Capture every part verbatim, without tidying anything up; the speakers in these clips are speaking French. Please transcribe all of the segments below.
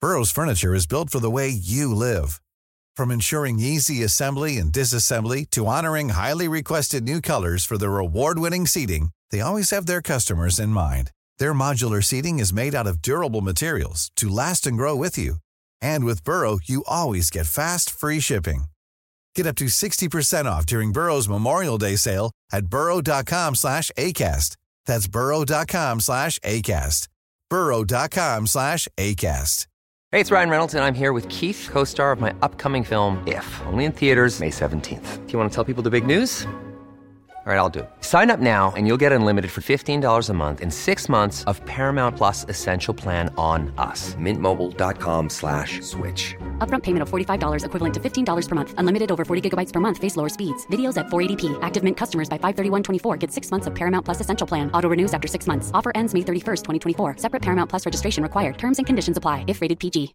Burrow's furniture is built for the way you live. From ensuring easy assembly and disassembly to honoring highly requested new colors for their award-winning seating, they always have their customers in mind. Their modular seating is made out of durable materials to last and grow with you. And with Burrow, you always get fast, free shipping. Get up to sixty percent off during Burrow's Memorial Day sale at burrow.com slash ACAST. That's burrow.com slash ACAST. burrow.com slash ACAST. Hey, it's Ryan Reynolds, and I'm here with Keith, co-star of my upcoming film, If, only in theaters May seventeenth. Do you want to tell people the big news? All right, I'll do it. Sign up now and you'll get unlimited for fifteen dollars a month and six months of Paramount Plus Essential Plan on us. Mintmobile.com slash switch. Upfront payment of forty-five dollars equivalent to fifteen dollars per month. Unlimited over forty gigabytes per month. Face lower speeds. Videos at four eighty p. Active Mint customers by five thirty-one twenty-four get six months of Paramount Plus Essential Plan. Auto renews after six months. Offer ends May thirty-first, twenty twenty-four. Separate Paramount Plus registration required. Terms and conditions apply if rated P G.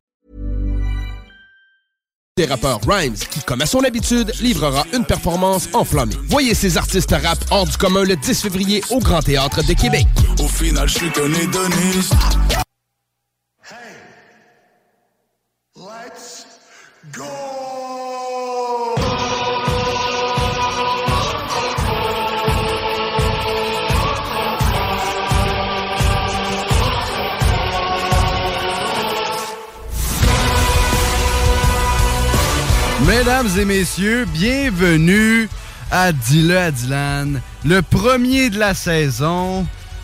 Des rappeurs Rhymes qui, comme à son habitude, livrera une performance enflammée. Voyez ces artistes rap hors du commun le dix février au Grand Théâtre de Québec. Au final, je suis qu'un hédoniste. Hey, let's go! Mesdames et messieurs, bienvenue à Dis-le à Dylan, le premier de la saison.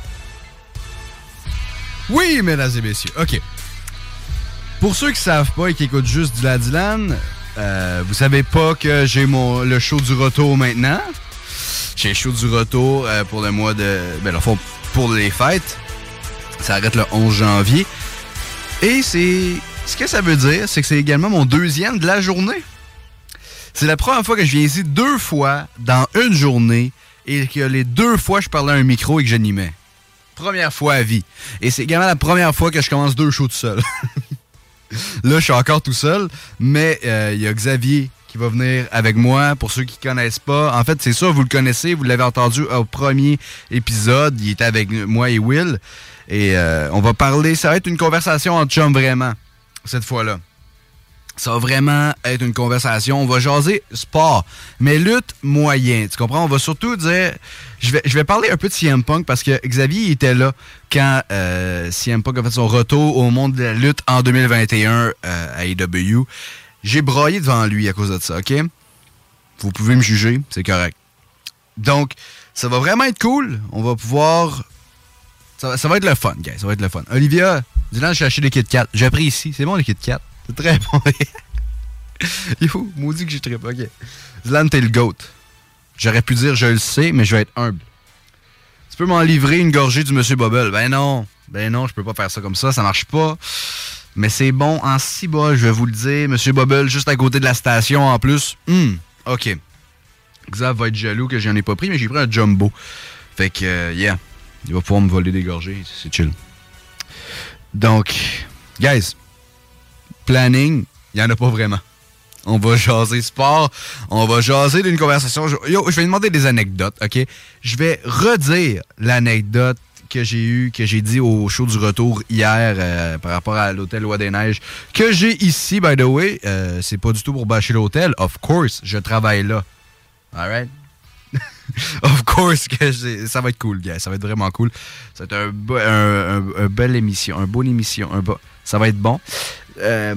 Oui, mesdames et messieurs, OK. Pour ceux qui savent pas et qui écoutent juste Dis-le à Dylan, euh, vous savez pas que j'ai mon le show du retour maintenant. J'ai le show du retour euh, pour le mois de... Ben, enfin, pour les fêtes. Ça arrête le onze janvier. Et c'est... Ce que ça veut dire, c'est que c'est également mon deuxième de la journée. C'est la première fois que je viens ici deux fois dans une journée et que les deux fois je parlais à un micro et que j'animais. Première fois à vie. Et c'est également la première fois que je commence deux shows tout seul. Là, je suis encore tout seul, mais il euh, y a Xavier qui va venir avec moi. Pour ceux qui ne connaissent pas, en fait, c'est ça, vous le connaissez, vous l'avez entendu au premier épisode. Il était avec moi et Will. Et euh, on va parler, ça va être une conversation entre chums vraiment, cette fois-là. Ça va vraiment être une conversation. On va jaser sport, mais lutte moyen. Tu comprends? On va surtout dire... Je vais, je vais parler un peu de C M Punk parce que Xavier était là quand euh, C M Punk a fait son retour au monde de la lutte en deux mille vingt et un euh, à A E W. J'ai braillé devant lui à cause de ça, OK? Vous pouvez me juger, c'est correct. Donc, ça va vraiment être cool. On va pouvoir... Ça va, ça va être le fun, guys. Ça va être le fun. Olivia, Dylan, j'ai acheté des Kit Kat. J'ai appris ici. C'est bon, les Kit Kat. C'est très bon. Yo, maudit que j'ai très... OK. Dylan, t'es le GOAT. J'aurais pu dire, je le sais, mais je vais être humble. Tu peux m'en livrer une gorgée du Monsieur Bubble? Ben non. Ben non, je peux pas faire ça comme ça. Ça marche pas. Mais c'est bon en si bas, je vais vous le dire. Monsieur Bubble, juste à côté de la station, en plus. Hum, OK. Xav va être jaloux que j'en ai pas pris, mais j'ai pris un jumbo. Fait que, euh, yeah. Il va pouvoir me voler des gorgées. C'est chill. Donc, guys... Planning, il n'y en a pas vraiment. On va jaser sport, on va jaser d'une conversation. Yo, je vais demander des anecdotes, OK? Je vais redire l'anecdote que j'ai eue, que j'ai dit au show du retour hier euh, par rapport à l'hôtel Loi des Neiges, que j'ai ici, by the way. Euh, c'est pas du tout pour bâcher l'hôtel. Of course, je travaille là. All right? Of course, que ça va être cool, gars. Ça va être vraiment cool. Ça va être un, bo- un, un, un belle émission, un bonne émission. Un bo- ça va être bon. Euh,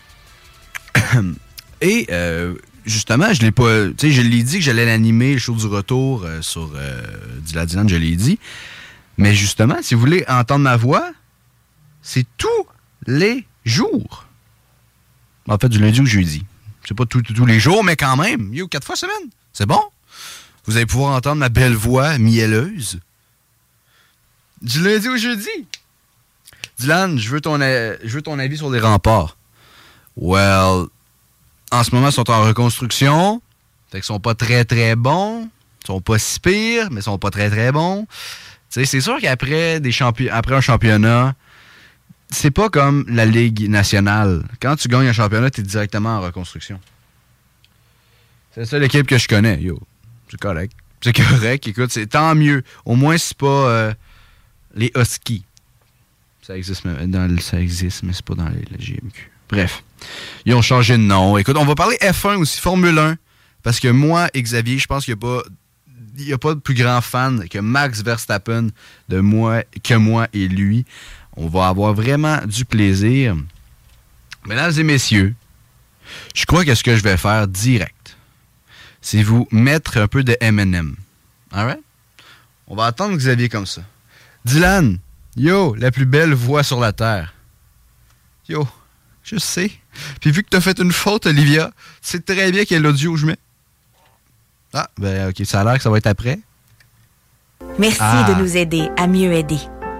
et euh, justement, je l'ai pas. Tu sais, je l'ai dit que j'allais l'animer, le show du retour euh, sur euh, Dylan Dylan, je l'ai dit. Mais justement, si vous voulez entendre ma voix, c'est tous les jours. En fait, du lundi au jeudi. C'est pas tous les jours, mais quand même. Yo, quatre fois semaine. C'est bon. Vous allez pouvoir entendre ma belle voix mielleuse. Du lundi au jeudi. Dylan, je veux ton, a- je veux ton avis sur les remparts. Well, en ce moment, ils sont en reconstruction. Fait qu'ils sont pas très, très bons. Ils sont pas si pires, mais ils sont pas très, très bons. Tu sais, c'est sûr qu'après des champi- après un championnat, c'est pas comme la Ligue nationale. Quand tu gagnes un championnat, t'es directement en reconstruction. C'est la seule équipe que je connais, yo. C'est correct. C'est correct, écoute, c'est tant mieux. Au moins, c'est pas euh, les Huskies. Ça existe, dans le, ça existe, mais c'est pas dans le, le G M Q. Bref, ils ont changé de nom. Écoute, on va parler F un aussi, Formule un, parce que moi et Xavier, je pense qu'il n'y a pas... Il n'y a pas de plus grand fan que Max Verstappen de moi, que moi et lui. On va avoir vraiment du plaisir. Mesdames et messieurs, je crois que ce que je vais faire direct, c'est vous mettre un peu de M and M. All right? On va attendre Xavier comme ça. Dylan, yo, la plus belle voix sur la Terre. Yo, je sais. Puis vu que tu as fait une faute, Olivia, tu sais très bien quel audio je mets. Ah, ben OK, ça a l'air que ça va être après. Merci ah. de nous aider à mieux aider.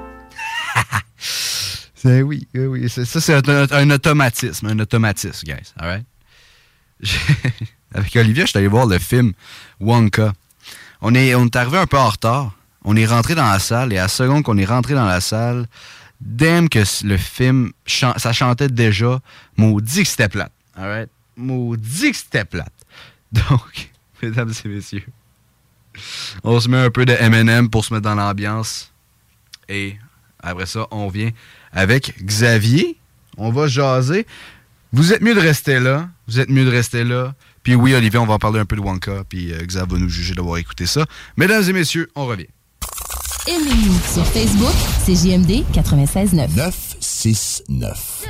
c'est, oui, oui, c'est, ça c'est un, un automatisme, un automatisme, guys, all right? Avec Olivia, je suis allé voir le film Wonka. On est, on est arrivé un peu en retard. On est rentré dans la salle, et à la seconde qu'on est rentré dans la salle, damn que le film, chan- ça chantait déjà, maudit que c'était plate, all right? Maudit que c'était plate. Donc... Mesdames et messieurs, on se met un peu de M and M pour se mettre dans l'ambiance. Et après ça, on vient avec Xavier. On va jaser. Vous êtes mieux de rester là. Vous êtes mieux de rester là. Puis oui, Olivier, on va en parler un peu de Wonka. Puis euh, Xavier va nous juger d'avoir écouté ça. Mesdames et messieurs, on revient. Aimez-nous sur Facebook, c'est J M D quatre-vingt-seize neuf. neuf six neuf.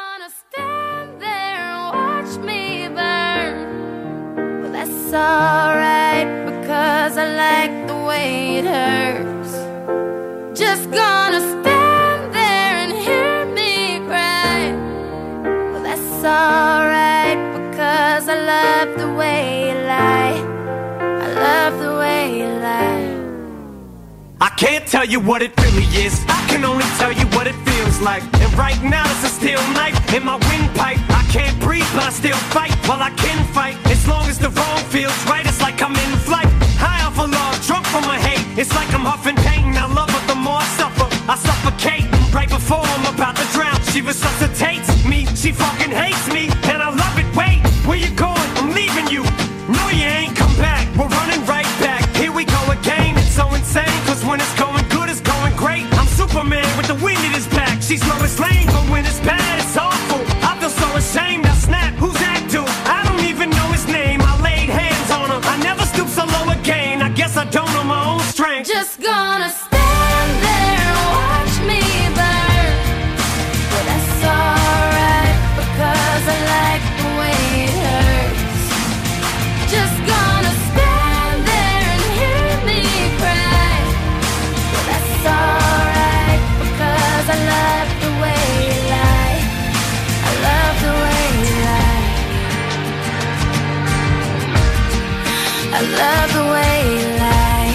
It's alright because I like the way it hurts. Just gonna stand there and hear me cry. Well, that's alright because I love the way you lie. I love the way you lie. I can't tell you what it really is. I can only tell you what it feels like. And right now it's a steel knife in my windpipe. I can't breathe but I still fight. While I can fight, as long as the wrong feels right, it's like I'm in flight. High off of love, drunk from my hate. It's like I'm huffing pain. I love her the more I suffer. I suffocate right before I'm about to drown. She resuscitates me, she fucking hates me, and I love it. Wait, where you going? I'm leaving you. No, you ain't come back. We're running right back. Here we go again. It's so insane, cause when it's going good, it's going great. I'm Superman with the wind in his back. She's Lois Lane, but when it's bad, it's awful. I feel so ashamed. I snap. Who's that dude? I don't even know his name. I laid hands on him. I never stoop so low again. I guess I don't know my own strength. Just gonna stand there and watch me burn. But that's alright because I like the way it hurts. Just gonna stand there and hear me cry. But that's alright because I love the way you lie. I love the way you lie. I love the way you lie.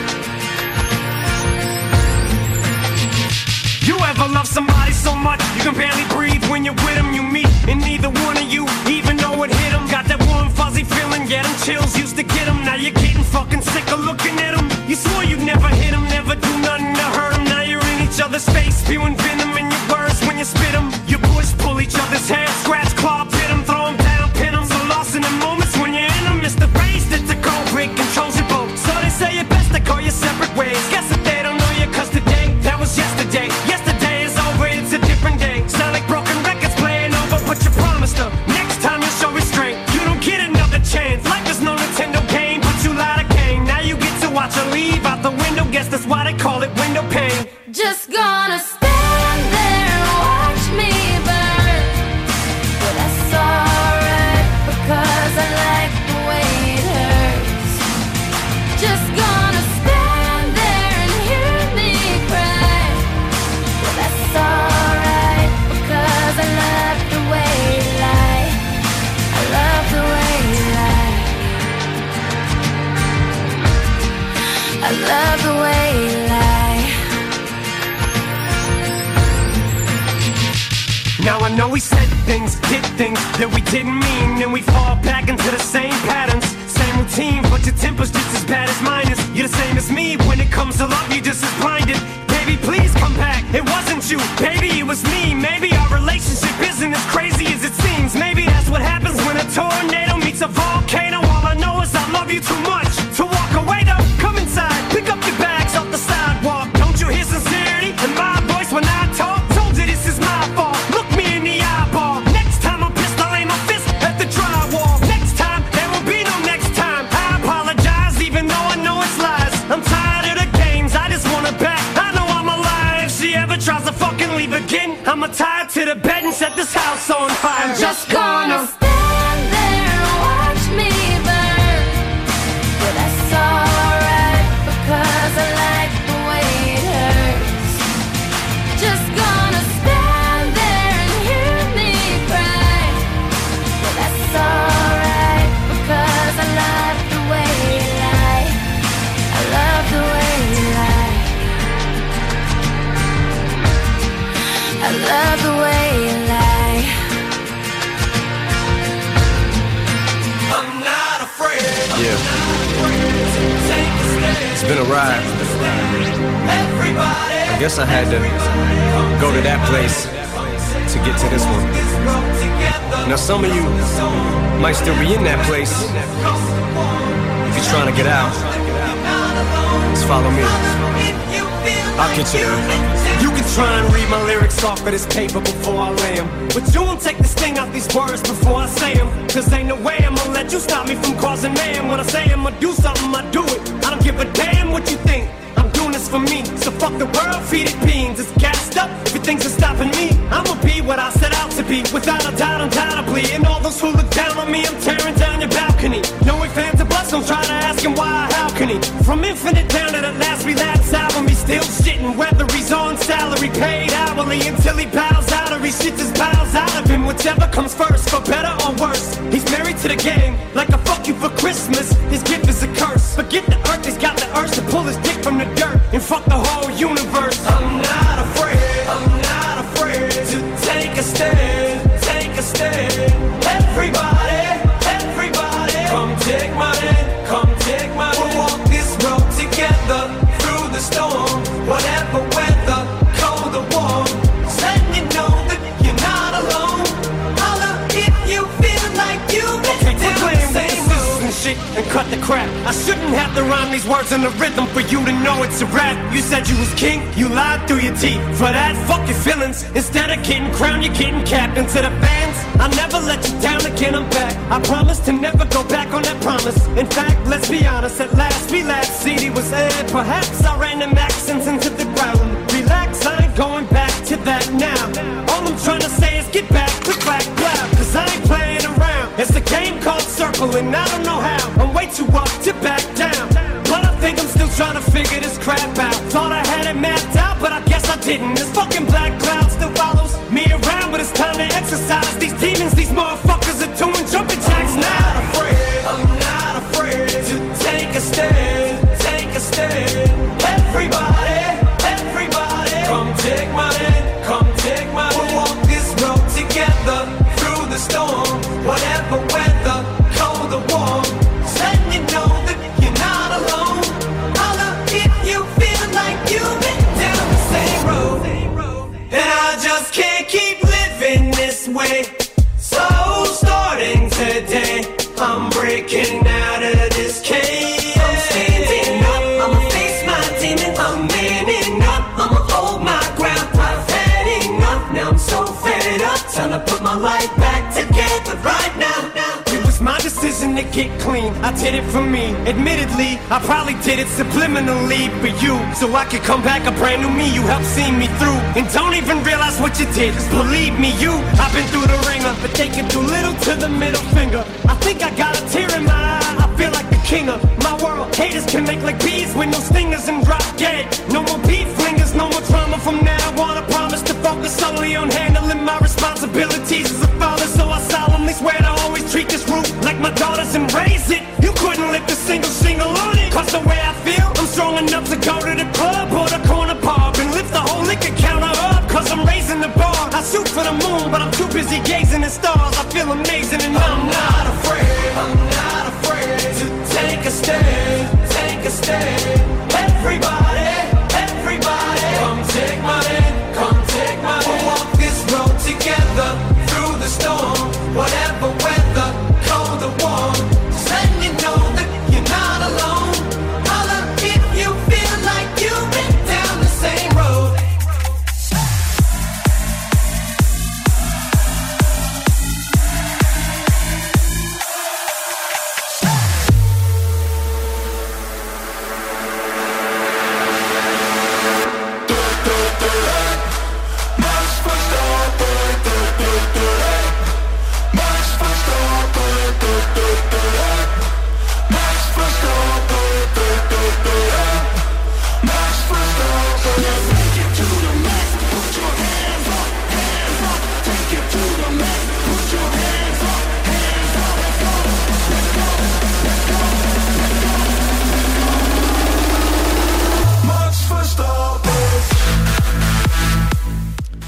You ever love somebody so much you can barely breathe when you're with them? You meet and neither one of you even know it hit them. Got that warm fuzzy feeling, yeah, them chills used to get them. Now you're getting fucking sick of looking at them. You swore you'd never hit them, never do nothing to hurt them. Now you're in each other's face, spewing venom in your words when you spit them. You push, pull each other's hair, scratch, claw, pit them, throw them down, pin them. So lost in the moments when you're in them. It's the race that's a cold break, controls your boat. So they say it best to go your separate ways. Guess that they don't know you cause today, that was yesterday. Yesterday is over, it's a different day. Sound like broken records playing over, but you promised her next time you'll show restraint. You don't get another chance. Life is no Nintendo game, but you lied again. Now you get to watch her leave out the window. Guess that's why they call it window pane. Just gonna stand there and watch me burn. But that's alright because I like the way it hurts. Just gonna stand there and hear me cry. But that's alright because I love the way you lie. I love the way you lie. I love the way you lie. Now I know we said things, did things that we didn't mean, and we fall back into the same patterns, same routine, but your temper's just as bad as mine is. You're the same as me, when it comes to love, you're just as blinded. Baby, please come back, it wasn't you, baby, it was me. Maybe our relationship isn't as crazy as it seems. Maybe that's what happens when a tornado meets a volcano. All I know is I love you too much to walk away though. Come inside, pick up your bags off the sidewalk. Don't you hear sincerity in my voice when I talk? just gonna stand there and watch me burn. But that's alright because I like the way it hurts. Just gonna stand there and hear me cry. But that's alright because I love the way you lie. I love the way you lie. I love the way you lie. I'm not afraid. Yeah. It's been a ride. I guess I had to go to that place to get to this one. Now some of you might still be in that place. If you're trying to get out, just follow me. I'll get you there. You can try and read my lyrics off of this paper before I lay them, but you won't take the sting out these words before I say them. Cause ain't no way I'm gonna let you stop me from causing mayhem. When I say I'm gonna do something, I do it. I don't give a damn what you think. I'm doing this for me. So fuck the world, feed it beans. It's gassed up. If you think it's stopping me, I'ma be what I set out to be. Without a doubt, undoubtedly. And all those who look down on me, I'm tearing down your balcony. No ifs, ands, or buts, don't try to ask him why or how can he. From Infinite down to the last relapse album, he's still shitting. Whether he's on salary, paid hourly, until he bows out or he shits his bowels out of him. Whichever comes first, for better or worse. He's married to the game, like a fuck you for Christmas. His gift is a curse. Forget the earth, he's got the urge to pull his dick from the dirt and fuck the whole universe. I'm not afraid, I'm not afraid to take a stand, take a stand. Everybody, everybody, come take my hand, come take my hand. We'll walk this road together through the storm, whatever weather, cold or warm. Just letting you know that you're not alone. Holla if you feel like you've been down the same road and shit and cut the crap. I shouldn't have to rhyme these words in the rhythm for you to know it's a rap. You said you was king, you lied through your teeth. For that, fuck your feelings. Instead of getting crowned, you're getting capped. And to the fans, I'll never let you down again, I'm back. I promise to never go back on that promise. In fact, let's be honest, at last we last C D was aired. Perhaps I ran them accents into the ground. Relax, I ain't going back to that now. All I'm trying to say is get back, click back, clap. Cause I ain't playing around. It's a game called Circle and I don't know how. I'm way too up to back down. But I think I'm still trying to figure this crap out. Thought I had it mapped out, but I guess I didn't. This fucking black cloud still follows me around, but it's time to exercise these demons. These motherfuckers are doing jumping jacks now. I'm not afraid, I'm not afraid to take a stand, take a stand. Everybody, everybody, come take my hand, come take my hand. We'll walk this road together through the storm, whatever weather, cold or warm. Just letting you know that you're not alone. Holla if you feel like you've been down the same road. And I just can't keep living this way. So starting today, I'm breaking out of this cage. I'm standing up, I'ma face my demon. I'm manning up, I'ma hold my ground. I've had enough, now I'm so fed up. Time to put my life back together right now. It was my decision to get clean, I did it for me. Admittedly, I probably did it subliminally for you, so I could come back a brand new me. You helped see me through, and don't even realize what you did. Cause believe me, you, I've been through the ringer, but they can do little to the middle finger. I think I got a tear in my eye, I feel like the king of my world. Haters can make like bees with no stingers and drop dead. No more beef flingers, no more drama from now on. I promise to focus solely on handling my responsibilities as a father. So I solemnly swear to always treat this roof like my daughters and raise it. You couldn't lift a single shingle on it. Cause the way I feel, I'm strong enough to go to the club or the corner pub and lift the whole liquor counter up. Cause I'm raising the bar. I shoot for the moon, but I'm too busy gazing at stars. I feel amazing and I'm, I'm not afraid. I'm not afraid to take a stand, take a stand. Everybody, everybody, come take my hand, come take my hand. We'll walk this road together through the storm, whatever weather, cold or warm. Just letting you know that you're not alone. Holla if you feel like you've been down the same road.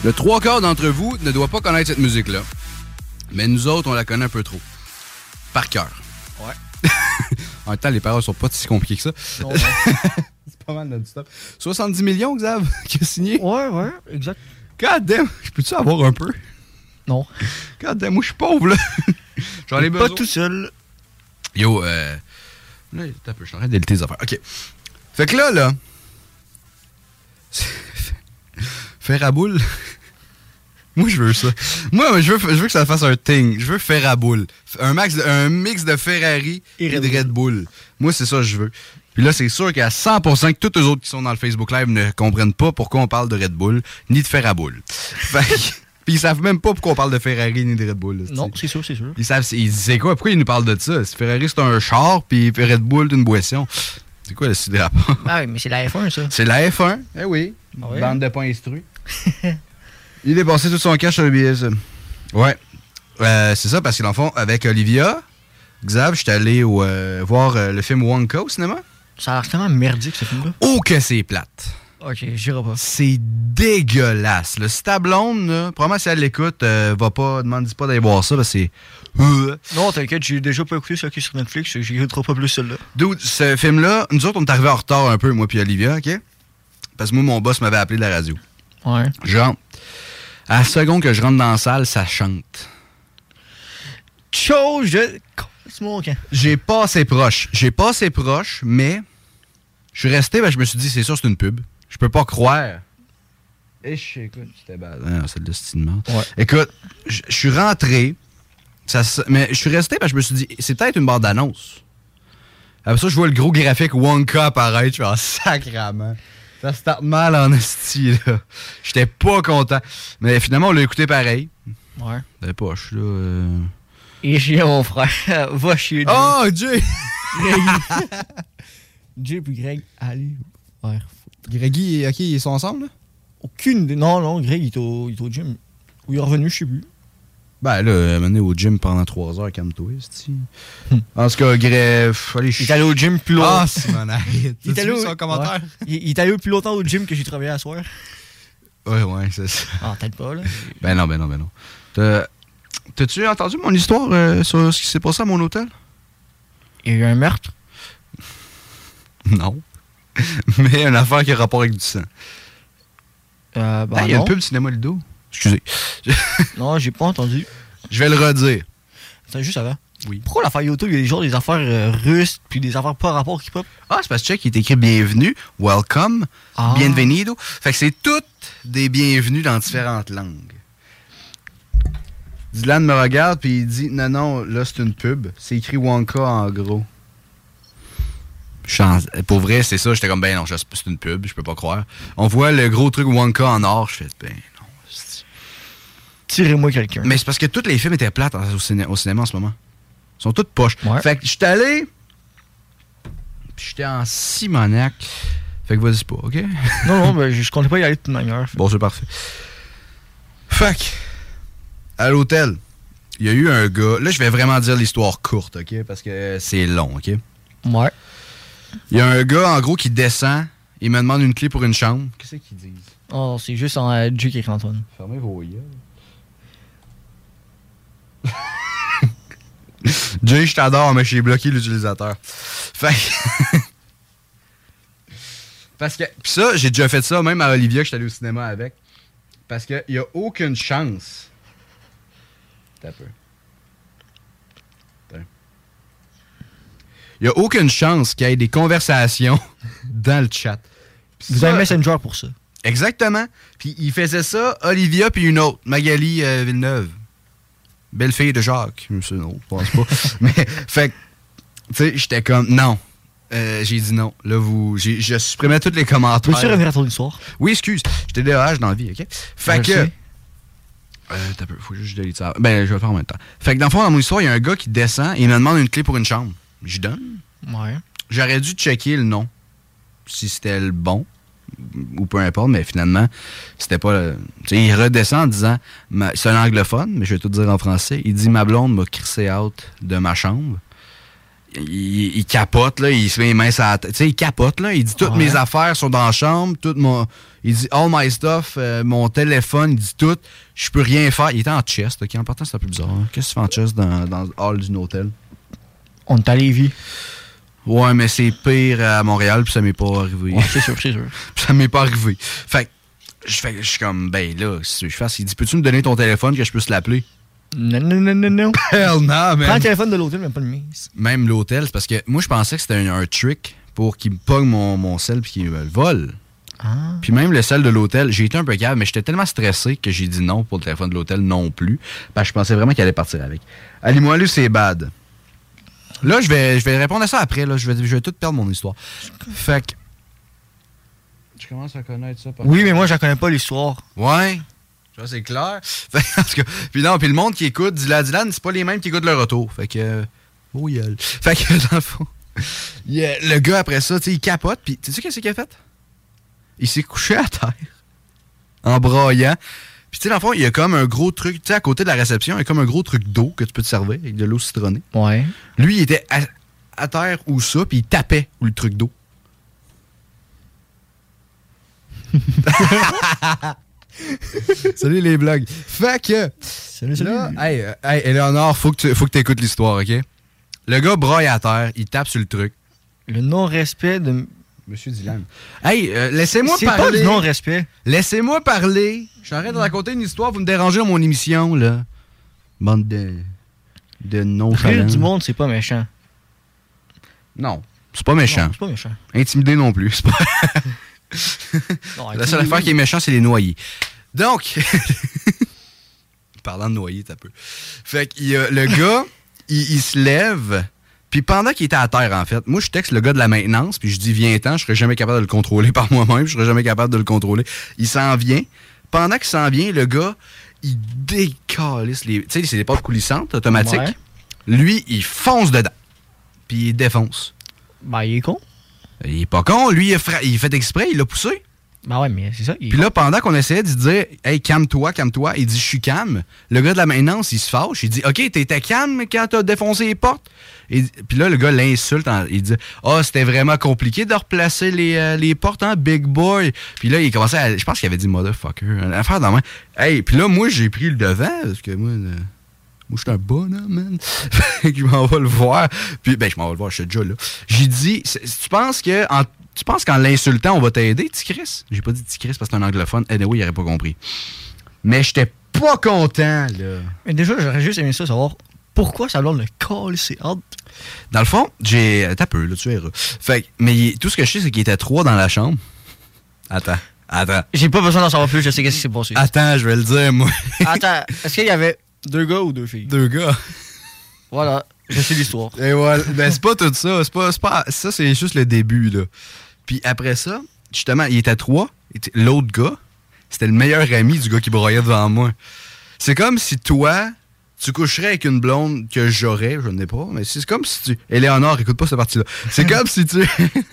Le trois quarts d'entre vous ne doit pas connaître cette musique-là. Mais nous autres, on la connaît un peu trop. Par cœur. Ouais. En même temps, les paroles sont pas si compliquées que ça. Non, ouais. C'est pas mal non-stop. soixante-dix millions, Xav, qui a signé. Ouais, ouais, exact. God damn, je peux-tu avoir un peu? Non. God damn, moi, je suis pauvre, là. J'en ai besoin. Pas tout seul. Yo, euh... là, attends un peu, je suis en train d'éditer les affaires. OK. Fait que là, là... Faire à boule... Moi, je veux ça. Moi, je veux, je veux que ça fasse un thing. Je veux faire à boule. Un, max de, un mix de Ferrari et, et de Red Bull. Moi, c'est ça que je veux. Puis là, c'est sûr qu'à cent pour cent que tous les autres qui sont dans le Facebook Live ne comprennent pas pourquoi on parle de Red Bull ni de fer à boule. Fait que, puis ils savent même pas pourquoi on parle de Ferrari ni de Red Bull. Là, non, c'est sûr, c'est sûr. Ils savent, ils disent, c'est quoi? Pourquoi ils nous parlent de ça? Ferrari, c'est un char, puis Red Bull, c'est une boisson. C'est quoi le style rapport? Ah oui, mais c'est la F un, ça. C'est la F un. Eh oui. Ah ouais? Bande de pas instruits. Il dépensait tout son cash sur le billet, ça. Ouais. Euh, c'est ça, parce que dans le fond, avec Olivia, Xav, j'étais allé au, euh, voir euh, le film Wonka au cinéma. Ça a l'air tellement merdique, ce film-là. Oh, que c'est plate. Ok, j'irai pas. C'est dégueulasse. Là. Si ta blonde, là, probablement si elle l'écoute, euh, va pas, demande pas d'aller voir ça, parce que c'est... Euh. Non, t'inquiète, j'ai déjà pas écouté ça qui est sur Netflix, j'écouterai pas plus celle-là. Dude, ce film-là, nous autres, on est arrivés en retard un peu, moi puis Olivia, OK? Parce que moi, mon boss m'avait appelé de la radio. Ouais. Genre... À la seconde que je rentre dans la salle, ça chante. Chose de... C'est mon camp. J'ai passé proche. J'ai passé proche, mais je suis resté, ben, je me suis dit, c'est sûr, c'est une pub. Je peux pas croire. Et je écoute, c'était bad. Ah, c'est le style de mort. Ouais. Écoute, je suis rentré, ça, mais je suis resté, ben, je me suis dit, c'est peut-être une bande-annonce. Après ça, je vois le gros graphique Wonka apparaître, je fais, ah, sacrament. Ça se tape mal en esti, là. J'étais pas content. Mais finalement, on l'a écouté pareil. Ouais. Des poches, là. Euh... Et chez mon frère. Va chez Jay. Oh, Jay! Jay puis Greg, allez. Ouais. Greggy, OK, ils sont ensemble, là? Aucune idée. Non, non, Greg, il est au, il est au gym. Ou il est revenu, je sais plus. Ben là, amené au gym pendant trois heures, calme-toi, c'ti. En tout cas, Greg, allez, il est allé au gym plus longtemps. Ah, Simon, arrête. Il est allé vu au... son commentaire? Ouais. Il, il est allé plus longtemps au gym que j'ai travaillé à soir. Ouais, ouais, c'est ça. Ah, peut-être pas, là. Ben non, ben non, ben non. T'as... T'as-tu entendu mon histoire euh, sur ce qui s'est passé à mon hôtel? Il y a eu un meurtre? Non. Mais une affaire qui a rapport avec du sang. Euh, ben ah, il y a non. une pub Cinéma Lido. Excusez. Non, j'ai pas entendu. Je vais le redire. C'est juste avant. Oui. Pourquoi l'affaire YouTube, il y a des genres des affaires euh, russes puis des affaires pas rapport qui pop? Ah, c'est parce que check, il est écrit bienvenue, welcome, ah. bienvenido. Fait que c'est toutes des bienvenus dans différentes langues. Dylan me regarde puis il dit non, non, là c'est une pub. C'est écrit Wonka en gros. Chance. Pour vrai, c'est ça. J'étais comme ben non, c'est une pub, je peux pas croire. On voit le gros truc Wonka en or, je fais ben non. Tirez-moi quelqu'un. Mais c'est parce que tous les films étaient plates au, ciné- au cinéma en ce moment. Ils sont tous poches. Ouais. Fait que j'étais allé. Puis j'étais en Simonac. Fait que vas-y pas, OK? Non, non, ben, je comptais pas y aller de toute manière. Bon, c'est parfait. Fait que, à l'hôtel, il y a eu un gars. Là, je vais vraiment dire l'histoire courte, OK? Parce que c'est long, OK? Ouais. Il y a un gars, en gros, qui descend. Il me demande une clé pour une chambre. Qu'est-ce qu'ils disent? Oh, c'est juste en euh, Dieu qui écrit Antoine. Fermez vos yeux. Jay, je t'adore, mais j'ai bloqué l'utilisateur. Fait que... Parce que... Pis ça, j'ai déjà fait ça, même à Olivia, que je suis allé au cinéma avec. Parce qu'il n'y a aucune chance... T'as peu. Il n'y a aucune chance qu'il y ait des conversations dans le chat. Pis Vous ça, avez un Messenger pour ça. Exactement. Puis il faisait ça, Olivia, puis une autre, Magali euh, Villeneuve. Belle fille de Jacques. Non, je pense pas. Mais, fait que, tu sais, j'étais comme, non. Euh, j'ai dit non. Là, vous, j'ai, je supprimais tous les commentaires. Peux-tu revenir à ton histoire? Oui, excuse. J'étais D A H dans la vie, OK? Fait je que... Euh, t'as peu, faut juste que je delete ça. Ben, je vais le faire en même temps. Fait que dans le fond, dans mon histoire, il y a un gars qui descend et il me demande une clé pour une chambre. Je donne. Ouais. J'aurais dû checker le nom. Si c'était le bon. Ou peu importe, mais finalement, c'était pas... Le... Tu sais, il redescend en disant... Ma... C'est un anglophone, mais je vais tout dire en français. Il dit « Ma blonde m'a crissé out de ma chambre. il, il capote, là, il se met les mains sur la tête. Tu sais, il capote, là. Il dit toutes ouais. mes affaires sont dans la chambre, tout mon. Il dit all my stuff, euh, mon téléphone, il dit tout. Je peux rien faire. Il était en chest, ok. En partant, c'est un peu bizarre. Hein? Qu'est-ce que tu fais en chest dans, dans le hall d'un hôtel? On est à Lévis. Ouais, mais c'est pire à Montréal, puis ça m'est pas arrivé. Ouais, c'est sûr, c'est sûr. Puis ça m'est pas arrivé. Fait que je fais, je suis comme, ben là, si je fasse, il dit, peux-tu me donner ton téléphone que je puisse l'appeler? Non, non, non, non, non. Hell no, man. Prends le téléphone de l'hôtel, mais pas le mien. Même l'hôtel, c'est parce que moi, je pensais que c'était un, un trick pour qu'il me pogne mon, mon sel puis qu'il me le vole. Ah. Puis même le sel de l'hôtel, j'ai été un peu calme, mais j'étais tellement stressé que j'ai dit non pour le téléphone de l'hôtel non plus. Parce que je pensais vraiment qu'il allait partir avec. Ali-moi, lui, c'est bad. Là, je vais, je vais répondre à ça après. Là. Je, vais, je vais tout perdre mon histoire. Fait que... Je commence à connaître ça. Par oui, mais moi, je connais pas l'histoire. Ouais. Ça, c'est clair. Fait, parce que, puis non, puis le monde qui écoute Dylan Dylan, c'est pas les mêmes qui écoutent le retour. Fait que... Oh, gueule. Fait que, dans le fond... Yeah, le gars, après ça, tu sais, il capote. Puis, tu sais qu'est-ce qu'il a fait? Il s'est couché à terre. En braillant. Puis, tu sais, dans le fond, il y a comme un gros truc, tu sais, à côté de la réception, il y a comme un gros truc d'eau que tu peux te servir avec de l'eau citronnée. Ouais. Lui, il était à, à terre ou ça, puis il tapait le truc d'eau. Salut les blogs. Fait que. Salut, salut. Là, hey, hey, Éléonore, faut que tu faut que t'écoutes l'histoire, OK? Le gars braille à terre, il tape sur le truc. Le non-respect de. Monsieur Dylan. Hey, euh, laissez-moi c'est parler. C'est pas du non-respect. Laissez-moi parler. Je suis en train de raconter une histoire, vous me dérangez dans mon émission, là. Bande de. de non-chalants. Rire du monde, c'est pas méchant. Non, c'est pas méchant. Non, c'est pas méchant. Intimidé non plus, c'est pas. Non, la seule affaire qui est méchant, c'est les noyés. Donc, parlant de noyés, t'as peu. Fait que euh, le gars, il, il se lève, puis pendant qu'il était à terre, en fait, moi, je texte le gars de la maintenance, puis je dis, viens-t'en, je serais jamais capable de le contrôler par moi-même, je serais jamais capable de le contrôler. Il s'en vient. Pendant qu'il s'en vient, le gars, il décalisse les... Tu sais, c'est des portes coulissantes, automatiques. Ouais. Lui, il fonce dedans, puis il défonce. Ben, il est con. Il est pas con. Lui, il a, fra... il a fait exprès, il l'a poussé. Ben ouais, mais c'est ça. Puis là, pendant qu'on essayait de dire « Hey, calme-toi, calme-toi », il dit « Je suis calme ». Le gars de la maintenance, il se fâche. Il dit « OK, t'étais calme quand t'as défoncé les portes ». Puis là, le gars l'insulte. En... Il dit « Ah, oh, c'était vraiment compliqué de replacer les, euh, les portes, hein, big boy ». Puis là, il commençait à... Je pense qu'il avait dit « Motherfucker ». Une affaire dans la main. Hey, puis là, moi, j'ai pris le devant, parce que moi... Euh... Moi, je suis un bonhomme, man. Fait que je m'en vais le voir. Puis, ben, je m'en vais le voir, je suis déjà là. J'ai dit, tu penses que, en, tu penses qu'en l'insultant, on va t'aider, petit Chris? J'ai pas dit petit Chris parce que c'est un anglophone. Eh, anyway, il aurait pas compris. Mais j'étais pas content, là. Mais déjà, j'aurais juste aimé ça, savoir pourquoi ça blonde le call, c'est hâte. Dans le fond, j'ai. T'as peu, là, tu verras. Fait que, mais tout ce que je sais, c'est qu'il était trois dans la chambre. Attends. Attends. J'ai pas besoin d'en savoir plus, je sais qu'est-ce qui s'est passé. Attends, je vais le dire, moi. Attends, est-ce qu'il y avait. Deux gars ou deux filles? Deux gars. Voilà, je sais l'histoire. Et voilà. Ben, c'est pas tout ça. C'est pas, c'est pas, ça, c'est juste le début, là. Puis après ça, justement, il était à trois. L'autre gars, c'était le meilleur ami du gars qui broyait devant moi. C'est comme si toi, tu coucherais avec une blonde que j'aurais, je n'ai pas, mais c'est comme si tu... Éléonore, écoute pas cette partie-là. C'est comme si tu...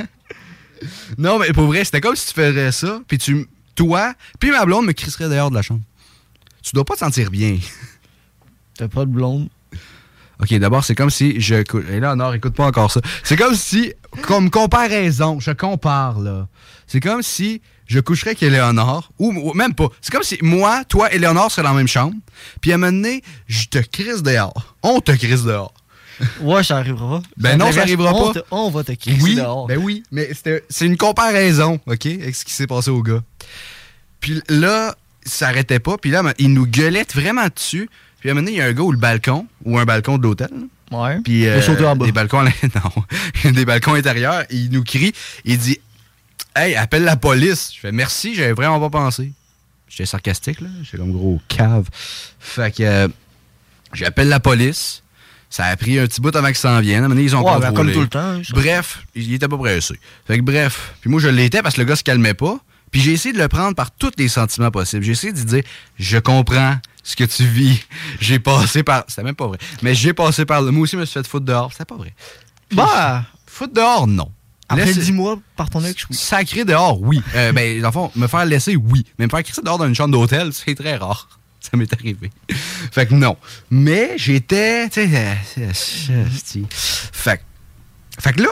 Non, mais pour vrai, c'était comme si tu ferais ça, puis tu... Toi, puis ma blonde me crisserait dehors de la chambre. Tu dois pas te sentir bien. T'as pas de blonde? OK, d'abord, c'est comme si je... Et là, non, écoute pas encore ça. C'est comme si, comme comparaison, je compare, là. C'est comme si je coucherais avec Éléonore, ou, ou même pas. C'est comme si moi, toi, Éléonore seraient dans la même chambre, puis à un moment donné, je te crisse dehors. On te crisse dehors. Ouais, ça arrivera. Ben ça non, ça arrivera on pas. Te, on va te crisser oui, dehors. Ben oui, mais c'est une comparaison, OK, avec ce qui s'est passé au gars. Puis là, ça arrêtait pas, puis là, il nous gueulait vraiment dessus. Puis à un moment donné, il y a un gars ou le balcon, ou un balcon de l'hôtel. Ouais. Puis euh, sauter en bas. Des balcons, non, des balcons intérieurs. Il nous crie, il dit « Hey, appelle la police ». Je fais « Merci, j'avais vraiment pas pensé ». J'étais sarcastique, là. J'étais comme gros cave. Fait que euh, j'appelle la police. Ça a pris un petit bout avant qu'ils s'en viennent. À un moment donné, ils ont ouais, contrôlé. Ben, comme tout le temps. Ça. Bref, il était pas pressé. Fait que bref. Puis moi, je l'étais parce que le gars se calmait pas. Puis j'ai essayé de le prendre par tous les sentiments possibles. J'ai essayé de lui dire « Je comprends ce que tu vis. J'ai passé par... » C'était même pas vrai. Mais j'ai passé par... Moi aussi, je me suis fait foutre dehors. C'était pas vrai. Puis, bah! Foutre dehors, non. Après laisser... dix mois par ton ex, oui. Sacré dehors, oui. euh, ben, dans le fond, me faire laisser, oui. Mais me faire crisser dehors dans une chambre d'hôtel, c'est très rare. Ça m'est arrivé. Fait que non. Mais j'étais... Tu sais... Fait que Fait que là,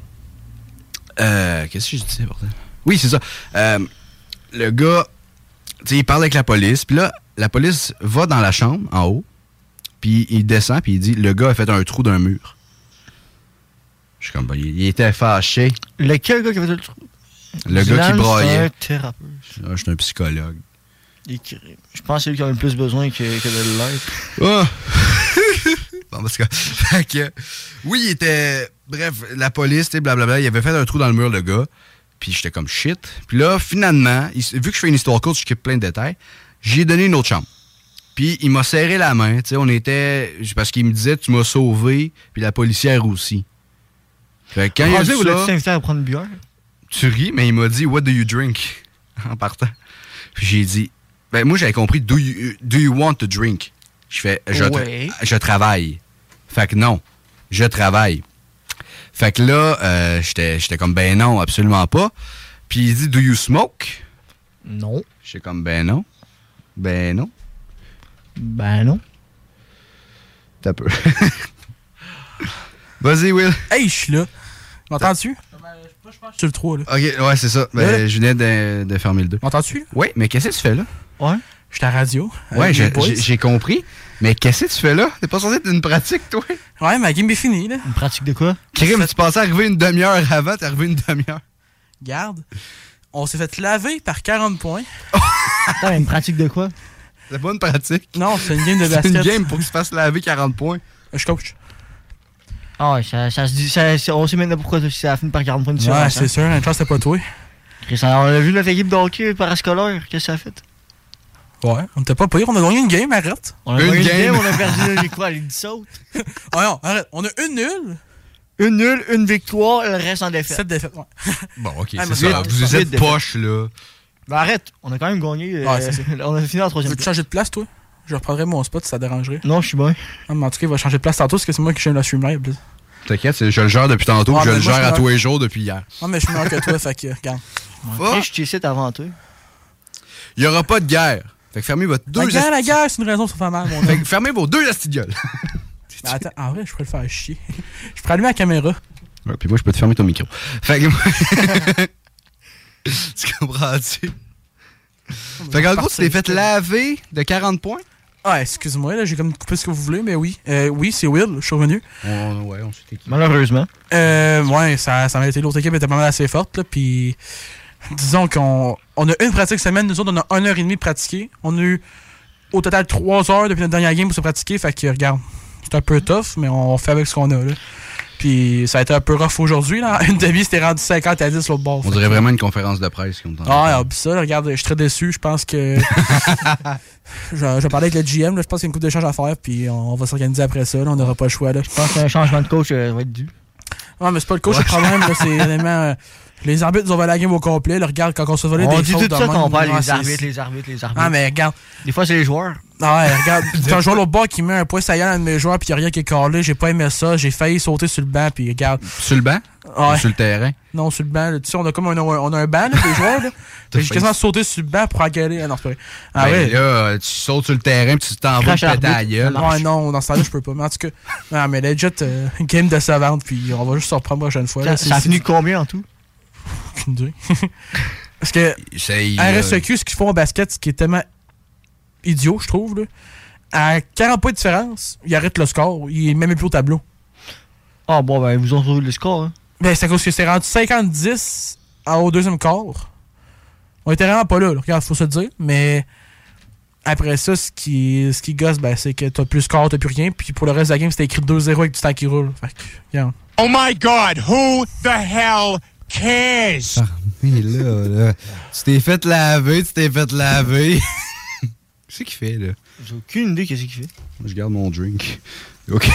euh, qu'est-ce que je disais, bordel? Oui, c'est ça. Euh, le gars, tu sais, il parle avec la police, puis là, la police va dans la chambre, en haut, puis il descend, puis il dit, le gars a fait un trou d'un mur. Je suis comme, ben, il était fâché. Lequel gars qui a fait le trou? Le Dylan, gars qui braillait. C'est un thérapeute. Ah, je suis un psychologue. Je pense que c'est lui qui a le plus besoin que, que de l'être. Oh. Bon, parce que, fait que, oui, il était... Bref, la police, tu sais, blablabla, il avait fait un trou dans le mur, le gars. Puis j'étais comme shit. Puis là, finalement, il, vu que je fais une histoire courte, je skippe plein de détails, j'ai donné une autre chambre. Puis il m'a serré la main, tu sais, on était... Parce qu'il me disait, tu m'as sauvé, puis la policière aussi. Fait que quand il a dit ça... Vous l'avez invité à prendre une bière? Tu ris, mais il m'a dit, what do you drink? En partant. Puis j'ai dit, ben moi j'avais compris, do you, do you want to drink? Je fais, je, ouais. tra- je travaille. Fait que non, je travaille. Fait que là, euh, j'étais, j'étais comme, ben non, absolument pas. Puis il dit, do you smoke? Non. J'étais comme, ben non. Ben non. Ben non. T'as peu. Vas-y, Will. Hey, je suis là. M'entends-tu? Sur le trois, là. Ok, ouais, c'est ça. Ben, là, je venais de, de fermer le deux. M'entends-tu? Oui, mais qu'est-ce que tu fais là? Ouais. Je suis à la radio. Ouais, j'ai, j'ai, j'ai compris. Mais qu'est-ce que tu fais là? T'es pas censé être une pratique, toi? Ouais, ma game est finie, là. Une pratique de quoi? Crime, tu pensais arriver une demi-heure avant, t'es arrivé une demi-heure. Garde. On s'est fait laver par quarante points. Attends, une pratique de quoi? C'est pas une pratique. Non, c'est une game de basket. C'est une game pour qu'il se fasse laver quarante points. Je coach. Ah ouais, ça, ça se dit. Ça, on sait maintenant pourquoi ça a fini par quarante points de différence. Ouais, c'est sûr. Une chance, c'était pas toi. On a vu notre équipe de hockey parascolaire. Qu'est-ce que ça a fait? Ouais, on était pas pire. On a gagné une game, arrête. On a gagné une game, on a perdu les quoi, les dix autres? Ouais, non, arrête. On a une nulle. Une nulle, une victoire, le reste en défaite. Sept défaites, ouais. Bon, ok, ah, c'est ça. Vous êtes poche, là. Ben arrête, on a quand même gagné. Euh, ouais, c'est ça. On a fini en troisième. Veux-tu changer de place, toi? Je reprendrai mon spot si ça dérangerait. Non, je suis bien. Ah, mais en tout cas, il va changer de place tantôt parce que c'est moi qui gère la Streamlab. T'inquiète, je le gère depuis tantôt, ah, je le gère je à me... tous les jours depuis hier. Ah, mais je suis meilleur que toi, fait que, regarde. Ok, je t'y cite avant toi. Il y aura pas de guerre. Fait que fermez votre deux... La guerre, la guerre, c'est une raison sur faire mal, mon Fait que fermez vos deux astigueules. Mais attends, en vrai, je pourrais le faire chier. Je pourrais allumer la caméra. Ouais, puis moi, je peux te fermer ton micro. Fait que... tu comprends-tu? Fait qu'en gros, tu t'es fait laver de quarante points? Ah, excuse-moi, là, j'ai comme coupé ce que vous voulez, mais oui. Euh, oui, c'est Will, je suis revenu. On, ouais, on s'était qui? Malheureusement. Euh, ouais, ça, ça m'a été, l'autre équipe était pas mal assez forte, là, puis disons qu'on on a une pratique semaine, nous autres, on a une heure et demie de pratiquer. On a eu au total trois heures depuis notre dernière game pour se pratiquer, fait que, regarde, c'est un peu tough, mais on fait avec ce qu'on a, là. Puis ça a été un peu rough aujourd'hui, là. Une demi, c'était rendu cinquante à dix l'autre bord. On dirait que... vraiment une conférence de presse. Comme ah, ouais, ça, là, regarde, je suis très déçu. Je pense que. je, je vais parler avec le G M, là, je pense qu'il y a une couple d'échanges à faire, puis on va s'organiser après ça, là, on n'aura pas le choix. Là. Je pense qu'un changement de coach euh, va être dû. Ouais, mais c'est pas le coach, ouais. Le problème, là, c'est vraiment. Euh, les arbitres ont volé la game au complet. Là, regarde, quand on se volait on des dit fautes tout ça quand on parle les arbitres, les arbitres, les arbitres. Ah, mais regarde. Des fois, c'est les joueurs. Ah ouais, regarde. T'as un joueur l'autre bord qui met un point saillant à un de mes joueurs, puis il n'y a rien qui est calé. J'ai pas aimé ça. J'ai failli sauter sur le banc, puis regarde. Sur le banc? Ouais. Ou sur le terrain? Non, sur le banc. Là. Tu sais, on a comme un, on a un banc, là, des joueurs. Là. J'ai quasiment sauté sur le banc pour engueuler. Ah non, c'est pas vrai. Ah, ben, ouais. Là, tu sautes sur le terrain, puis tu t'en vas péter à la gueule. Ouais, non, dans ce temps-là, je peux pas. Mais en tout cas, non, mais legit, euh, game de savante, puis on va juste se reprendre la prochaine fois. Ça, Là, ça a fini combien en tout? Aucune idée. Parce que R S E Q, ce qu'ils font au basket, ce qui est tellement idiot, je trouve, là, à quarante points de différence, ils arrêtent le score. Il est même plus au tableau. Ah bon, ben, ils vous ont trouvé le score. Hein? Ben, c'est à cause que c'est rendu cinquante dix au deuxième quart. On était vraiment pas là, là. Regarde, faut se le dire. Mais après ça, ce qui, ce qui gosse, ben, c'est que t'as plus de score, t'as plus rien. Puis pour le reste de la game, c'était écrit deux zéro avec du temps qui roule. Fait que, regarde. Oh my God, who the hell cares? Ah, mais là, là, tu t'es fait laver, tu t'es fait laver. Qu'est-ce qu'il fait, là? J'ai aucune idée qu'est-ce qu'il fait. Je garde mon drink. OK.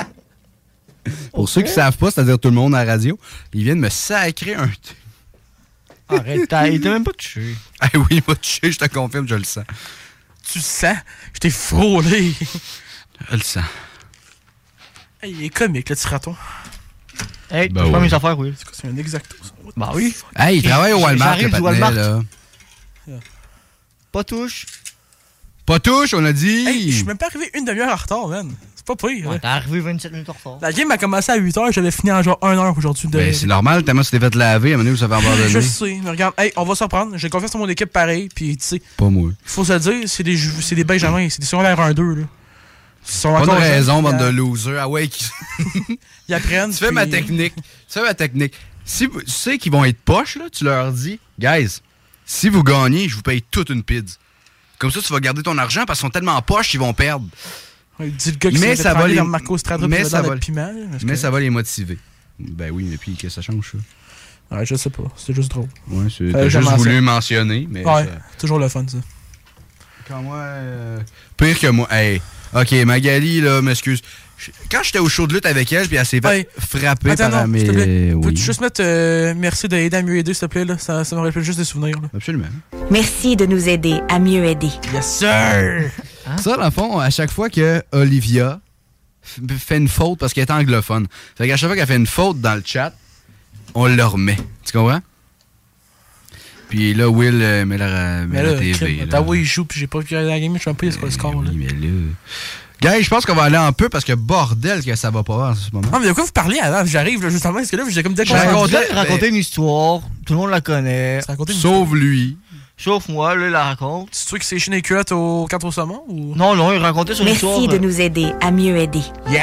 Pour okay. Ceux qui savent pas, c'est-à-dire tout le monde à la radio, ils viennent me sacrer un... Arrête, il t'a même pas touché. Ah oui, il m'a touché, je te confirme, je le sens. Tu le sens? Je t'ai frôlé. Je le sens. Hey, il est comique, le petit raton. Hey, ben tu ouais. Pas mes affaires, oui. C'est quoi, c'est un exacto, ça? Bah oui. Hey, il travaille au Walmart, le patinet, Walmart. Là. Yeah. Pas touche. Pas touche, on a dit. Hey, je suis même pas arrivé une demi-heure en retard, man. C'est Pas pire. Ouais, t'es arrivé vingt-sept minutes en retard. La game a commencé à huit heures, j'avais fini en genre une heure aujourd'hui. De... Ben, c'est normal, tellement tu t'es fait laver, à un moment donné, vous avez abandonné. Je sais, mais regarde, hey, on va se reprendre. J'ai confiance en mon équipe pareil, puis tu sais. Pas moi. Il faut se le dire, c'est des, c'est des benjamins, c'est des secondaires un deux, là. Pas de raison, bande de losers. Ah ouais, qui... ils apprennent. Tu fais ma technique. Tu fais ma technique. Si vous, tu sais qu'ils vont être poches, là, tu leur dis, guys, si vous gagnez, je vous paye toute une pide. Comme ça, tu vas garder ton argent parce qu'ils sont tellement poches qu'ils vont perdre. Ouais, dis le gars qui mais ça va les... Marco Strada, mais ça va... va... piment, mais ça va les motiver. Ben oui, mais puis qu'est-ce que ça change, ça? Ouais, je sais pas. C'est juste drôle. Ouais, c'est... T'as juste voulu ça. mentionner, mais... Ouais, ça... toujours le fun, ça. Quand moi... Euh... Pire que moi. Hey, OK, Magali, là, m'excuse. Quand j'étais au show de lutte avec elle, puis elle s'est hey. frappée Attends, par non, mes... s'il te plaît. Oui. Peux-tu juste mettre euh, merci d'aider à mieux aider, s'il te plaît, là? Ça, ça me rappelle juste des souvenirs, là. Absolument. Merci de nous aider à mieux aider. Yes, sir! Hein? Ça, dans le fond, à chaque fois que Olivia fait une faute parce qu'elle est anglophone, fait qu'à chaque fois qu'elle fait une faute dans le chat, on le remet. Tu comprends? Puis là, Will euh, met la, met mais la là, T V. Crime, là. oui, il joue, puis j'ai pas vu la game, je sais même pas il y a quoi le score, là. Mais là... Gars, je pense qu'on va aller un peu parce que bordel que ça va pas en ce moment. Non, mais de quoi vous parlez avant? J'arrive, là, justement, parce que là, j'ai comme Je racontais raconter une histoire, tout le monde la connaît. Sauf lui. Sauf moi, là, il la raconte. C'est toi qui s'est chiné culotte au quatre au saumon ou? Non, non, il racontait son Merci histoire. Merci de nous aider à mieux aider. Yeah!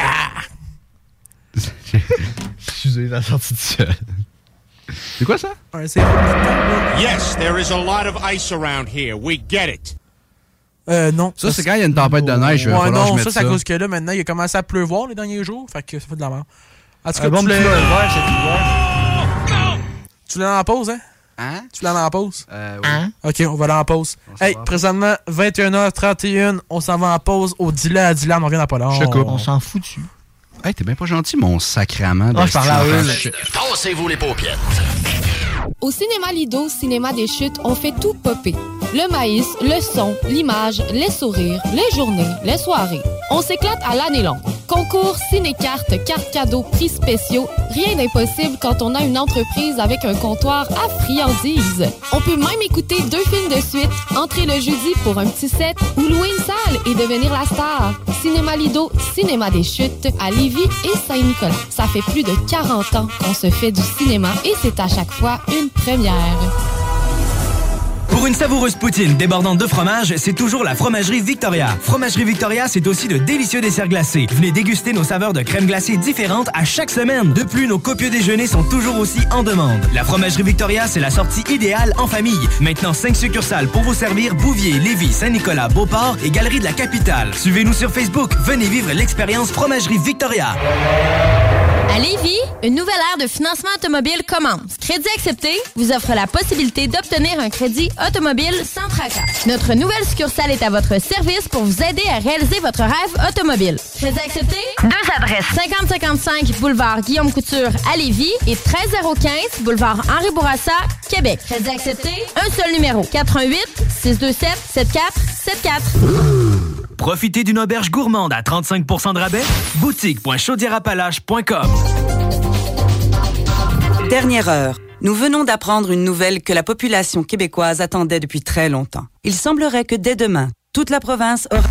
Excusez, la sortie de seul. C'est quoi ça? Un c'est Yes, there is a lot of ice around here. We get it. Euh, non. Ça, c'est quand il y a une tempête de neige. Ouais, non, je ça, c'est à ça. cause que là, maintenant, il a commencé à pleuvoir les derniers jours. Fait que ça fait de la merde. En tout cas, un bon tu petit l'as... hiver, cet hiver. Tu l'as en pause, hein? Hein? Tu l'as en pause? Euh, oui. Hein? OK, on va aller en pause. Hey, voir. Présentement, vingt et une heures trente et un, on s'en va en pause au Dylan à Dylan, on revient dans pas là. Je te coupe. On s'en fout dessus. Hey, t'es bien pas gentil, mon sacrament. Oh, je parlais à eux. Tassez-vous les paupières. Au Cinéma Lido, Cinéma des Chutes, on fait tout popper. Le maïs, le son, l'image, les sourires, les journées, les soirées. On s'éclate à l'année longue. Concours, ciné-cartes, cartes cadeaux, prix spéciaux. Rien d'impossible quand on a une entreprise avec un comptoir à friandises. On peut même écouter deux films de suite, entrer le jeudi pour un petit set ou louer une salle et devenir la star. Cinéma Lido, Cinéma des Chutes, à Lévis et Saint-Nicolas. Ça fait plus de quarante ans qu'on se fait du cinéma et c'est à chaque fois une première. Pour une savoureuse poutine débordante de fromage, c'est toujours la Fromagerie Victoria. Fromagerie Victoria, c'est aussi de délicieux desserts glacés. Venez déguster nos saveurs de crème glacée différentes à chaque semaine. De plus, nos copieux déjeuners sont toujours aussi en demande. La Fromagerie Victoria, c'est la sortie idéale en famille. Maintenant, cinq succursales pour vous servir: Bouvier, Lévis, Saint-Nicolas, Beauport et Galerie de la Capitale. Suivez-nous sur Facebook. Venez vivre l'expérience Fromagerie Victoria. À Lévis, une nouvelle ère de financement automobile commence. Crédit accepté vous offre la possibilité d'obtenir un crédit automobile sans tracas. Notre nouvelle succursale est à votre service pour vous aider à réaliser votre rêve automobile. Crédit accepté? Deux adresses. cinquante cinquante-cinq boulevard Guillaume Couture à Lévis et treize zéro quinze boulevard Henri Bourassa, Québec. Crédit accepté? Un seul numéro. quatre un huit, six deux sept, sept quatre sept quatre. Profitez d'une auberge gourmande à trente-cinq pour cent de rabais. boutique point chaudière appalaches point com. Dernière heure. Nous venons d'apprendre une nouvelle que la population québécoise attendait depuis très longtemps. Il semblerait que dès demain, toute la province aura...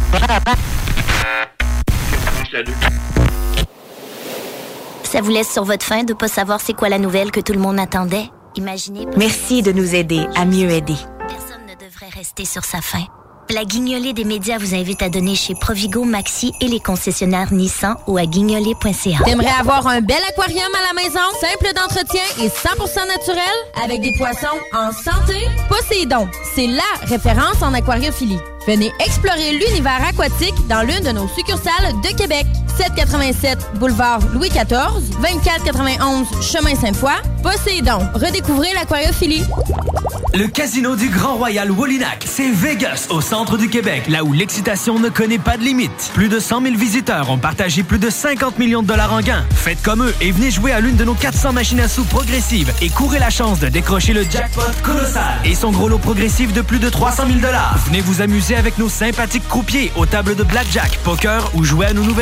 Ça vous laisse sur votre faim de pas savoir c'est quoi la nouvelle que tout le monde attendait? Imaginez... Merci de nous aider à mieux aider. Personne ne devrait rester sur sa faim. La guignolée des médias vous invite à donner chez Provigo, Maxi et les concessionnaires Nissan ou à guignolée point c a. T'aimerais avoir un bel aquarium à la maison, simple d'entretien et cent pour cent naturel, avec des poissons en santé? Poséidon, c'est la référence en aquariophilie. Venez explorer l'univers aquatique dans l'une de nos succursales de Québec. sept cent quatre-vingt-sept boulevard Louis quatorze, vingt-quatre quatre-vingt-onze chemin Sainte-Foy. Poséidon, redécouvrez l'aquariophilie. Le casino du Grand Royal Wallinac, c'est Vegas, au centre du Québec, là où l'excitation ne connaît pas de limite. Plus de cent mille visiteurs ont partagé plus de cinquante millions de dollars en gains. Faites comme eux et venez jouer à l'une de nos quatre cents machines à sous progressives et courez la chance de décrocher le jackpot colossal et son gros lot progressif de plus de trois cent mille dollars. Venez vous amuser avec nos sympathiques croupiers aux tables de blackjack, poker ou jouer à nos nouvelles tables de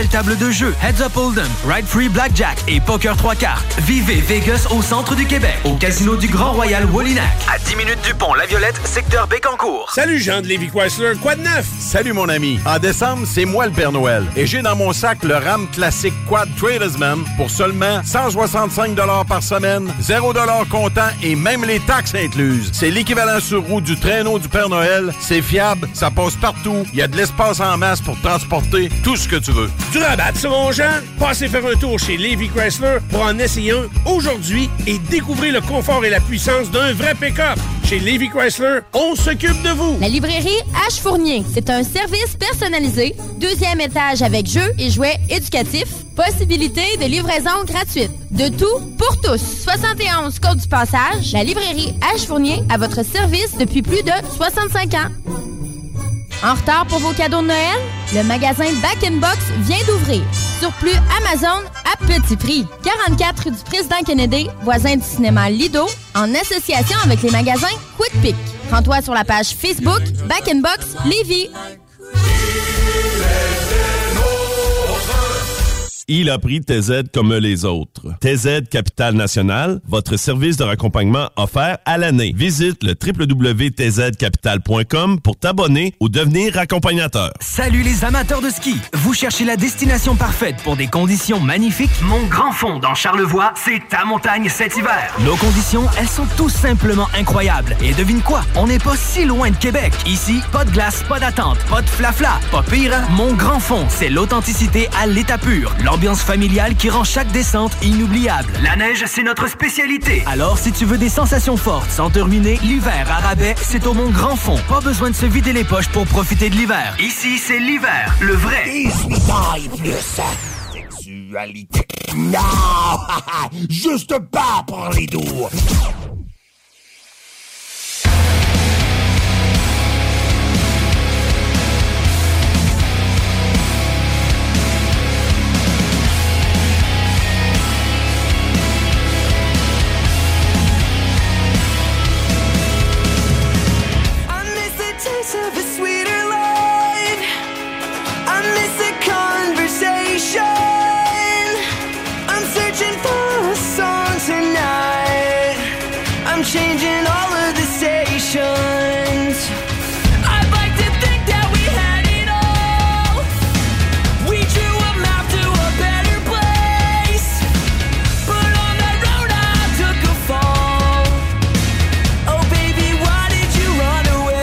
de jeux Heads Up Hold'em, Ride Free Blackjack et Poker trois cartes. Vivez Vegas au centre du Québec, au Casino du Grand Royal Wallinac. À dix minutes du pont La Violette, secteur Bécancour. Salut Jean de Lévis Chrysler, quoi de neuf? Salut mon ami. En décembre, c'est moi le Père Noël. Et j'ai dans mon sac le RAM classique Quad Tradesman pour seulement cent soixante-cinq dollars par semaine, zéro dollars comptant et même les taxes incluses. C'est l'équivalent sur roue du traîneau du Père Noël. C'est fiable, ça passe partout. Il y a de l'espace en masse pour transporter tout ce que tu veux. Tu rabattes ça, mon Jean? Passez faire un tour chez Lévis Chrysler pour en essayer un aujourd'hui et découvrir le confort et la puissance d'un vrai pick-up. Chez Lévis Chrysler, on s'occupe de vous. La librairie H. Fournier, c'est un service personnalisé, deuxième étage avec jeux et jouets éducatifs, possibilité de livraison gratuite. De tout pour tous. soixante et onze Côte du Passage, la librairie H. Fournier à votre service depuis plus de soixante-cinq ans. En retard pour vos cadeaux de Noël? Le magasin Back in Box vient d'ouvrir. Surplus Amazon à petit prix. quarante-quatre rue du Président Kennedy, voisin du cinéma Lido, en association avec les magasins Quick Pick. Rends-toi sur la page Facebook Back in Box Lévis. Il a pris T Z comme les autres. T Z Capital National, votre service de raccompagnement offert à l'année. Visite le w w w point t z capital point com pour t'abonner ou devenir accompagnateur. Salut les amateurs de ski! Vous cherchez la destination parfaite pour des conditions magnifiques? Mon Grand Fond dans Charlevoix, c'est ta montagne cet hiver. Nos conditions, elles sont tout simplement incroyables. Et devine quoi? On n'est pas si loin de Québec. Ici, pas de glace, pas d'attente, pas de flafla. Pas pire, Mon Grand Fond, c'est l'authenticité à l'état pur. L'ambiance familiale qui rend chaque descente inoubliable. La neige, c'est notre spécialité. Alors, si tu veux des sensations fortes sans te ruiner, l'hiver à rabais, c'est au Mont Grand Fond. Pas besoin de se vider les poches pour profiter de l'hiver. Ici, c'est l'hiver, le vrai. dix-huit plus sexualité. Non! Juste pas pour les doux. Of a sweeter life, I miss a conversation. I'm searching for a song tonight. I'm changing all of the stations. I'd like to think that we had it all. We drew a map to a better place, but on that road I took a fall. Oh baby, why did you run away?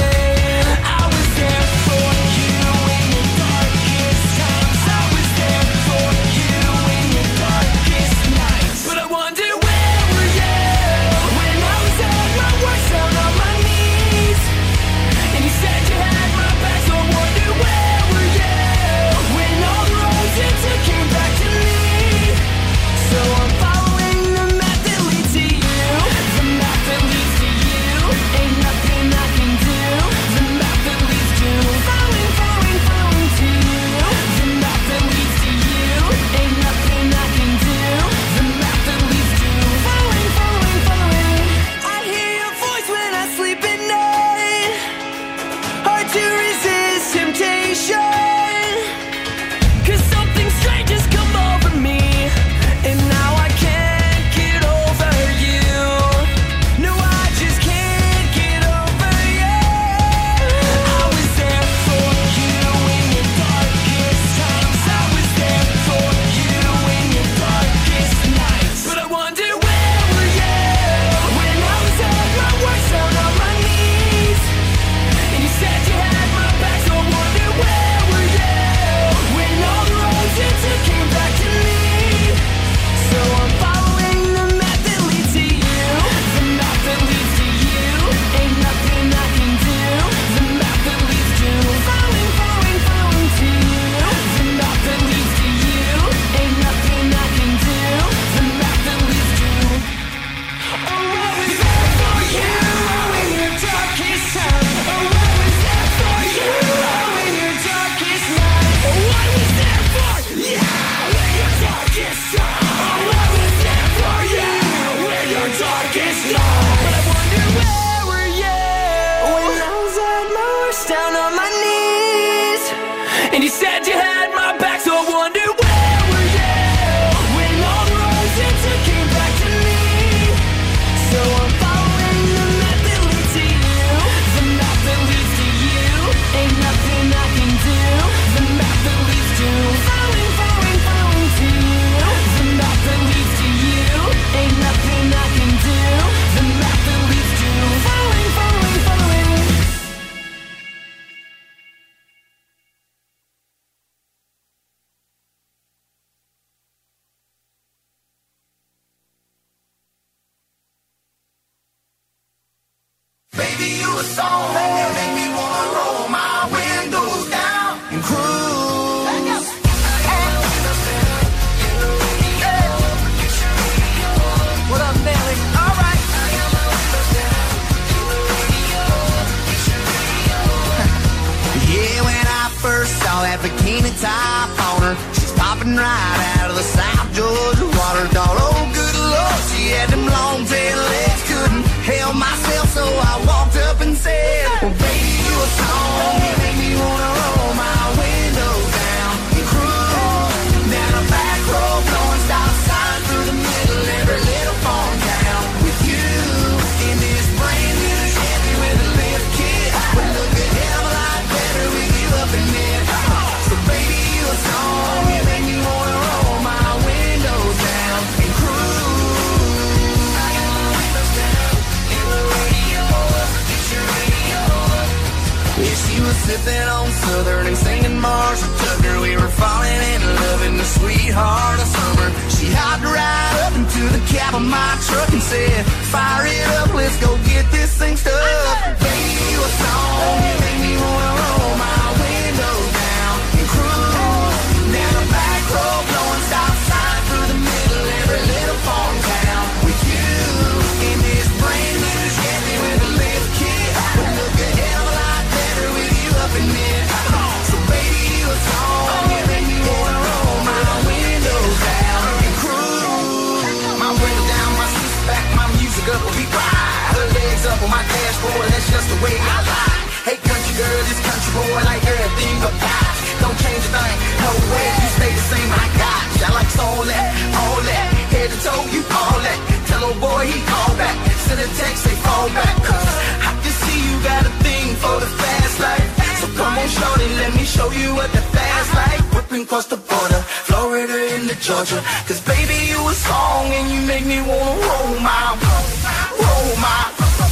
Down on my knees, and you said you had my back, so I wonder where. Baby, you a song that make me wanna roll my windows down and cruise. What up, Nelly? All right. Yeah, when I first saw that bikini top on her, she's popping right out of the South Georgia water. Thought, oh, good Lord, she had them long tail legs. Couldn't help myself, so I walked up and said, well, baby, you a song, you make me wanna roll my windows down and cruise down a back road, blowing stop signs through the middle every little farm town with you in this brand new Chevy with a lift kit. Would look a hell of a lot better with you up in it. So baby, you a song, you make me wanna roll my windows down and cruise. I got my windows down in the radio, get your radio. Yeah, she was sipping on Southern and singing Marshall Tucker. We were falling in love in the sweetheart of summer. She hopped right up into the cab of my truck and said, fire it up, let's go get this thing stuck. Baby, you a song, you make me wanna roll my windows down and cruise down a back road, blowing stop signs through the middle every little farm town with you in this brand new Chevy with a lift kit. Would look a hell of a lot better with you up in it. So baby, you a song, you make me wanna roll my windows down and cruise. My window down, my seats back, my music up, we ride. Her legs up on my dashboard, that's just the way I lie. Hey country girl, this country boy like everything about you. Don't change a thing, no way, you stay the same, I got you. I like all that, all that, head to toe, you all that. Tell old boy he call back, send a text, say fall back. Cause I can see you got a thing for the fast life. So come on shorty, let me show you what the fast life. Whipping across the border, Florida into Georgia. Cause baby you a song and you make me wanna roll my, roll my.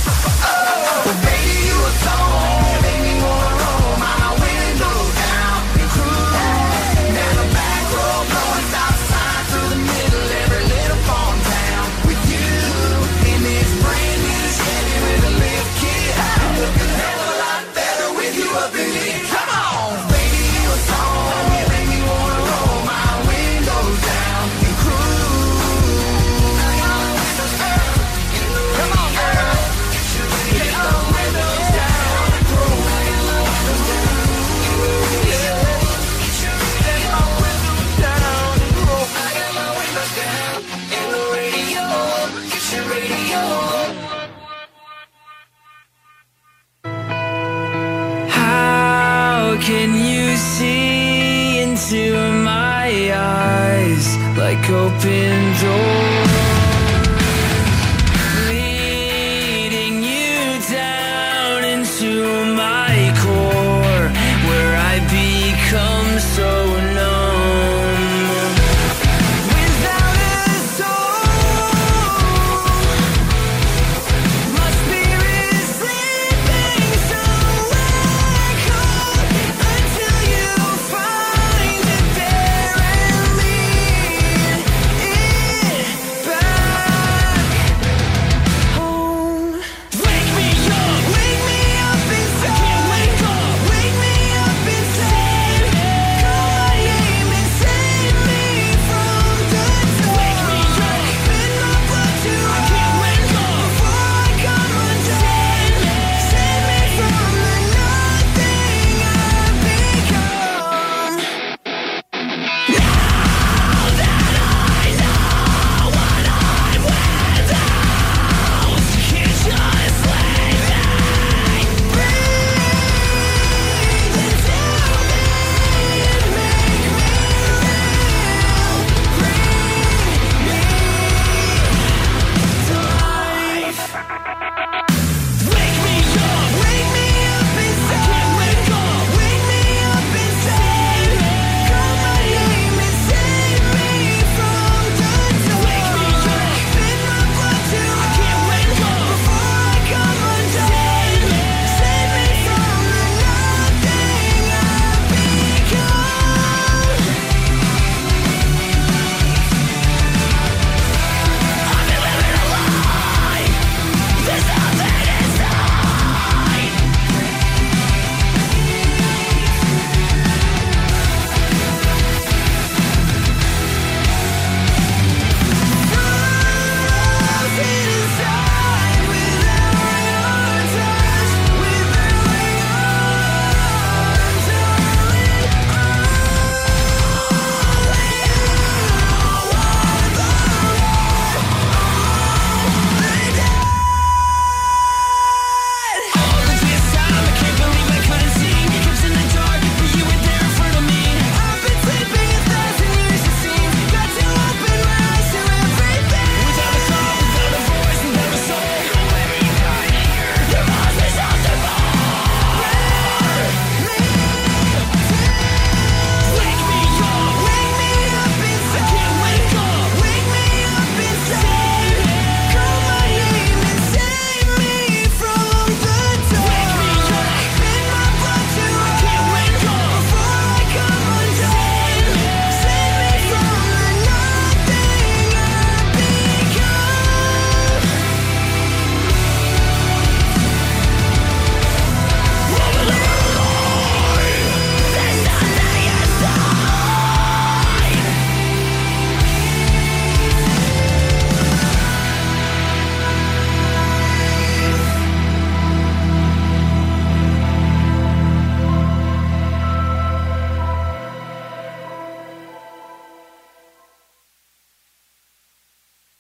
Oh, baby you a song, you make me wanna roll my windows down and cruise down the back road, blowing stop signs through the middle every little farm town with you in this brand new Chevy with a lift kit. Look a hell of a lot better with you up in it. Come on, baby, you a song, you make me wanna roll my windows down and cruise. Come on, girl, get the windows down and cruise. Get my windows down and cruise. I got my windows down in the radio, get your radio. How can you see into my eyes like open doors, leading you down into my core where I become so numb without a soul. My spirit is sleeping somewhere cold until you find it there and lead it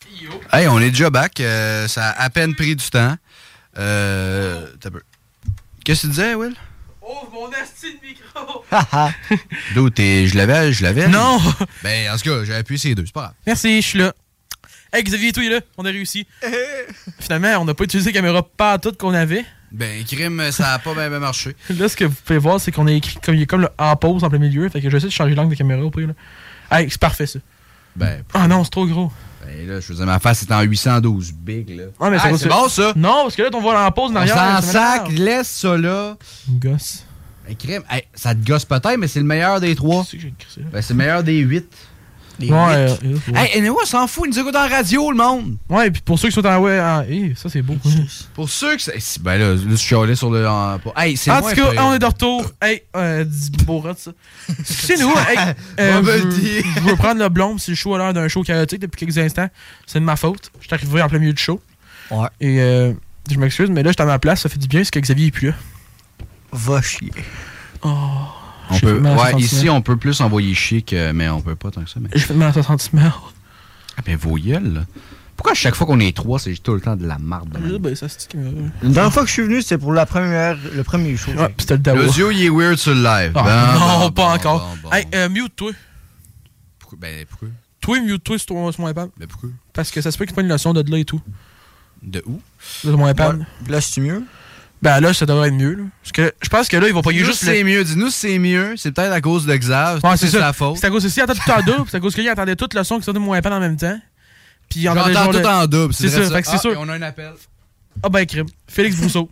Hey, on est déjà back. Euh, ça a à peine pris du temps. Euh, t'as peu. Qu'est-ce que tu disais, Will? Oh, mon asti de micro! D'où t'es. Je l'avais, je l'avais. Non! Ben, en tout cas, j'ai appuyé ces deux, c'est pas grave. Merci, je suis là. Hey, Xavier et tout, il est là. On a réussi. Finalement, on n'a pas utilisé la caméra pas toute qu'on avait. Ben, crime, ça a pas bien bien marché. Là, ce que vous pouvez voir, c'est qu'on a écrit comme il y a comme le en pause en plein milieu. Fait que j'essaie de changer l'angle de caméra au pire. Là. Hey, c'est parfait ça. Ben. Ah non, c'est trop gros. Ben là, je faisais ma face, c'est en huit cent douze big, là. Ah, mais ah, c'est bon, ça? Non, parce que là, on voit en pause en arrière. On s'en sac, laisse ça là. Gosse. Ben, crime, hey, ça te gosse peut-être, mais c'est le meilleur des trois. C'est que j'ai écrit ça. Ben, c'est le meilleur des huit. Ouais, euh, euh, ouais. Hey, anyway, on s'en fout, ils nous écoutent en radio, le monde. Ouais, et puis pour ceux qui sont en ouais, en... Hey, ça c'est beau. Pour ceux qui. Ben là, là je suis allé sur le. En, hey, c'est en moins tout cas, pire. on est de retour. Hey, euh, dis beau rat, ça. C'est nous, hey. Euh, On va je, le dire. je veux prendre le blâme si le show a l'air d'un show chaotique depuis quelques instants. C'est de ma faute. Je suis arrivé en plein milieu du show. Ouais. Et euh, je m'excuse, mais là, j'étais à ma place, ça fait du bien, c'est que Xavier est plus là. Va chier. Oh. On peut, ouais, ici, on peut plus envoyer chier, que, mais on peut pas tant que ça. Mais... Je fais mal à ce sentiment. Ah, ben, vos gueules, là. Pourquoi à chaque fois qu'on est trois, c'est tout le temps de la marde? Ah, ben, ça, c'est... La dernière fois que je suis venu, c'était pour la première, le premier show. Ouais, c'était le Dawa. L'audio, il est weird sur le live. Ah, bon, non, bon, pas bon, encore. bon, bon. Hey, euh, mute-toi. Pourquoi? Ben, pourquoi? Toi, mute-toi sur, ton, sur mon iPad. Ben, pourquoi? Parce que ça se peut qu'il prenne une leçon de là et tout. De où? De mon iPad. Ouais. Là, c'est mieux? Ben là, ça devrait être mieux. Là. Parce que je pense que là, ils vont pas Dis-nous juste. si c'est mieux. Dis-nous si c'est mieux. C'est peut-être à cause de Xav. Ouais, c'est ça. sa faute. C'est à cause que s'il entend tout en double, c'est à cause qu'il entendait toute le son qui sortait de mon iPad en même temps. Puis il entendait J'entends genre tout le- en double. C'est ça, vrai fait que c'est Ah, sûr. et on a un appel. Ah ben, crime. Félix Brousseau.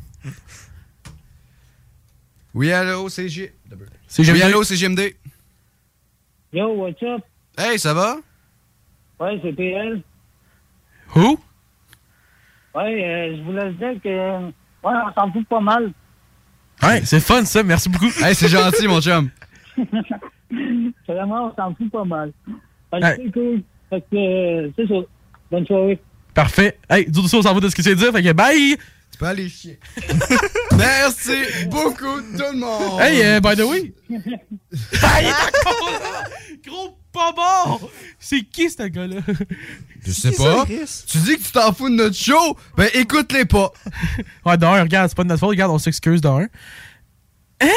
Oui, allô, c'est J. C'est G M D. Oui, allô, c'est G M D. Yo, what's up? Hey, ça va? Ouais, c'est P L. Who? Ouais, euh, je voulais dire que. Ouais, on s'en fout pas mal. Ouais, c'est fun ça, merci beaucoup. Hey, c'est gentil, mon chum. Vraiment, on s'en fout pas mal. Fait que Ouais. c'est cool. Fait que, euh, c'est ça. Bonne soirée. Parfait. Hey, dis-nous ça, on s'en va de ce que c'est dire. Fait que bye! Tu peux aller chier. Merci beaucoup, tout le monde. Hey, euh, by the way. Ah, il est encore là! Gros pas bon! C'est qui ce gars-là? Je sais pas. Tu dis que tu t'en fous de notre show? Ben écoute-les pas. Ouais, d'un, regarde, c'est pas de notre faute. Regarde, on s'excuse d'un. Hein?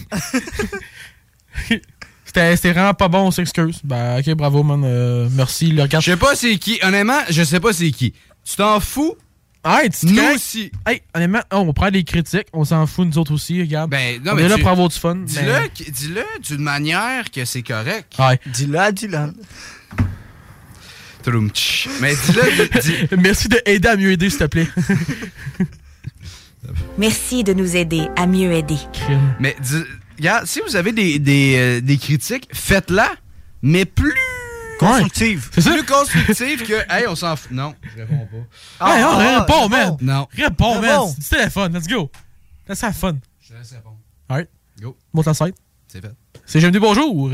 C'était c'était vraiment pas bon, on s'excuse. Ben, ok, bravo, man. Euh, merci. Le regarde. Je sais pas c'est qui. Honnêtement, je sais pas c'est qui. Tu t'en fous? Hey, tu Nous correct? aussi. Hey, honnêtement, oh, on prend des critiques. On s'en fout, nous autres aussi, regarde. Ben, non, on mais est là tu- pour avoir du fun. Dis-le, mais- qui- dis-le d'une manière que c'est correct. Ouais. Dis-le à Dylan. Touloum, tch. Mais dis-le. dis- Merci de aider à mieux aider, s'il te plaît. Merci de nous aider à mieux aider. Mais dis- regarde, si vous avez des, des, euh, des critiques, faites-la, mais plus constructive. C'est ça? Plus constructive que. Hey, on s'en fout. Non, je réponds pas. Hey, on ah, réponds, c'est man. bon. Non. Réponds, man. bon. C'est du téléphone. Let's go. Laisse ça fun. Je te laisse répondre. Alright. Go. Monte la site. C'est fait. C'est G M D, bonjour.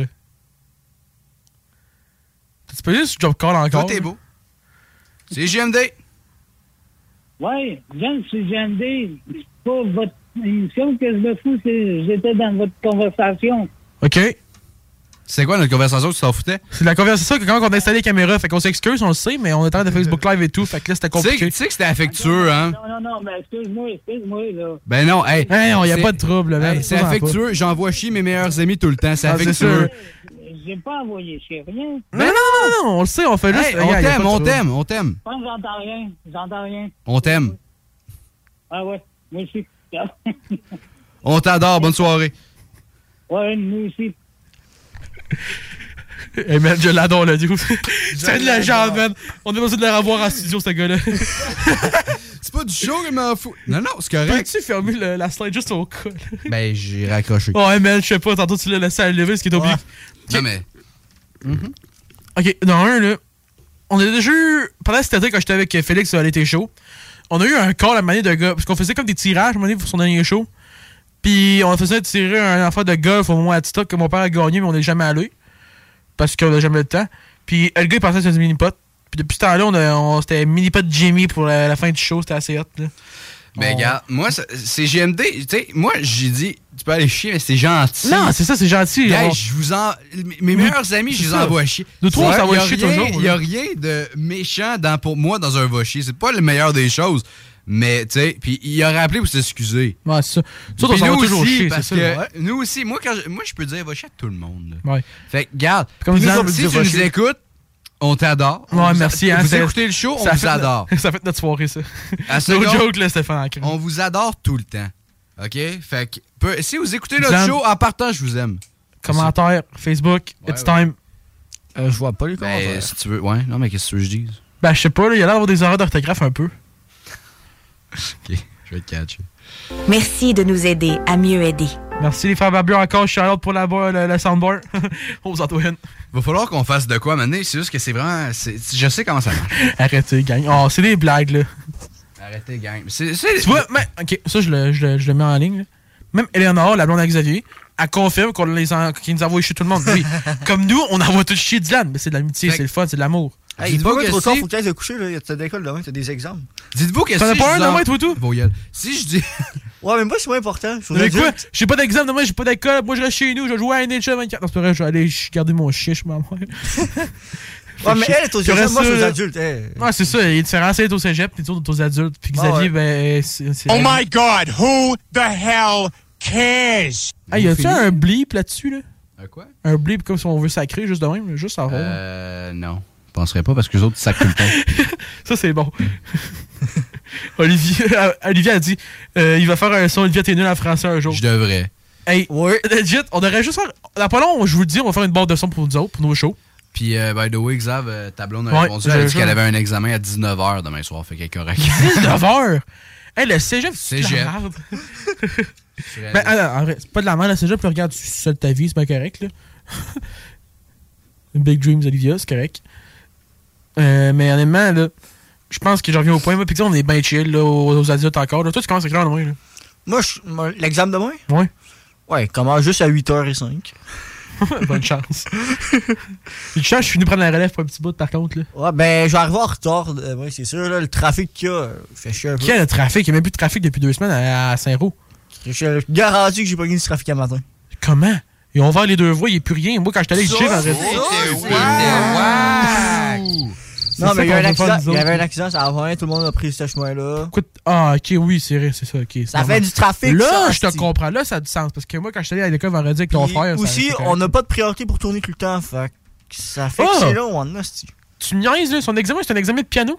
Tu peux juste job call encore? Toi, t'es beau. C'est G M D. Ouais, Jean, c'est G M D. C'est pas votre émission que je me fous, c'est j'étais dans votre conversation. OK. C'est quoi notre conversation que tu t'en foutais? C'est la conversation que quand on a installé les caméras, fait qu'on s'excuse, on le sait, mais on est en train de Facebook Live et tout, fait que là, c'était Tu sais compliqué. tu sais que c'était affectueux, hein? Non, non, non, mais excuse-moi, excuse-moi, là. Ben non, hey. Hey, non, y a c'est- pas de trouble, man. Hey, c'est Ça, ça va affectueux. J'envoie chier mes meilleurs amis tout le temps. C'est Ah, c'est affectueux. J'ai pas envoyé chez rien. Mais non, non, non, non, on le sait, on fait juste. Hey, on regarde, y a pas t'aime, de on trouble. t'aime, on t'aime. Je pense que j'entends rien. J'entends rien. On t'aime. Ah ouais, moi aussi. On t'adore. Bonne soirée. Ouais, nous aussi. Hey man, je l'adore le dude. C'est de la jambe, man. On a besoin de le revoir en studio, ce gars-là. C'est pas du show, je m'en fous. Non, non, c'est correct. Peux-tu fermer le- la slide juste au cas? Ben, j'ai raccroché. Ouais, man, je sais pas, tantôt tu l'as laissé à lever, ce qui est oublié. Non, mais. Ok, dans un, là, on a déjà eu, pendant cet été, quand j'étais avec Félix à l'été chaud, on a eu un call à manier de gars, parce qu'on faisait comme des tirages à manier pour son dernier show. Puis on faisait tirer un enfant de golf au moment à TikTok que mon père a gagné, mais on n'est jamais allé. Parce qu'on n'a jamais eu le temps. Puis le gars, il pensait que c'était du mini-pot. Puis depuis ce temps-là, on, a- on, c'était mini-pot Jimmy pour la, la fin du show, c'était assez hot. Là. Ben, On- regarde, moi, ça- c'est G M D. Tu sais, moi, j'ai dit, tu peux aller chier, mais c'est gentil. Non, c'est ça, c'est gentil. Hey, On- je vous en. Mes Nous- meilleurs amis, je c'est les ça. envoie chier. Nous trois, on Ouais, s'envoie y a chier rien- toujours, Il n'y a là. rien de méchant dans, pour moi dans un va chier. C'est pas le meilleur des choses. Mais, tu sais, puis il a rappelé pour s'excuser. Ouais, c'est ça. Nous autres, on Puis s'en va nous toujours aussi, chier, parce c'est ça. que Ouais. nous aussi, moi, quand je, moi, je peux dire va chier à tout le monde. là. Ouais. Fait que, garde, Comme puis nous disant, autres, on si dit tu va nous chier. écoutes, on t'adore. Ouais, On vous- merci. Hein, Vous ça- écoutez le show, on ça vous fait- adore. Ça fait notre soirée, ça. À No seconde, joke, là, Stéphane Ancre. On vous adore tout le temps. OK? Fait que, peu- si vous écoutez Disant- notre show, en partant, je vous aime. Commentaire, Facebook, it's ouais. time. Euh, je vois pas les Ben, commentaires. si tu veux. Ouais, non, mais qu'est-ce que tu veux que je dise? Ben, je sais pas, là, il y a l'air d'avoir des erreurs d'orthographe un peu. OK, je vais te catcher. Merci de nous aider à mieux aider. Merci les frères Barbus encore, shout-out pour la, bar- la, la soundbar. Aux Antoine. Va falloir qu'on fasse de quoi maintenant. C'est juste que c'est vraiment. c'est- Je sais comment ça marche. Arrêtez, gang. Oh, c'est des blagues, là. Arrêtez, gang. C'est, c'est... Tu vois, mais, ok, ça, je le, je le, je le mets en ligne, là. Même Eleanor, la blonde à Xavier, elle confirme qu'on les en- qu'ils nous envoie chier tout le monde. Oui. Comme nous, on envoie tout chier Dylan, mais c'est de l'amitié, Fait- c'est le fun, c'est de l'amour. Hey, Dites-vous pas que trop tard, si- faut que tu ailles te coucher, là. T'as d'école demain, t'as des examens. Dites-vous que T'en as si pas je un vous demain, en- toi, tout? Vos gueules. Si je dis. Ouais, mais moi, c'est moins important. Je suis Mais quoi? adulte. J'ai pas d'examen demain, j'ai pas d'école, moi je reste chez nous, je vais jouer à N H L vingt-quatre. Non, c'est pas vrai, je vais aller garder mon chien chez ma mère. Ouais, mais elle est aux Tu restes examens, moi, je suis aux ça, là. adultes. hey. Ouais, c'est ça, il est différent, c'est au cégep, puis les autres aux adultes. Puis Ah Xavier, ouais. ben, c'est. c'est- Oh my God, who the hell cares? Ah, y a-tu un bleep là-dessus, là? Un quoi? Un bleep comme si on veut sacrer, juste de même, juste en rond. Euh. Non. Je penserais pas parce que les autres sacrent tout le temps. Ça, c'est bon. Olivier, Olivier a dit euh, il va faire un son Olivier t'es nul en français un jour. Je devrais. Hey, legit, on devrait juste faire. Dans pas long, je vous le dis, on va faire une barre de son pour nous autres, pour nos shows. Puis, euh, by the way, Xav, euh, ta blonde a Ouais, répondu. Elle a je- dit je- qu'elle avait un examen à dix-neuf heures demain soir. Fait qu'elle est correcte. dix-neuf heures! Hey, le cégep, c'est de la Cégep. merde. Ben, ah, en vrai, c'est pas de la merde, le cégep, puis regarde, tu seul ta vie, c'est pas correct, là. Big Dreams, Olivia, c'est correct. Euh, mais honnêtement, là, je pense que j'en reviens au point. Moi, puis on est bien chill, là, aux, aux adultes encore. Là. Toi, tu commences à quelle heure demain, là? Moi, je- moi, l'examen demain? Ouais. Ouais, commence juste à huit heures cinq. Bonne chance. Une chance, je suis venu prendre la relève pour un petit bout, par contre, là. Ouais, ben, je vais arriver en retard. euh, ouais, c'est sûr, là, le trafic qu'il y a euh, fait chier un peu. Quel trafic? Il n'y a même plus de trafic depuis deux semaines à, à Saint-Roch. Je suis garanti que j'ai pas gagné du trafic à matin. Comment? Ils ont ouvert les deux voies, il n'y a plus rien. Moi, quand j'étais allé chier vendredi. Non, mais il y, a un qu'on veut accident, faire, nous il y avait autres. un accident, ça a vingt, tout le monde a pris ce chemin-là. Écoute, ah, ok, oui, c'est vrai, c'est ça, ok. c'est Ça normal. fait du trafic, Là, ça, je te hostie. comprends. Là, ça a du sens. Parce que moi, quand j'étais allé à l'école vendredi avec ton Puis frère. ça- aussi, c'est correct. on n'a pas de priorité pour tourner tout le temps. Fait que ça fait Ah! que c'est là où on en a, hostie. Tu niaises, là. Son examen, c'est un examen de piano.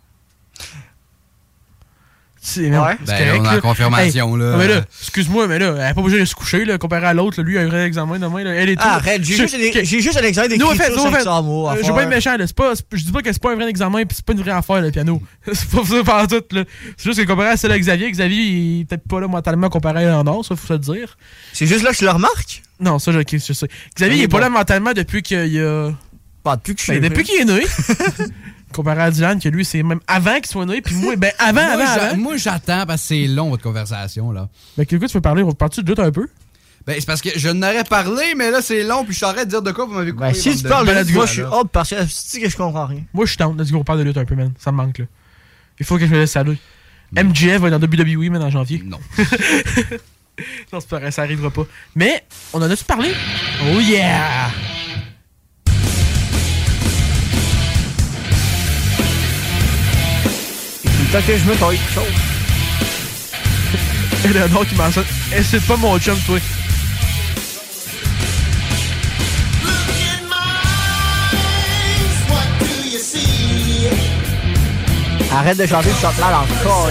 C'est non, Ouais. c'est Ben, correct, on est en là. confirmation, là. Mais là, excuse-moi, mais là, elle n'a pas besoin de se coucher, là, comparé à l'autre, là. Lui, il a un vrai examen demain, là. Elle est tout. Ah, arrête, j'ai Je- juste, un- ok. j'ai juste un examen Nous, en fait, d'écriture nous, en cinq fait, cents mots à euh, je vais faire. pas être méchant, là. C'est pas, c'est- je dis pas que c'est pas un vrai examen pis c'est pas une vraie affaire, le piano. C'est pas ça par tout, là. C'est juste que comparé à celle de Xavier, Xavier, il est peut-être pas là mentalement comparé à Léonard, ça, faut se le dire. C'est juste là que je le remarque? Non, ça, je, ok, je sais. Xavier, Oui, il est pas bon. là mentalement depuis qu'il y a. Pas depuis que je Ben, suis depuis qu'il est né. Comparé à Dylan, que lui, c'est même avant qu'il soit né, puis moi, ben, avant, Moi, avant, j'a- avant. moi, j'attends parce que c'est long, votre conversation, là. Ben, quelque tu peux parler, on va partir de lutte un peu. Ben, c'est parce que je n'aurais parlé, mais là, c'est long, puis je t'arrête de dire de quoi vous m'avez coupé. Ben, si bande tu de- parles Ben, de let's moi, go, je suis alors. hâte parce que c'est que je comprends rien. Moi, je suis tente. Let's go, on parle de lutte un peu, man. Ça me manque, là. Il faut que je me laisse aller. M J F va être dans W W E, man, en janvier. Non. Non, c'est pas vrai, ça arrivera pas. Mais, on en a-tu parlé? Oh yeah! Tout le temps que je me taille quelque chose. Eleanor qui mentionne. Eh, c'est pas mon chum, toi. Arrête de chanter, tu chantes mal encore.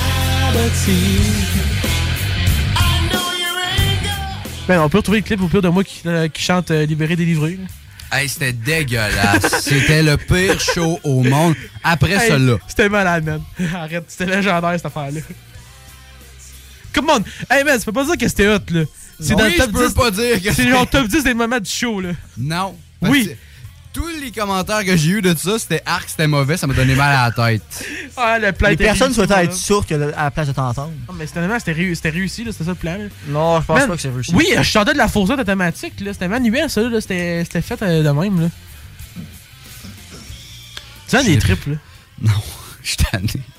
Ben, on peut retrouver le clip au pire de moi qui, euh, qui chante euh, Libéré, délivré. Hey, c'était dégueulasse. C'était le pire show au monde. Après Hey, celui-là. C'était malade, man. Arrête, c'était légendaire cette affaire-là. Come on! Hey, man, tu peux pas dire que c'était hot, là. C'est Non, dans oui, le top je peux dix. pas dire que C'est c'est- genre top dix des moments du show, là. Non. Parce Oui. que tous les commentaires que j'ai eu de ça, c'était arc, c'était mauvais, ça m'a donné mal à la tête. Ah, le plan Les était personnes réussi, souhaitaient là. être sûres que à la place de t'entendre. Non, mais c'était honnêtement, c'était réu- c'était réussi, là. C'était ça le plan, là. Non, je pense Man, pas que c'est réussi. Oui, je chantais de la faussette automatique, là. C'était manuel, ça, là. C'était c'était fait euh, de même, là. Tu sais, des tripes, là. Non, je suis tanné.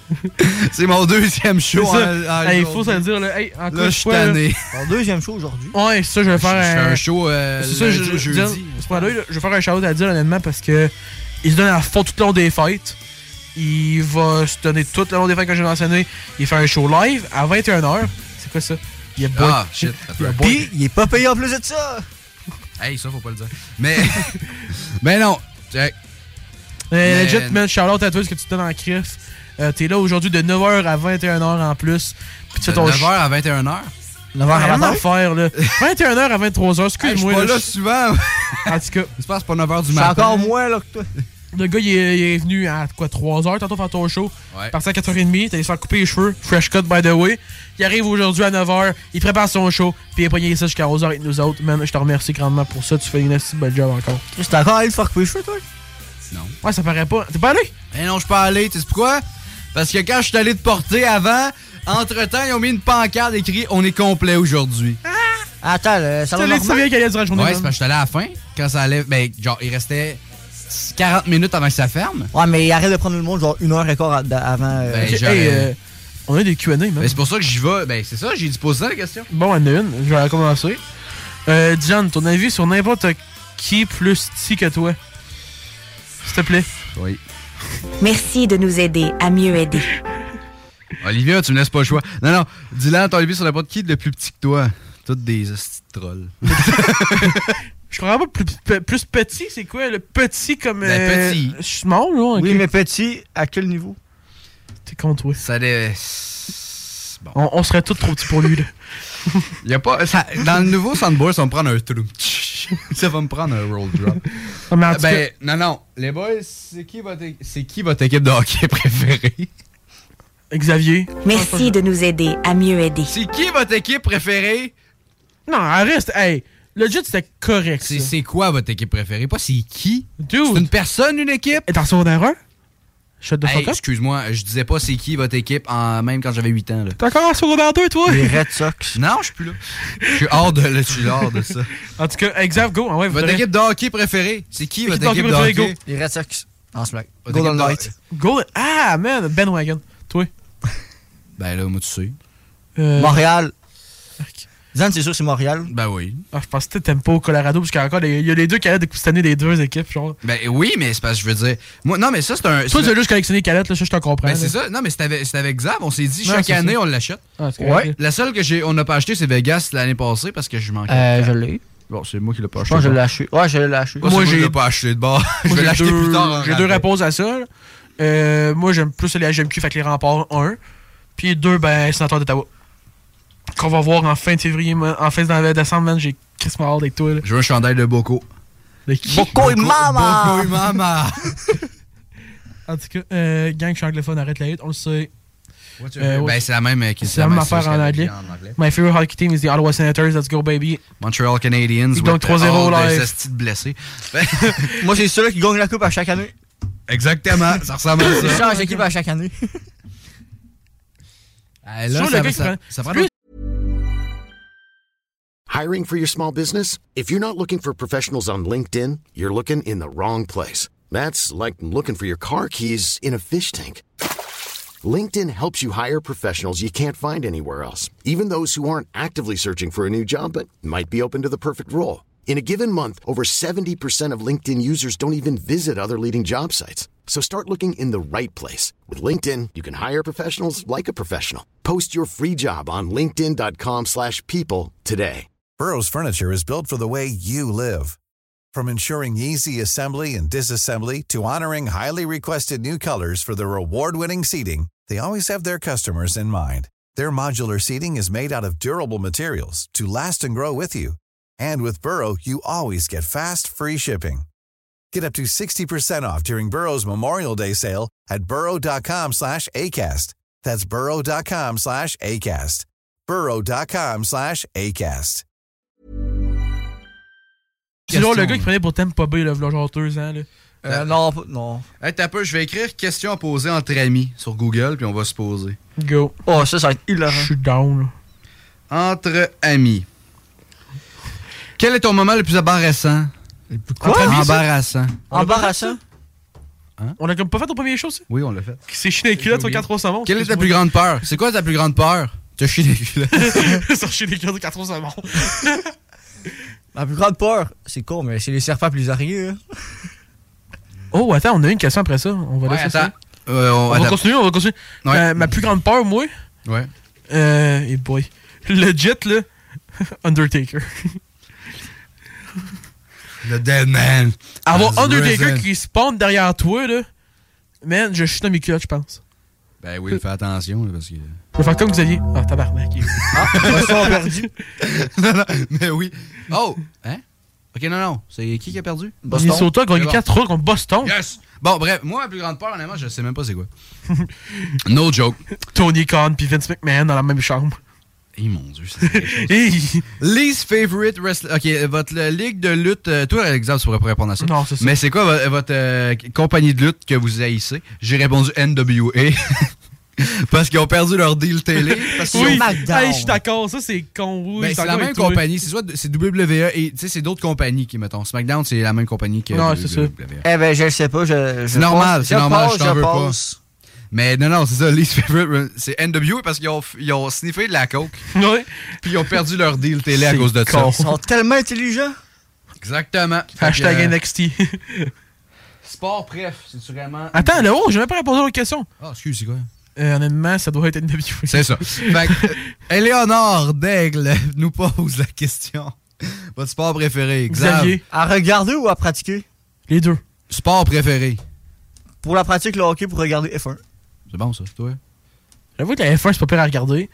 C'est mon deuxième show. C'est ça. en- en Hey, il jour. faut se le dire, là. Hey, encore Là, une je suis fois, là. tanné. Mon deuxième show aujourd'hui. Ouais, c'est ça, je vais faire Je fais un. un show, euh, C'est ça, lundi je, au je, jeudi. c'est pas là, là, je vais faire un shout-out à dire honnêtement parce que il se donne à fond tout le long des fêtes. Il va se donner tout le long des fêtes que j'ai mentionné. Il fait un show live à vingt et une heures. C'est quoi ça? Il y a boy. Ah, shit. Il y a boy. Puis, il est pas payé en plus de ça. Hey, ça, faut pas le dire. Mais. Mais non. Check. Euh, Mais- legit, man, shout-out à toi ce que tu te donnes en crif. Euh, T'es là aujourd'hui de neuf heures à vingt et une heures en plus. Puis tu fais De ton neuf heures à vingt et une heures? neuf heures à Rien vingt à heures? faire, là. vingt et une heures à vingt-trois heures, Hey, je excuse-moi. suis pas là là, souvent. En tout cas, J'espère que c'est pas neuf heures du C'est matin. encore moins là que toi. le gars, il est, il est venu à quoi, trois heures tantôt faire ton show. Ouais. Parti à quatre heures trente, t'allais se faire couper les cheveux. Fresh cut, by the way. Il arrive aujourd'hui à neuf heures, il prépare son show, puis il est pogné ça jusqu'à onze heures avec nous autres. Man, je te remercie grandement pour ça. Tu fais une assez belle job encore. C'était encore allé te faire couper les cheveux, toi? Non. Ouais, ça paraît pas. T'es pas allé? Eh non, je suis pas allé. Tu sais pourquoi? Parce que quand je suis allé te porter avant, entre-temps, ils ont mis une pancarte écrite « On est complet aujourd'hui Attends, le Tu salon l'as dit bien normal? qu'il allait durant la ». journée. Ouais, man. c'est parce que je suis allé à la fin. Quand ça allait, ben, genre, il restait quarante minutes avant que ça ferme. Ouais, mais il arrête de prendre le monde genre une heure et quart à- avant. euh, Ben, Ok, j'aurais- hey, euh, on a des Q and A, man. Ben, c'est pour ça que j'y vais. Ben, c'est ça, j'ai dit poser ça la question. Bon, on en a une. Je vais commencer. Euh, Diane, ton avis sur n'importe qui plus petit que toi? S'il te plaît. Oui. Merci de nous aider à mieux aider. Olivia, tu me laisses pas le choix. Non, non, dis-le, ton avis sur n'importe qui de plus petit que toi. Toutes des hosties de trolls. Je comprends pas plus, pe- plus petit, c'est quoi? Le petit comme. Ben, euh, petit. Small, là. ok. Oui, mais petit, à quel niveau? T'es contre, toi. Ça dé... Bon. On, on serait tous trop petits pour lui, là. Y a pas, ça- dans le nouveau Soundboard, ça va me prendre un trou. Ça va me prendre un roll drop. Ah, mais en tout Ben, non, non. Les boys, c'est qui votre, é- c'est qui votre équipe de hockey préférée? Xavier. Merci de nous aider à mieux aider. C'est qui votre équipe préférée? Non, arrête. Hey, legit, c'était correct. C'est, ça. c'est quoi votre équipe préférée? Pas c'est qui? Dude. C'est une personne, une équipe? Et en secondaire un? Shut the Hey, fuck up. excuse-moi, je disais pas c'est qui votre équipe, en, même quand j'avais huit ans. Là. T'es encore en secondaire deux, toi? Les Red Sox. Non, je suis plus là. Je suis hors de, là, je suis hors de ça. En tout cas, Xav, go. Ah ouais, Votre faudrait- équipe de hockey préférée? C'est qui votre de hockey équipe de préférée, hockey? go? Les Red Sox. En ce mec. Votre Golden équipe de- Knight. Go. Ah, man, Ben Wagon. Toi? Ben là, moi, tu sais. Euh, Montréal. Zan, c'est sûr que c'est Montréal. Ben oui. Ah, je pense que t'aimes pas au Colorado, parce qu'il y a encore les- il y a les deux cadettes de coustaner des deux équipes, genre. Ben oui, mais c'est parce que je veux dire. Moi, non, mais ça, c'est un. Toi, c'est tu as juste collectionné les cadettes, là, ça, je te comprends. Ben c'est là. ça. Non, mais c'était avec, c'était avec Xav. On s'est dit, Non, chaque c'est année, ça. on l'achète. Ah, c'est Ouais. correct. La seule que j'ai, on n'a pas acheté, c'est Vegas l'année passée parce que je manquais. Euh, de temps. je l'ai. Bon, c'est moi qui l'ai pas Je acheté. pense que je bon. l'ai acheté. Ouais, je l'ai acheté. Moi, Moi, c'est moi qui j'ai- l'ai pas acheté de bord. Je Moi, vais j'ai l'acheter deux- plus tard. en J'ai deux rappel. réponses à ça. là. Euh, moi, j'aime plus les H M Q, fait que les remparts, un. Puis deux, ben, sénateur d'Ottawa. Qu'on va voir en fin de février, man. En fin de décembre, man. J'ai crissement hâte avec toi, là. Je veux un chandail de Boko. De qui? Boko et Mama! Boko et Mama! En tout cas, euh, gang, je suis anglophone, arrête la hate, on le sait. Euh, ouais. Ben, c'est la même euh, qui C'est la même affaire en anglais. My favorite hockey team is the Ottawa Senators. Let's go, baby. Montreal Canadiens. Ils gagnent trois zéro live. C'est blessés. Moi, c'est ceux-là qui gagnent la coupe à chaque année. Exactement. Ça ressemble à Ils ça. changent d'équipe à chaque année. Ah, Sur là, le ça, gars qui ça, prend- ça prend Lui, Hiring for your small business? If you're not looking for professionals on LinkedIn, you're looking in the wrong place. That's like looking for your car keys in a fish tank. LinkedIn helps you hire professionals you can't find anywhere else, even those who aren't actively searching for a new job but might be open to the perfect role. In a given month, over seventy percent of LinkedIn users don't even visit other leading job sites. So start looking in the right place. With LinkedIn, you can hire professionals like a professional. Post your free job on linkedin.com slash people today. Burrow's furniture is built for the way you live. From ensuring easy assembly and disassembly to honoring highly requested new colors for their award-winning seating, they always have their customers in mind. Their modular seating is made out of durable materials to last and grow with you. And with Burrow, you always get fast, free shipping. Get up to sixty percent off during Burrow's Memorial Day sale at burrow.com slash ACAST. That's burrow.com slash ACAST. burrow.com slash ACAST. c'est genre le gars qui prenait pour Tampa Bay, là, v'là genre deux ans, là. Euh, non, pas- non. Hey, t'as peu, je vais écrire question à poser entre amis sur Google, puis on va se poser. Go. Oh, ça, ça va être hilarant. Je suis down, là. Entre amis. Quel est ton moment le plus embarrassant? Quoi? Entre amis, embarrassant. Embarrassant? Hein? On l'a comme pas fait au premier show, ça? Oui, on l'a fait. Qui s'est chié les culottes sur quatre au savon. Quelle est ta plus grande peur? C'est quoi ta plus grande peur? Te chier les culottes. Sur chier les culottes sur quatre au savon. Ma plus grande peur, c'est con, mais c'est les serpents plus les araignées. Hein. Oh, attends, on a une question après ça. On va Ouais, laisser attends. ça. Euh, on on va attends. continuer, on va continuer. Ouais. Euh, ma plus grande peur, moi. Ouais. Euh. Et boy. Le jet, là. Undertaker. Le Dead Man. Avoir As Undertaker risen. qui spawn derrière toi, là. Man, je chute dans mes culottes, je pense. Ben oui, fais attention, là, parce que. Je vais faire comme Xavier. Ah, tabarnak. Ah, ils sont perdus. non, non, mais oui. Oh! Hein? Ok, non, non. C'est qui qui a perdu? Minnesota a gagné C'est bon. quatre contre Boston. Yes! Bon, bref, moi, ma plus grande peur, honnêtement, je sais même pas c'est quoi. No joke. Tony Khan puis Vince McMahon dans la même chambre. Eh mon Dieu, c'est quelque chose. Least favorite wrestler. Ok, votre euh, ligue de lutte. euh, toi, Alexandre, tu pourrais pas répondre à ça. Non, c'est ça. Mais c'est quoi vo- votre euh, compagnie de lutte que vous haïssez? J'ai répondu N W A. Parce qu'ils ont perdu leur deal télé. Parce qu'ils Oui, ont- hey, je suis d'accord. Ça, c'est con. Oui, Ben, je suis c'est la d'accord même avec toi. compagnie. C'est soit c'est W W E et tu sais, c'est d'autres compagnies qui, mettons. SmackDown, c'est la même compagnie que Non, W c'est W E. Eh ben, je le sais pas. Je, je C'est normal, passe, c'est je normal, passe, je t'en veux pas. passe. Mais non, non, c'est ça, least favorite, c'est N W A parce qu'ils ont, ils ont sniffé de la coke. Oui. Puis ils ont perdu leur deal télé à C'est cause de con. ça. Ils sont tellement intelligents. Exactement. Hashtag Fait que, euh, N X T. Sport, bref, c'est vraiment. Attends, là, oh, j'ai même pas répondu à l'autre question. Ah, excuse, c'est quoi? Euh, honnêtement, ça doit être N W A. C'est ça. Fait que, euh, Éléonore d'Aigle nous pose la question. Votre sport préféré, Xav? Xavier. À regarder ou à pratiquer? Les deux. Sport préféré. Pour la pratique, le hockey, pour regarder F un. C'est bon, ça, toi? J'avoue que la F un, c'est pas pire à regarder.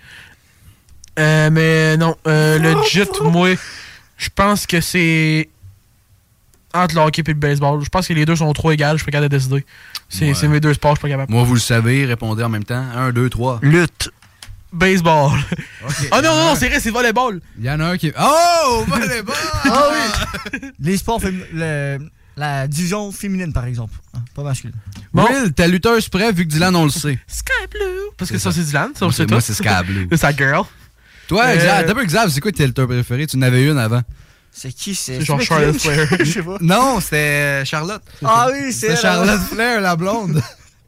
Euh, mais non, euh, le jet, moi, je pense que c'est entre le hockey et le baseball. Je pense que les deux sont trop égales, je suis pas capable de décider. C'est Ouais. c'est mes deux sports, je suis pas capable. Moi, vous le savez, répondez en même temps. Un, deux, trois. Lutte. Baseball. Okay. Oh non, non, non, c'est vrai, c'est volleyball. Il y en a un qui. Oh! Volleyball! Ah oui! Les sports féminins. le- La division féminine, par exemple. Hein, pas masculine. Bon. Will, ta lutteuse prête, vu que Dylan, on le sait. Sky Blue. Parce que C'est ça, ça. c'est Dylan. Ça, on Moi, le sait c'est- moi, tous. c'est Sky Blue. C'est sa girl. Toi, Euh, Xav, t'as pas Xav, c'est quoi ta lutteur préférée? Tu en avais une avant. C'est qui? C'est C'est genre c'est Charlotte qui? Flair. Je sais pas. Non, c'était Charlotte. Ah oui, c'est C'était elle. Charlotte Flair, la blonde.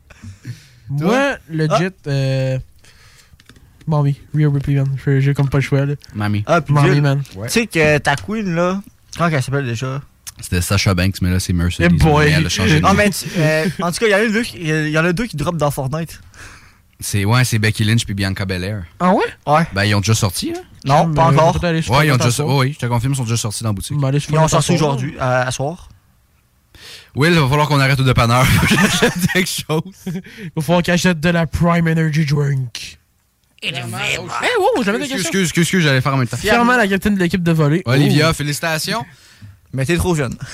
Moi, le Ah. jet. Euh... Mommy, Rhea Ripley, man. J'ai- J'ai comme pas le choix, là. Mamie. Ah, puis Mommy, Jill, man. Ouais. tu sais que ta queen, là, comment elle s'appelle déjà? C'était Sasha Banks, mais là, c'est Mercedes. Eh boy. Mais elle a changé de Non, nom. mais tu- euh, en tout cas, il y en a deux qui- il y en a deux qui drop dans Fortnite. C'est, ouais, c'est Becky Lynch puis Bianca Belair. Ah ouais? Ouais. Ben, ils ont déjà sorti, hein? Non, Mais pas je vais encore. peut-être aller sur Ouais, ils ont Fortnite déjà à sorti. Oui, je te confirme, ils sont déjà sortis dans la boutique. soir. Ben, allez sur Ils ont Fortnite à sorti soir. aujourd'hui, à, à soir. Will, il va falloir qu'on arrête au dépanneur. J'achète quelque chose. Il va falloir qu'il achète de la Prime Energy Drink. Eh, wow, j'avais des Excuse, questions. excuse, excuse, excuse, j'allais faire en même temps. Fièrement la capitaine de l'équipe de volley. Olivia, félicitations. Mais t'es trop jeune.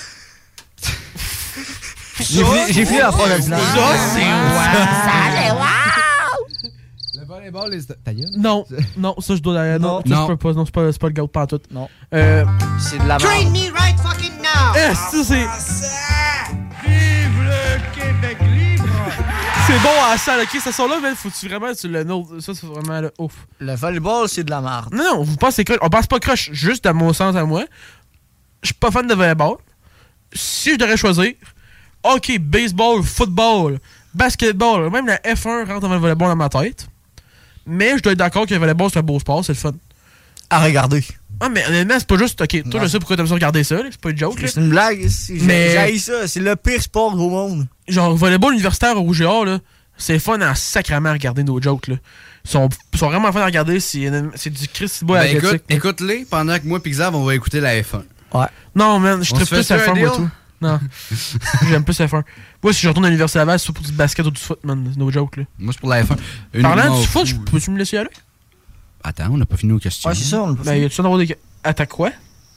J'ai fini- j'ai fini la fois de Ça, c'est wow. Le volleyball, les. Ta gueule? Non, non, ça je dois la. Non, Non. ça, je Non. peux pas. Non, c'est pas, c'est pas le gars pas en tout. Non. Euh. C'est de la Train merde. me right fucking now! eh, ça, c'est. Vive le Québec libre! C'est bon à ça, ok, cette son-là, mais faut-tu vraiment tu le notes? Ça, c'est vraiment le ouf. Le volleyball, c'est de la merde. Non, non, vous pensez croche. On pense pas croche, juste à mon sens à moi. Je suis pas fan de volleyball. Si je devrais choisir, hockey, baseball, football, basketball, même la F un rentre dans le volleyball dans ma tête. Mais je dois être d'accord que le volleyball, c'est un beau sport, c'est le fun. À regarder. Ah, mais honnêtement, c'est pas juste. Ok, toi, Non. je sais pourquoi t'aimes ça regarder ça, là, c'est pas une joke. Là. C'est une blague. c'est- j'ai- Mais- J'haïs ça. C'est le pire sport au monde. Genre, volleyball universitaire au Rouge et Or, là, c'est fun à sacrément regarder nos jokes, là. Ils sont, ils sont vraiment fun à regarder, c'est c'est du Christ Boy Ben, écoute, athlétique. écoute-les pendant que moi et Xav, on va écouter la F un. Ouais. Non, man, je On tripe se plus fait-tu F un, un moi, deal? tout. Non. J'aime plus F un. Moi, si je retourne à l'Université Laval, c'est soit pour du basket ou du foot, man. C'est no joke, là. Moi, c'est pour la F un. Une Parlant mort du foot, fou, je- là. peux-tu me laisser y aller? Attends, on n'a pas fini nos questions. Ouais, c'est ça. On Ben, y a-tu ça d'avoir des. Attaque quoi?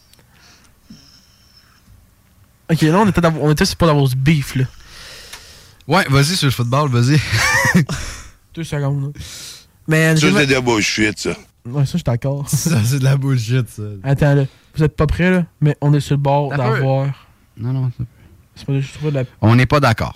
Ok, là, on était, dans- on était sur pas d'avoir ce beef, là. Ouais, vas-y sur le football, vas-y. Deux secondes, là. Mais. Ça, j'ai- c'est de la bullshit, ça. Ouais, ça, je suis d'accord. Ça, c'est de la bullshit, ça. Attends, là. Vous êtes pas prêts, là? Mais on est sur le bord Ça peut. d'avoir. Non, non. ça- C'est pas juste trouver de la. On n'est pas d'accord.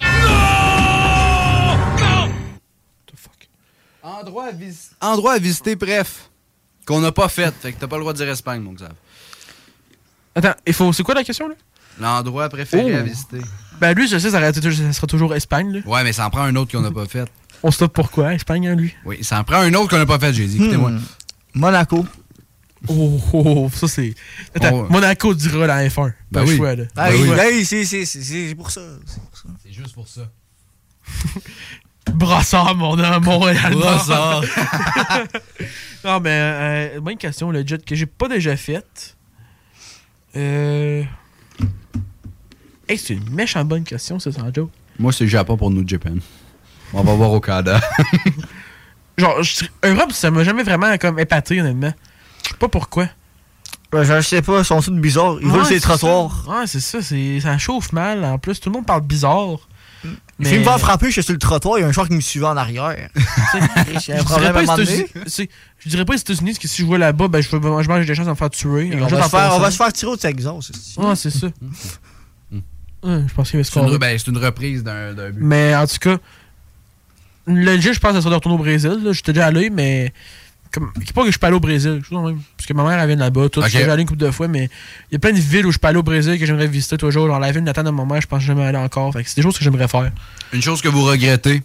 fuck. Endroit à, vis- Endroit à visiter, bref. Qu'on n'a pas fait. Fait que t'as pas le droit de dire Espagne, mon Xav. Attends, il faut. C'est quoi la question, là? L'endroit préféré Oh. à visiter. Ben lui, je sais, ça, aurait été- ça sera toujours Espagne. Là. Ouais, mais ça en prend un autre qu'on n'a pas fait. On se tape pourquoi, Espagne, hein, lui? Oui, ça en prend un autre qu'on n'a pas fait, j'ai dit. Écoutez-moi. Hmm. Monaco. Oh, oh, oh, ça c'est... Attends, Oh. Monaco dira la F un. Ben Pas le oui. choix, là. Ah, Ben oui, oui. ben, c'est, c'est, c'est, c'est pour ça. C'est pour ça. C'est juste pour ça. Brassard, mon homme, Montréal. Brassard. Non, mais euh, bonne question, le jet que j'ai pas déjà faite. Euh... Hey, c'est une méchante bonne question, ça, sans joke. Moi, c'est le Japon pour nous, Japan. On va voir au Canada. Genre, je- Europe, ça m'a jamais vraiment comme épaté, honnêtement. Je sais pas pourquoi. Ben, je sais pas, ils sont tous bizarres. Ils Ouais, volent sur les c'est trottoirs. ça. Ouais, c'est ça, c'est, ça chauffe mal. En plus, tout le monde parle bizarre. Il fait me faire frapper, je suis sur le trottoir, il y a un char qui me suivait en arrière. J'ai un Je dirais problème à pas un moment aux donné. États-Unis- c'est- je dirais pas aux États-unis parce que si je vois là-bas, ben je, peux- je mange des chances de me faire tuer. On va, se faire, on va se faire tirer au Texas. Ouais, c'est ça. Ouais, je pense qu'il va se C'est une, faire. re- ben, c'est une reprise d'un, d'un but. Mais en tout cas, le jet, je pense que ça serait de retourner au Brésil. là. J'étais déjà allé, mais. Comme, c'est pas que je suis pas allé au Brésil. Je sais pas même. Parce que ma mère, elle vient de là-bas. Tout, Ok. Je suis déjà allé une couple de fois, mais il y a plein de villes où je suis pas allé au Brésil que j'aimerais visiter toujours. Genre la ville natale de ma mère, je pense que je jamais aller encore. Fait que c'est des choses que j'aimerais faire. Une chose que vous regrettez.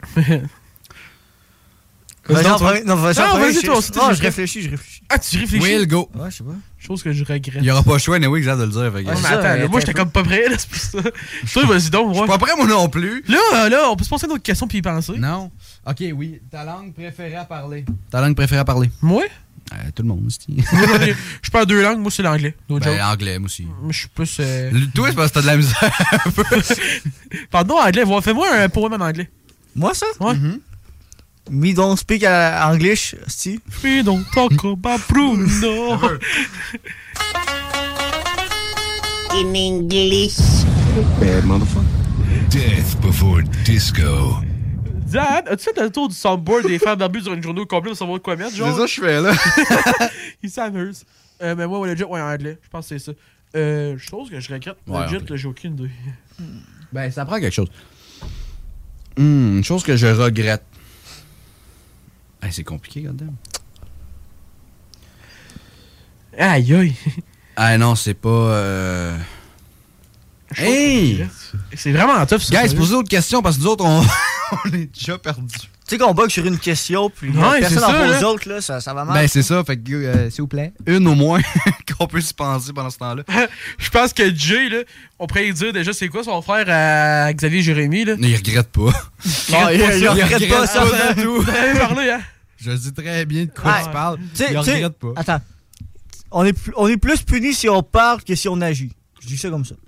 Vas-y, Non, en premier- non, vas-y, en non, premier, vas-y, je- toi aussi. non, tu- je réfléchis, je réfléchis. Ah, tu réfléchis? Will, go. Ouais, je sais pas. Chose que je regrette. Il n'y aura pas le choix, mais oui, exact de le dire. Fait que- Ouais, mais attends, là, moi j'étais comme pas prêt, là, c'est pour ça. Toi, vas-y donc, Je suis pas prêt, moi non plus. Là, euh, là, on peut se poser d'autres questions puis y penser. Non. Ok, oui. Ta langue préférée à parler. Ta langue préférée à parler. Moi? Euh, tout le monde, c'est. Je parle deux langues, moi c'est l'anglais. No joke. Ben, anglais, moi aussi. Je suis plus. euh, Le- Toi, c'est parce que t'as de la misère. Pardon, anglais, voilà, fais-moi un poème en anglais. Moi, ça? Ouais. Me don't speak uh, English, si. We don't talk about Bruno. In English. Bad motherfucker. Death before disco. Dad, as-tu fait le tour du soundboard des femmes barbues sur une journée au complet pour savoir de quoi mettre, genre? C'est ça que je fais, là. Il s'amuse. Euh, mais moi, ouais, legit, ouais, en anglais. Je pense que c'est ça. Euh, chose que je regrette. Ouais, legit, ok. là, j'ai aucune idée. Ben, ça prend quelque chose. Hmm, une chose que je regrette. Hey, c'est compliqué, goddamn. Aïe, aïe. Ah non, c'est pas. Euh... Hey! C'est vraiment tough, ça. Guys, posez d'autres questions parce que nous autres, on, on est déjà perdus. Tu sais qu'on bug sur une question, puis Ouais, personne c'est en ça, pose là. d'autres, là, ça, ça va mal. Ben, c'est ça. Fait que, euh, s'il vous plaît, une au moins qu'on peut s'y penser pendant ce temps-là. Je pense que Jay, là, on pourrait lui dire déjà c'est quoi son frère à Xavier Jérémy, là. Mais il regrette pas. Non, il, il, il regrette pas ça. du tout. Vous avez parlé, hein? Je dis très bien de quoi Ouais. tu parles. Tu sais- Il tu sais, regrette pas. Attends. On est, plus- on est plus puni si on parle que si on agit. Je dis ça comme ça.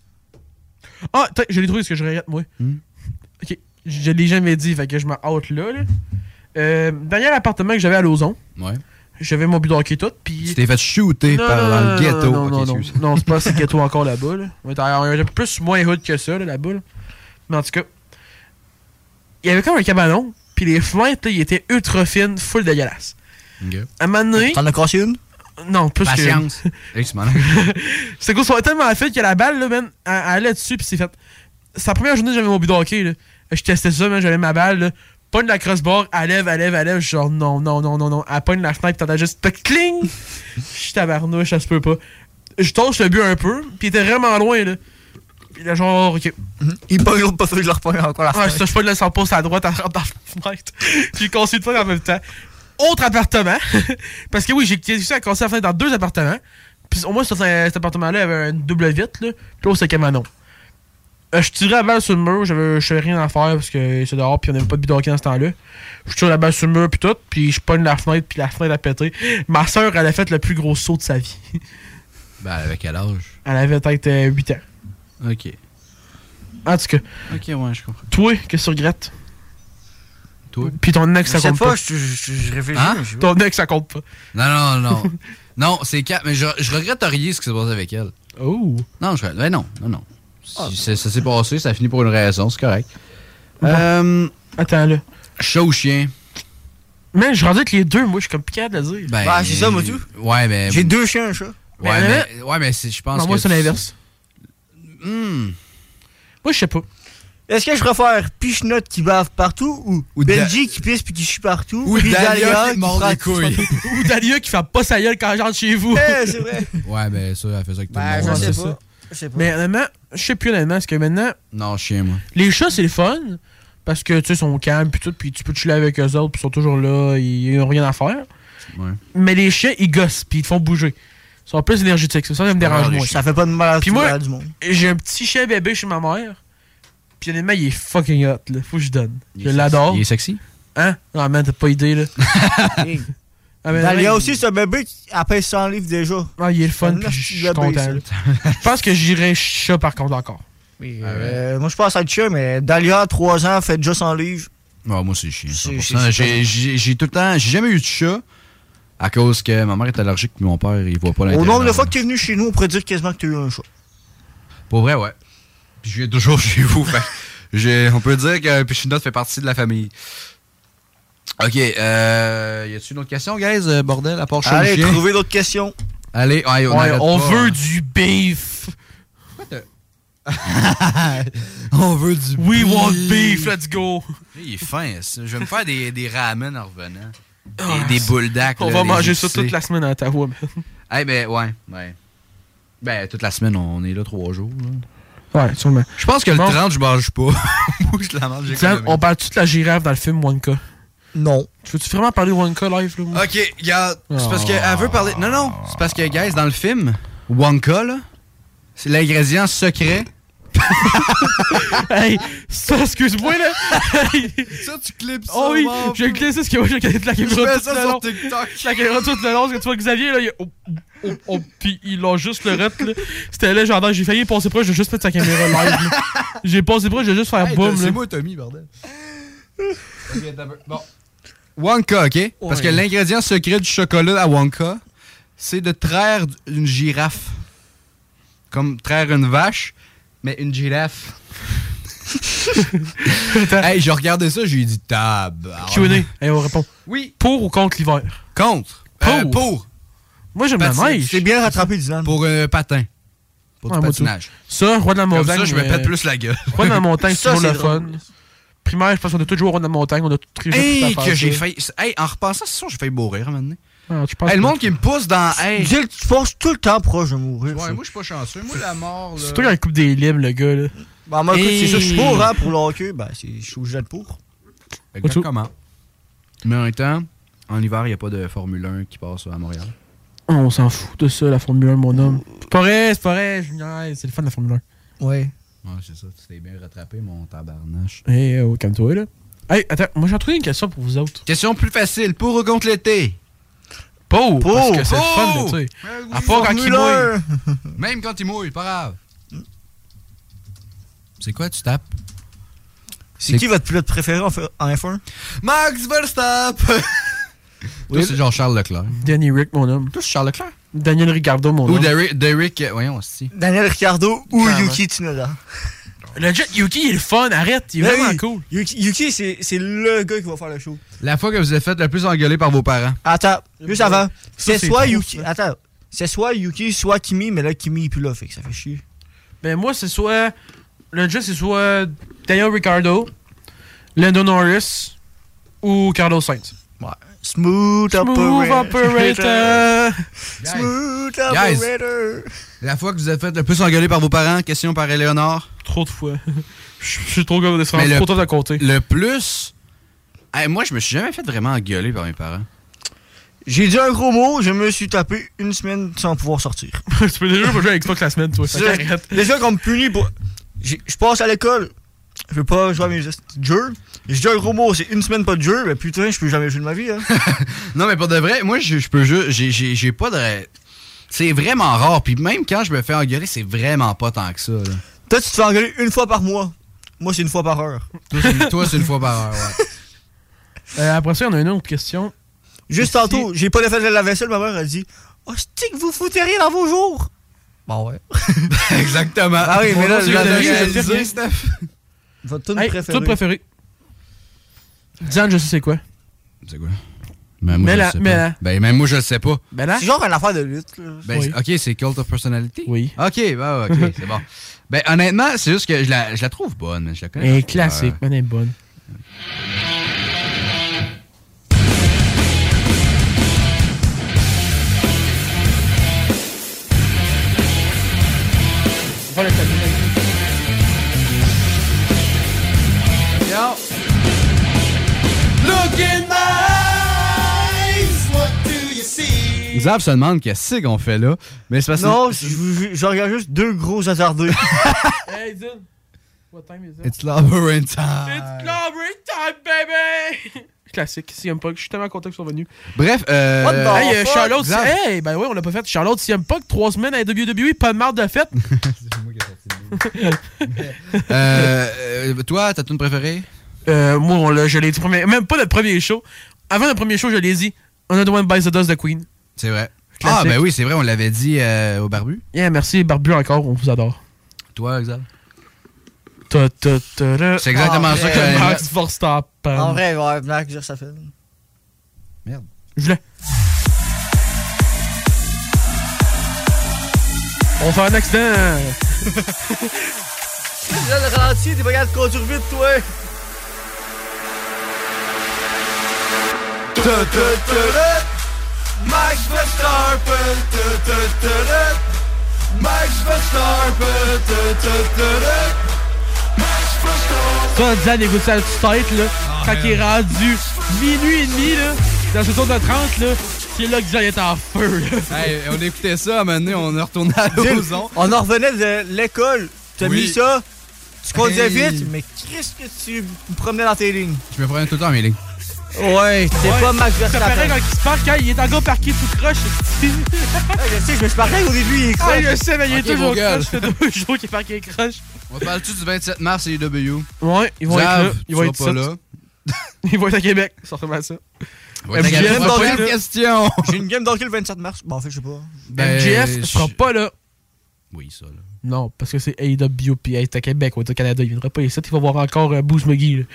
Ah, t'as- je l'ai trouvé ce que je regrette, moi. Hmm. Ok, je l'ai jamais dit, fait que je m'en hâte là. là. Euh, dernier appartement que j'avais à Lauson, Ouais. j'avais mon but de hockey tout, puis... Tu t'es fait shooter Non, par non, dans non, le ghetto. Non, Ok, non, non, excuse. non, c'est pas assez ghetto encore là-bas. Là. On était on était plus moins hood que ça, là, là-bas. Là. Mais en tout cas, il y avait comme un cabanon, puis les fenêtres, là, ils étaient ultra fines, full dégueulasses. Ok. À un moment donné... T'en as cassé une? Non, plus Patience. que... Hey, c'est malin. C'est qu'on soit tellement fait que la balle, là, man, elle, elle allait dessus, puis c'est fait... C'est la première journée que j'avais mon but de hockey, là. Je testais ça, man, j'avais ma balle, là. Pogne la crossbar, elle lève, elle lève, elle lève. Je suis genre, non, non, non, non, non. Elle pogne la fenêtre, t'entends juste, cling! Je suis tabarnouche, ça se peut pas. Je touche le but un peu, puis il était vraiment loin, là. Puis là, genre, ok. Il pogne l'autre, pas sûr que je le repogne encore la Ah, fenêtre. ça, je pogne le cent pouces à droite, elle rentre dans la fenêtre. J'ai cassé une fois en même temps. Autre appartement. Parce que oui, j'ai réussi à casser la fenêtre dans deux appartements. Puis au moins, cet, cet appartement-là avait une double vitre, là. Puis là, c'était cabanon. Euh, je tirais la balle sur le mur, j'avais, je savais rien à faire parce que c'est dehors, puis on n'avait pas de bidon dans ce temps-là. Je tire la balle sur le mur, puis tout, puis je pogne la fenêtre, puis la fenêtre a pété. Ma soeur, elle a fait le plus gros saut de sa vie. Ben, avec quel âge? Elle avait peut-être euh, huit ans. Ok. En tout cas. Ok, ouais, je comprends. Toi, qu'est-ce que tu regrettes? Toi? Puis ton ex, ça Je sais compte pas, pas. je, je, je réfléchis. Hein? mais je sais pas. Ton ex, ça compte pas. Non, non, non. Non, c'est quatre. Mais je, je regrette rien ce qui s'est passé avec elle. Oh. Non, je ben non, non, non. Si Ah. c'est- ça s'est passé, ça a fini pour une raison, c'est correct. Bon. Euh, Attends, là. Chat ou chien? Man, je rendais avec les deux, moi, je suis comme piqué de le dire. Ben, Ah, c'est ça, moi, tout. Ouais, mais. J'ai deux chiens, un chat. Ouais, Mais- mais, ouais, mais c'est- je pense Non, que. moi, c'est l'inverse. Hmm. Moi, je sais pas. Est-ce que je préfère Pichenotte qui bave partout ou, Ou Benji qui pisse puis qui chie partout Ou puis Dahlia qui qui mord fera- les couilles. Ou Dahlia qui fait pas sa gueule quand j'entre chez vous. Eh, c'est vrai. Ouais, mais ça, elle fait ça avec tout Ben, le je monde. sais c'est pas. ça. Je sais pas. Mais honnêtement, je sais plus honnêtement, parce que maintenant. Non, chien, moi. Les chats, c'est le fun. Parce que, tu sais, ils sont calmes, puis tout, puis tu peux chiller avec eux autres, puis ils sont toujours là, ils n'ont rien à faire. Ouais. Mais les chiens, ils gossent, puis ils te font bouger. Ils sont plus énergétiques, c'est ça qui me dérange moins. Ça fait pas de mal à Puis tout moi, à du monde. j'ai un petit chien bébé chez ma mère. Puis honnêtement, il est fucking hot, là. Faut que je donne. Il Je est l'adore. sexy. Il est sexy? Hein? Non, man, t'as pas idée, là. Ah, mais Dalia non, aussi, ce bébé, elle pèse cent livres déjà. Ah, il est le fun, C'est un puis je suis petit bébé, content. là. Je pense que j'irais chat par contre encore. Oui, euh, moi, je pense à être chien, mais Dalia, trois ans, fait déjà cent livres. Ouais, moi, c'est chien. C'est- cent pour cent. c'est- J'ai j'ai- j'ai tout le temps. J'ai jamais eu de chat à cause que ma mère est allergique puis mon père, il voit pas l'intérêt. Au nombre de fois que t'es venu chez nous, on pourrait dire quasiment que t'as eu un chat. Pour vrai, ouais. Puis je viens toujours chez vous. Fait, j'ai- on peut dire que Pichinotte fait partie de la famille. Ok, euh, y a-tu une autre question, guys, euh, bordel, à part chat ou Allez, chien? trouvez d'autres questions. Allez, ouais, on, Ouais, arrête on pas, veut hein. du beef. On veut du We beef. want beef, let's go. Il est fin, ça. Je vais me faire des, des ramen en revenant. Des, Ah, des bulldacs. On là, va des manger ça épicés. toute la semaine à Ottawa, man. Eh ben, ouais, ouais. Ben, toute la semaine, on est là trois jours. Là. Ouais, sûrement. Je pense que le Bon. trente, je mange pas. Moi, je la mange, j'ai Tiens, économisé. on parle-tu de la girafe dans le film Wonka? Non. Tu veux-tu vraiment parler de Wonka live, là? moi? Ok, regarde. C'est parce Oh. qu'elle veut parler. Non, non. C'est parce que, guys, dans le film, Wonka, là, c'est l'ingrédient secret. Hey, ça, excuse-moi, là. Ça, tu clips ça. Oh oui, mon j'ai clippé ça, parce que moi, j'ai regardé la Je caméra fais tout ça le sur long. TikTok. La caméra tout le long, parce que tu vois Xavier, là, il oh, oh, oh, pis il l'a juste le rep, là. C'était légendaire, j'ai failli passer proche, j'ai juste fait sa caméra live, là. J'ai passé proche, j'ai juste fait Hey, boum, t'as- là. C'est moi, Tommy, bordel. Ok, t'as peu- bon. Wonka, ok? Parce que Ouais. l'ingrédient secret du chocolat à Wonka, c'est de traire une girafe. Comme traire une vache, mais une girafe. Hey, j'ai regardé ça, j'ai dit tab. Q and A, hey, on répond. Oui. Pour ou contre l'hiver? Contre. Pour. Euh, pour. Moi, j'aime la Patin. neige. C'est bien rattrapé, Dylan. Pour un patin. Pour Ouais, du moi, patinage. Ça, Roi de la Comme montagne. ça, je me euh, pète plus la gueule. Roi de la montagne, c'est Ça, toujours le c'est drôle. fun. Primaire, je pense qu'on a tous joué au Roi de la montagne, on a tous réussi Hey, à que faire j'ai ça. failli. Hey, en repensant, c'est sûr, j'ai failli mourir maintenant. Ah, tu penses Hey, le pas? monde qui me pousse dans. Hey. Dis que tu passes tout le temps proche de mourir. Ouais, ça. moi, je suis pas chanceux. Moi, la mort, là. C'est toi qui a la coupe des limes, le gars, là. Bah, moi, écoute, Hey. c'est ça, je suis pour, hein, pour le hockey. Ben, c'est- je suis obligé d'être pour. Exactement. Mais en même temps, en hiver, il n'y a pas de Formule un qui passe à Montréal. Oh, on s'en fout de ça, la Formule un, mon homme. C'est pas vrai, c'est pas vrai. je niaise, C'est le fun de la Formule un. Ouais. Ouais, c'est ça. Tu t'es bien rattrapé, mon tabarnache. Hey, oh, calme-toi, là. Hey, attends, moi j'ai trouvé une question pour vous autres. Question plus facile. Pour ou contre l'été? Pour, Pour, parce que c'est le pour. fun, tu sais. À part quand il Formule un. mouille. Même quand il mouille, pas grave. C'est quoi, tu tapes? C'est qui votre pilote préféré en F- en F un? Max Verstappen! Toi, c'est genre Charles Leclerc. Danny Rick, mon homme. Toi, c'est Charles Leclerc? Daniel Ricardo, mon Ou homme. Derrick, Derrick, euh, voyons, aussi. Daniel Ricciardo ou Clairement. Yuki Tsunoda? Le jet Yuki, il est le fun, arrête, il est Ben vraiment oui. cool. Yuki, Yuki, c'est c'est le gars qui va faire le show. La fois que vous êtes fait le plus engueuler par vos parents. Attends, juste avant. C'est c'est soit trop, Yuki. ça. Attends. C'est soit Yuki, soit Kimi, mais là, Kimi est plus là, fait que ça fait chier. Ben moi, c'est soit... Le jet, c'est soit Daniel Ricardo, Lando Norris ou Carlos Sainz. Ouais. Smooth, Smooth operator. Smooth Guys. operator. La fois que vous êtes fait le plus engueuler par vos parents, question par Éléonore. Trop de fois. Je je suis trop gars de Mais le- trop tôt à côté. Le plus. Hey, moi, je me suis jamais fait vraiment engueuler par mes parents. J'ai dit un gros mot, je me suis tapé une semaine sans pouvoir sortir. Tu peux déjà pas jouer avec Xbox la semaine, toi. C'est Fait ça. qu'arrête. Déjà qu'on me punit pour. j'ai- Je passe à l'école, je veux pas jouer à mes jeux. J'ai dit un gros mot, c'est une semaine pas de jeu, mais putain, je peux jamais jouer de ma vie. Hein. Non, mais pour de vrai, moi, je, je peux juste. J'ai, j'ai, j'ai pas de. C'est vraiment rare. Puis même quand je me fais engueuler, c'est vraiment pas tant que ça. Là. Toi, tu te fais engueuler une fois par mois. Moi, c'est une fois par heure. Toi, c'est, toi, c'est une fois par heure, ouais. Euh, après ça, on a une autre question. Juste Ici. tantôt, j'ai pas fait de la vaisselle, ma mère a dit oh, c'est que vous foutez rien dans vos jours. Bon, ouais. Exactement. Ah oui, mais là, Bon, je c'est l'ai la- réalisé, la- Steph. Votre tune Hey, préférée. toute préférée. Diane, je sais c'est quoi. C'est quoi? Ben, moi, Mais je là, le sais mais pas. là. Ben, même moi, je le sais pas. Ben là. C'est genre une affaire de lutte. Là. Ben, Oui. c'est- ok, c'est Cult of Personality? Oui. Ok, bah, ok, c'est bon. Ben, honnêtement, c'est juste que je la, je la trouve bonne, mais je la connais. Elle est pas. classique, mais elle est bonne. pas le tableau. Yo. Look in my eyes, what do you see? Xav se demande qu'est-ce qu'on fait là. Mais c'est parce que. Non, je, je, je regarde juste deux gros hasardeux. Hey, dude. What time is it? It's Clobbering time. It's Clobbering time, baby! Classique, C M Punk. Je suis tellement content qu'ils sont venus. Bref, euh. What the hey, fuck, Charlotte, Xav? hey, ben oui, on l'a pas fait. Charlotte, C M Punk, trois semaines à W W E, pas de marde de fête. euh, euh, toi, ta tune préférée? Euh, moi, on l'a, je l'ai dit, premier, même pas notre premier show. Avant le premier show, je l'ai dit. Another One Bites the Dust de Queen. C'est vrai. Classique. Ah, ben oui, c'est vrai, on l'avait dit euh, au Barbu. Yeah, merci, Barbu, encore, on vous adore. Toi, Xav? C'est exactement ça que j'allais Max mettre. Verstappen. En vrai, ouais, Max Verstappen. Merde. Je l'ai. On fait un accident. Tu viens de ralentir, t'es pas capable de conduire vite, toi. Max Verstappen, Max Verstappen, Max Verstappen. Ça, Diane écoute ça à toute tête, là. Ah, quand il est rendu minuit et demi, là, dans ce tour de trente, là, c'est là que Diane est en feu, là. Hey, on écoutait ça, à un moment donné, on est retourné à l'ozon. On en revenait de l'école. T'as Oui. mis ça. Tu conduisais Hey. vite, mais qu'est-ce que tu me promenais dans tes lignes? Je me prenais tout le temps mes lignes. Ouais, c'est Ouais. pas Max Ça Verstappen. paraît quand il se parque, quand il est encore parqué tout croche. Ouais, je sais, je me suis parlé au début, il est Ah, croche. je sais, mais il est Ok, toujours vos gueules. croche. Ça fait deux jours qu'il est parqué croche. On parle-tu du vingt-sept mars à I W? Ouais, ils vont Xav, être là. Ils tu vont seras être pas ça. là. Ils vont être à Québec, ça ressemble à ça. Ouais, t'as M J F, gagné va pas pas de être là. question. J'ai une game d'hockey le vingt-sept mars. Bon, en fait, je sais pas. Ben, M J F je- sera pas là. Oui, ça, là. Non, parce que c'est A E W P. Hey, c'est à Québec, on est au Canada. Il viendra pas ici. Il va voir encore euh, Booze McGee. Là.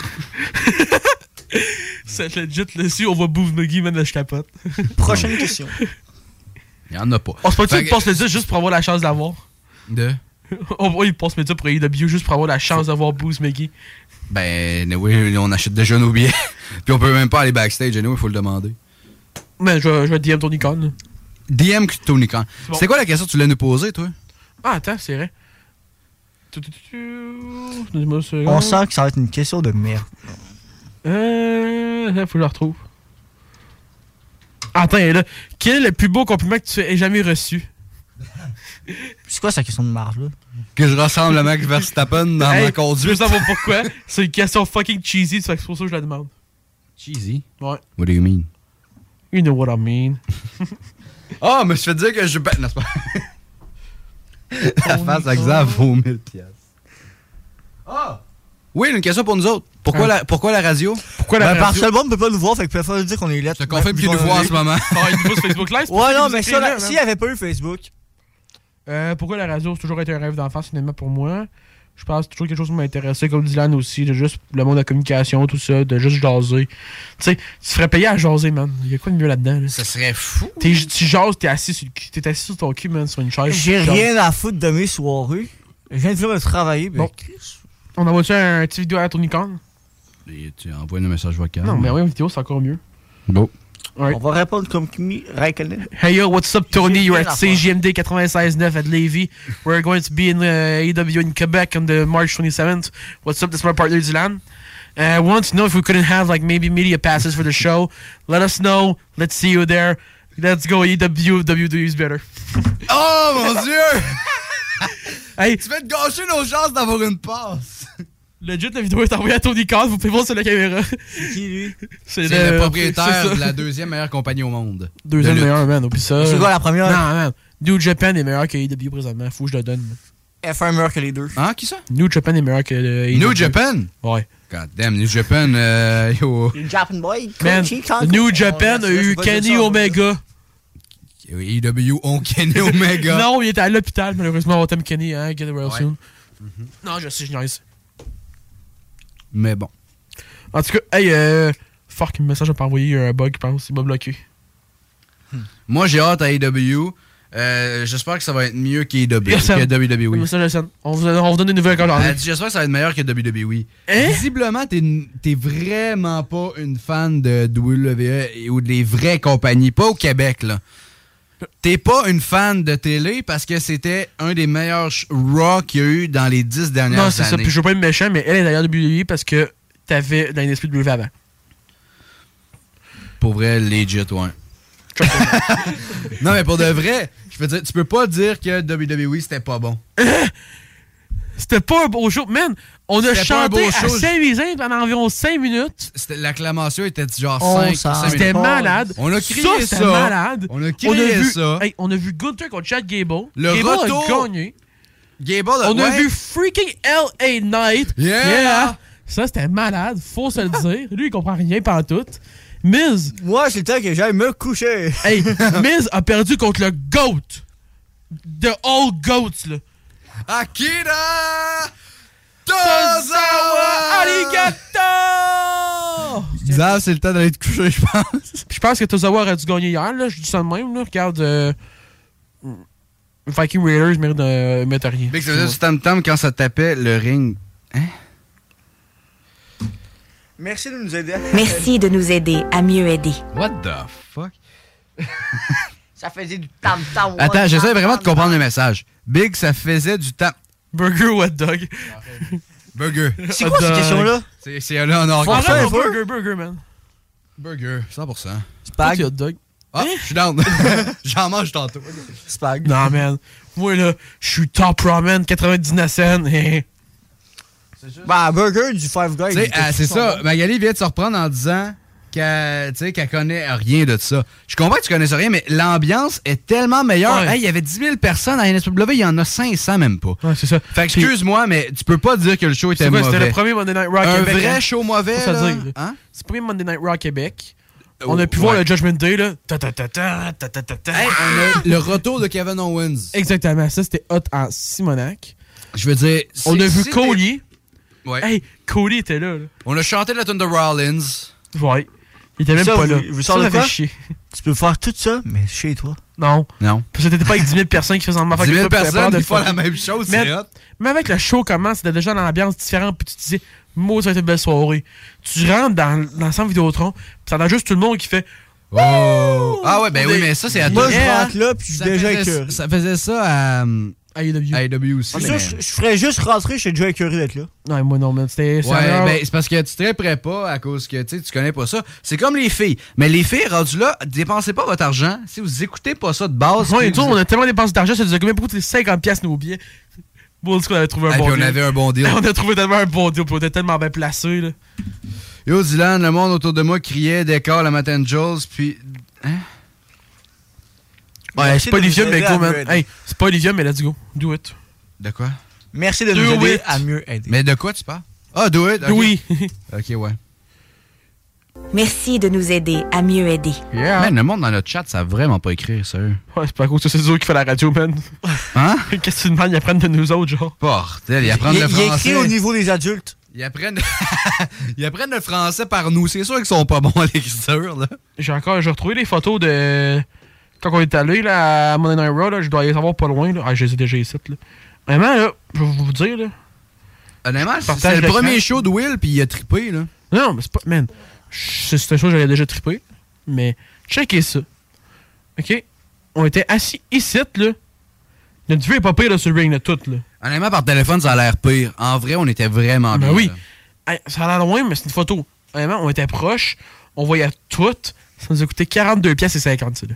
C'est legit, là. Si on voit Booze McGee, man, je capote. Prochaine question. Il y en a pas. On se peut Fait qu'il que- passe le dire juste pour avoir la chance d'avoir. De? On voit, il passe le dire pour A E W juste pour avoir la chance d'avoir Booze McGee. Ben, oui, on achète déjà nos billets. Puis on peut même pas aller backstage, il faut le demander. Mais je vais, je vais D M Tony Khan. là. D M Tony Khan. bon. C'est quoi la question que tu voulais nous poser, toi? Ah, attends, c'est vrai. Tu, tu, tu, tu. Donne-moi une seconde. On sent que ça va être une question de merde. Euh. Là, faut que je la retrouve. Attends, là. Quel est le plus beau compliment que tu aies jamais reçu? C'est quoi sa question de marge, là? Que je ressemble à Max Verstappen dans Hey, ma Je conduite. veux savoir pourquoi. C'est une question fucking cheesy, ça fait que c'est pour ça que je la demande. Cheesy? Ouais. What do you mean? You know what I mean. Ah, oh, mais je fais dire que je... Ben, non, c'est pas... La face à Xav vaut mille piastres. Ah! Oui, une question pour nous autres. Pourquoi, Hein? la, pourquoi la radio? Pourquoi Ben, la parce radio? que le monde peut pas nous voir, fait que peut pas dire qu'on est lettres. Je te confirme qu'il nous voit en ce moment. Ah, il nous voit sur Facebook Live. c'est pour Ouais, ça non, qu'il mais nous ça, écrit là, là, s'il man. n'y avait pas eu Facebook. Euh, pourquoi la radio, c'est toujours été un rêve d'enfance, finalement, pour moi. Je pense que c'est toujours quelque chose qui m'a intéressé, comme Dylan aussi, de juste le monde de la communication, tout ça, de juste jaser. Tu sais, tu te ferais payer à jaser, man. Il y a quoi de mieux là-dedans? Là? Ça serait fou. T'es, tu jases, t'es assis, sur le cul- t'es assis sur ton cul, man, sur une chaise. J'ai tu jases. rien à foutre de mes soirées. Je viens de finir de travailler. Ben, Bon. On envoie-tu un petit vidéo à Tony Khan? Et tu envoies un message vocal. Non, mais oui, une vidéo, c'est encore mieux. Bon. Alright. on va répondre comme Kimi Raikkonen. Hey yo, what's up, Tony? J'ai You're rien at à faire. C G M D ninety-six point nine at Lévis. We're going to be in uh, A E W in Quebec on the March twenty-seventh. What's up? This is my partner, Dylan. Uh, we want to know if we couldn't have like maybe media passes for the show. Let us know. Let's see you there. Let's go. A E W, W W E is better. Oh mon dieu! Hey, Tu vas te gâcher nos chances d'avoir une passe. legit, la vidéo est envoyée à Tony Khan. Vous pouvez voir sur la caméra. C'est qui, lui? C'est C'est le c'est propriétaire ça. de la deuxième meilleure compagnie au monde. Deuxième de lutte. meilleur, man. Oublie ça. C'est quoi la première? Non, man. New Japan est meilleur que A E W présentement. Faut que je le donne. F un meilleur que les deux. Hein, qui ça? New Japan est meilleur que euh, A E W. New Japan? Ouais. God damn, New Japan, euh, yo. Une Japan Boy. Man, Kochi, Kanko. New Japan On a laisse- eu laisse pas dire Kenny ça, Omega. A E W ont Kenny Omega. Non, il était à l'hôpital, malheureusement. On t'aime Kenny, hein? Get well Ouais. soon. Non, je sais, je niaise. Mais bon. En tout cas, hey, euh. Fuck, le message m'a pas envoyé un bug, je pense. Il m'a bloqué. Moi, j'ai hâte à A E W. Euh, J'espère que ça va être mieux qu'A E W. Yes, Sam. Que W W Le E. message de Sam. On vous, on vous donne des nouvelles quand j'en ai. Elle dit, J'espère que ça va être meilleur que W W E. Hein? Visiblement, t'es t'es vraiment pas une fan de W W E ou des vraies compagnies. Pas au Québec, là. t'es pas une fan de télé parce que c'était un des meilleurs sh- Raw qu'il y a eu dans les dix dernières années. Non, c'est ça. Puis je veux pas être méchant, mais elle est d'ailleurs W W E parce que t'avais dans l'esprit de W W E avant. Pour vrai, legit, ouais. Non, mais pour de vrai, je veux dire, tu peux pas dire que W W E c'était pas bon. C'était pas un beau show. Man, on a C'était pas un chanté beau à show. Saint-Louis pendant environ cinq minutes. C'était- L'acclamation était genre On cinq s'en C'était malade. On a crié ça. ça. C'était malade. On a On crié a vu, ça. hey, on a vu Gunther contre Chad Gable. Le Gable retour. a gagné. Gable a- On a ouais. vu freaking L A Knight. Yeah. Ça, c'était malade. Faut se le dire. Lui, il comprend rien pantoute. Miz. Moi, c'est le temps que j'aille me coucher. Hey, Miz a perdu contre le GOAT. The All Goats, là. Akira Tozawa Arigato! Xav, c'est le temps d'aller te coucher, je pense. Je pense que Tozawa aurait dû gagner hier, là. Je dis ça de même, là. Regarde, euh, Viking Raiders mérite de mettre rien. Big, ça faisait du tam-tam quand ça tapait le ring. Hein? Merci de nous aider. Merci de nous aider à mieux aider. What the fuck? Ça faisait du tam-tam. Attends, j'essaie vraiment de comprendre le message. Big, ça faisait du tam... Burger ou hot dog? Burger. C'est quoi cette question-là? C'est c'est là en or. Faut arrêter, burger, burger, man. Burger, cent pour cent. Spag. Hot dog. Ah, je suis down. J'en mange tantôt. Spag. Non, man. Moi, là, je suis top ramen, quatre-vingt-dix-neuf cents. Bah, burger du Five Guys. Tu sais, euh, c'est ça. Magali vient de se reprendre en disant qu'elle, tu sais, qu'elle connaît rien de ça. Je comprends que tu connais rien, mais l'ambiance est tellement meilleure. Ouais. Hey, il y avait dix mille personnes à N S W, il y en a cinq cents même pas. Ouais, c'est ça. Fait que excuse-moi, mais tu peux pas dire que le show était C'est quoi, mauvais. c'était le premier Monday Night Raw Un Québec. vrai hein? show mauvais, Faut se là. le dire, là. Hein? C'est le premier Monday Night Raw Québec. On Oh, a pu voir ouais. le Judgment Day, là. Ta ta ta ta ta ta ta ta. Hey, on a le retour de Kevin Owens. Exactement. Ça, c'était hot en Simonac. Je veux dire... On c'est- a vu c'est Cody. Ouais. Hey, Cody était là, là. On a chanté la tune de Rollins. Ouais. Il était même Ça, pas vous- là. vous ça, savez ça fait quoi? chier. Tu peux faire tout ça, mais chez toi. Non. Non. Parce que t'étais pas avec dix mille personnes qui faisaient en dix mille personnes qui font la même chose, mais, c'est hot. mais avec le show commence, c'était déjà dans l'ambiance différente, puis tu te disais, moi, ça va être une belle soirée. Tu rentres dans, dans le centre Vidéotron, puis t'entends juste tout le monde qui fait. Oh! Ah ouais, ben oui, mais ça, c'est à Moi, je Yeah. rentre là, puis je suis Ça déjà faisait- écœuré. Ça faisait ça à... A E W. A E W aussi. C'est mais- sûr, je, je ferais juste rentrer, je suis déjà écœuré d'être là. Non, moi non, mais c'était. ça Ouais, m'a- ben c'est parce que tu te réparais pas à cause que tu sais, tu connais pas ça. C'est comme les filles. Mais les filles, rendues là, dépensez pas votre argent. Si vous écoutez pas ça de base. Ouais, et puis tout, vous- on a tellement dépensé d'argent, ça nous a combien beaucoup de cinquante piastres nos billets. Bon, du coup, on avait trouvé un Ah, bon puis on deal. avait un bon deal. On a trouvé tellement un bon deal, puis on était tellement bien placés, là. Yo, Dylan, le monde autour de moi criait décor la Matin Jules, puis. Hein? Ouais, c'est pas Olivia, mais go, man. Hey, c'est pas Olivia, mais let's go. Do it. De quoi? Merci de Do nous aider it. à mieux aider. Mais de quoi tu parles? Ah, do it? ok. Oui. Ok, ouais. Merci de nous aider à mieux aider. Yeah. Man, le monde dans notre chat, ça a vraiment pas écrit, sérieux. Ouais, c'est pas à cause que c'est eux qui fait la radio, man. Hein? Qu'est-ce que tu demandes, ils apprennent de nous autres, genre? Bordel, ils apprennent Il, le il est français. écrit au niveau des adultes. Ils apprennent... ils apprennent le français par nous. C'est sûr qu'ils sont pas bons à l'écriture, là. J'ai encore, j'ai retrouvé les photos de. Quand on est allé, là, à Monday Night Raw, là, je dois les avoir pas loin, là. Ah, je les ai déjà ici, là. Vraiment, là, je vais vous dire, là. Honnêtement, Partage c'est le l'écran. premier show de Will, puis il a trippé, là. Non, mais c'est pas. Man, c'est c'est une chose que j'avais déjà trippé. Mais, checkez ça. OK? On était assis ici, là. Notre vue est pas pire, là, sur le ring, là, tout, là. Honnêtement, par téléphone, ça a l'air pire. En vrai, on était vraiment bien. Ben oui. là. Hey, ça a l'air loin, mais c'est une photo. Honnêtement, on était proches. On voyait tout. Ça nous a coûté quarante-deux piastres et cinquante, ça, là.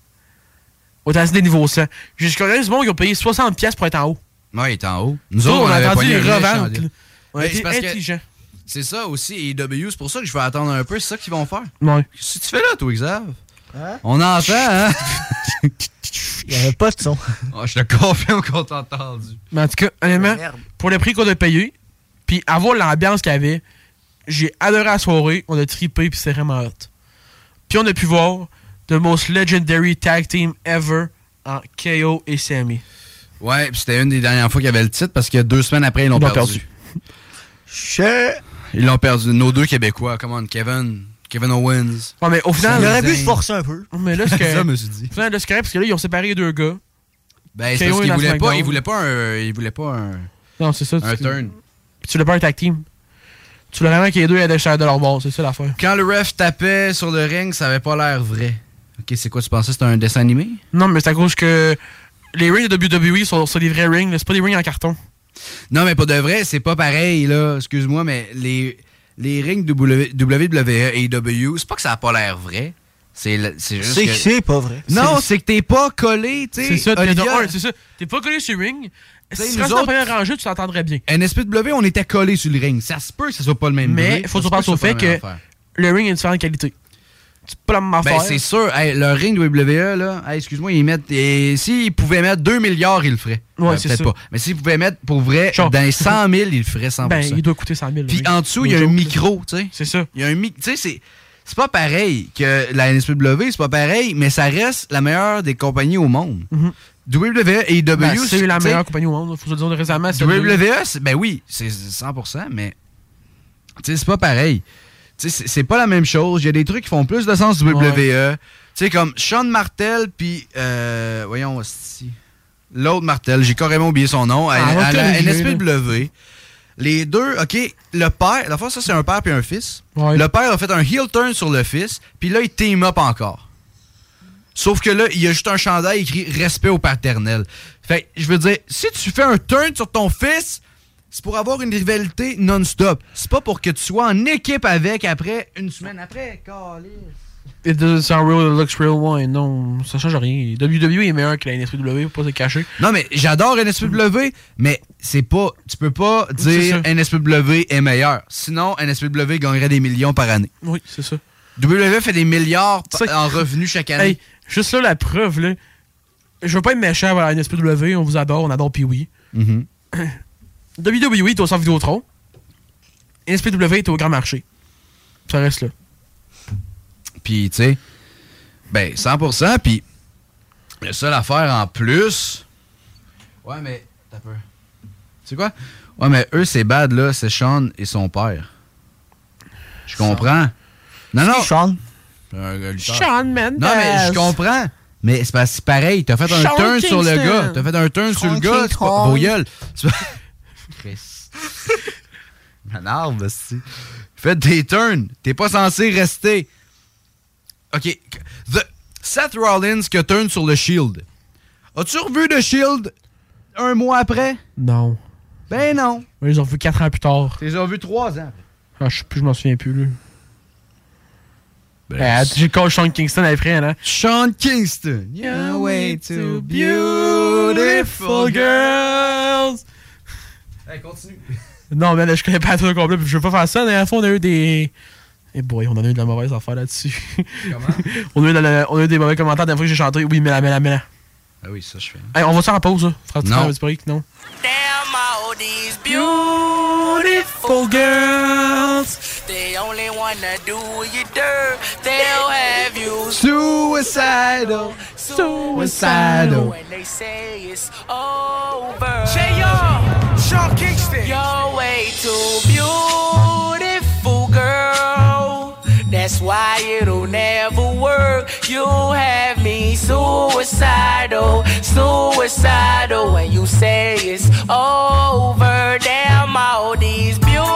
On était assis des niveaux cent. J'ai connais du monde qui ont payé soixante piastres pour être en haut. Ouais, il est en haut. Nous Ça, autres, on a avait attendu pogné les un reventes, méchant là. On a Ben, été c'est parce que- intelligents. C'est ça aussi, A E W, c'est pour ça que je vais attendre un peu, c'est ça qu'ils vont faire. Ouais. Qu'est-ce que tu fais là, toi, Xav? Hein? On entend, hein? Il n'y avait pas de son. Oh, je te confirme qu'on t'a entendu. Mais en tout cas, honnêtement, Merde. pour le prix qu'on a payé, puis avoir l'ambiance qu'il y avait, j'ai adoré la soirée, on a trippé, puis c'est vraiment hot. Puis on a pu voir the most legendary tag team ever en K O et Sammy. Ouais, puis c'était une des dernières fois qu'il y avait le titre parce que deux semaines après, ils l'ont Ils l'ont perdu. perdu. Che- Ils l'ont perdu. Nos deux Québécois, come on, Kevin, Kevin Owens. Ouais, mais au final, Il aurait pu Zing. se forcer un peu. mais là, c'est que. Ça, je me suis dit. Au final, là, c'est correct, parce que là, ils ont séparé les deux gars. Ben, c'est K O parce et qu'ils la voulaient pas, SmackDown. ils voulaient pas un, ils voulaient pas un, Non, c'est ça. un tu- turn. Puis tu voulais pas un tag team. Tu voulais vraiment que les deux aient des chairs de leur bord, c'est ça l'affaire. Quand le ref tapait sur le ring, ça avait pas l'air vrai. Ok, c'est quoi, tu pensais que c'était un dessin animé? Non, mais c'est à cause que les rings de W W E sont, sont des vrais rings, là. C'est pas des rings en carton. Non, mais pas de vrai, c'est pas pareil, là. Excuse-moi, mais les, les rings W W E et A E W, c'est pas que ça a pas l'air vrai. C'est le- c'est juste C'est que... que c'est pas vrai. Non, C'est- c'est que t'es pas collé, tu sais. C'est ça, t'es Olivia- de un, c'est ça. T'es pas collé sur le ring. T'sais, Si tu nous restes dans la autres- première rangée, tu t'entendrais bien. N S P W, on était collés sur le ring. Ça se peut que ce soit pas le même Mais bruit. il faut Ça se se peut penser au ce soit fait pas la même que affaire. le ring a une différente qualité. C'est pas la même Ben, affaire. c'est sûr. Hey, le ring de W W E, là, hey, excuse-moi, ils mettent. Et s'ils pouvaient mettre deux milliards, ils le feraient. Ouais, Euh, c'est peut-être ça. pas. Mais s'ils pouvaient mettre pour vrai, Genre. dans les cent mille, ils le feraient cent pour cent. Ben, il doit coûter cent mille. Puis le ring. en dessous, il y a No un joke, micro, tu sais. C'est ça. Il y a un micro. Tu sais, c'est. C'est pas pareil que la N S P W, c'est pas pareil, mais ça reste la meilleure des compagnies au monde. Mhm. W W E et A E W, Ben, c'est la tu sais, meilleure compagnie au monde. Faut se le dire récemment. c'est W le- W E, c'est- ben oui, c'est cent pour cent, mais tu sais, c'est pas pareil. Tu sais, c'est- c'est pas la même chose. Il y a des trucs qui font plus de sens du W W E. Tu sais, comme Sean Martel, puis, euh, voyons, hostie, l'autre Martel, j'ai carrément oublié son nom, à, Ah, on va à la corriger, N S P W. Les deux, OK, le père, la fois, ça, c'est un père puis un fils. Ouais. Le père a fait un heel turn sur le fils, puis là, il team up encore. Sauf que là, il y a juste un chandail écrit « Respect au paternel ». Fait que, je veux dire, si tu fais un turn sur ton fils, c'est pour avoir une rivalité non-stop. C'est pas pour que tu sois en équipe avec après, une semaine après. Calisse. It doesn't sound real, it looks real, ouais. Non, ça change rien. W W E est meilleur que la N S P W, faut pas se cacher. Non, mais j'adore N S P W, mais c'est pas. Tu peux pas C'est dire ça. N S P W est meilleur. Sinon, N S P W gagnerait des millions par année. Oui, c'est ça. W W E fait des milliards C'est ça. en revenus chaque année. Hey, juste là, la preuve, là. Je veux pas être méchant à la N S P W, on vous adore, on adore Pee-Wee. Mhm. W W E est au centre Vidéotron. N S P W est au Grand Marché. Ça reste là. Puis, tu sais, ben, cent pour cent. Puis, la seule affaire en plus. Ouais, mais. T'as peur. C'est quoi? Ouais, mais eux, c'est bad, là. C'est Sean et son père. Je comprends. Non, non. Sean. Un gars lutteur. Sean Mendes. Non, mais je comprends. Mais c'est parce que c'est pareil. T'as fait un Sean turn sur le Kingston. gars. T'as fait un turn sur le Sean gars. C'est pas. Kingston. Vos gueules. C'est pas- Chris. M'énerve, aussi. Faites des turns. T'es pas censé rester. OK. The Seth Rollins qui a turn sur le Shield. As-tu revu le Shield un mois après? Non. Ben non. Ils les ont vu quatre ans plus tard. Tu les as vus trois ans après. Ah, je sais plus, je m'en souviens plus, là. Ben, Eh, j'ai le coach Sean Kingston après, là. Sean Kingston. You're way too beautiful, girls. Hey, continue. Non, mais là, je connais pas tout le complet, puis je veux pas faire ça. La dernière fois, on a eu des. Eh boy, on en a eu de la mauvaise affaire là-dessus. Comment? on, a eu de la- on a eu des mauvais commentaires la dernière fois que j'ai chanté. Oui, mais la, mais la, mais la. Ah oui, ça, je fais. Hey, on va se faire en pause, là. Frère, tu Non. fais un petit break, non? Damn all these beautiful girls. They only wanna do you dirt. They'll have you Suicidal. Suicidal. when they say it's over. Say y'all, Sean Kingston. You're way too beautiful, girl. That's why it'll never work. You have me suicidal, suicidal when you say it's over. Damn all these beautiful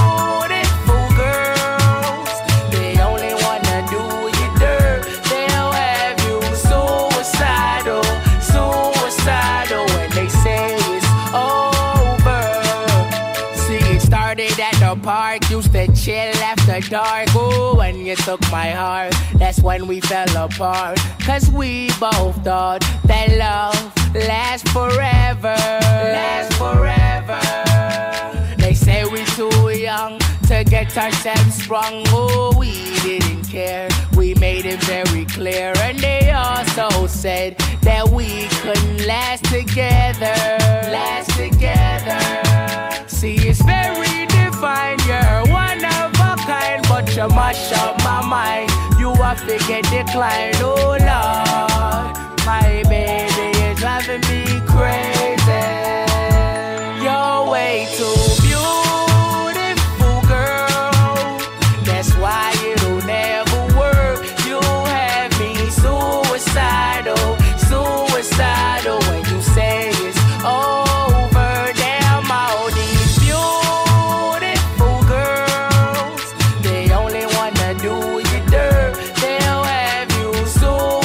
girls. They only wanna do you dirt. They'll have you suicidal, suicidal when they say it's over. See, it started at the park, used to chill after dark. Ooh, when you took my heart, that's when we fell apart. Cause we both thought that love lasts forever. Lasts forever. They say we too young to get ourselves sprung. Oh, we didn't care. We made it very clear. And they also said that we couldn't last together. Last together. See, it's very divine. You're one of a kind, but you mash up my mind. You have to get declined. Oh, Lord, my baby is driving me crazy. You're way too beautiful, girl. That's why it'll never work. You have me suicidal, suicidal when you say it's over. Damn all these beautiful girls. They only wanna do you dirt. They'll have you suicidal.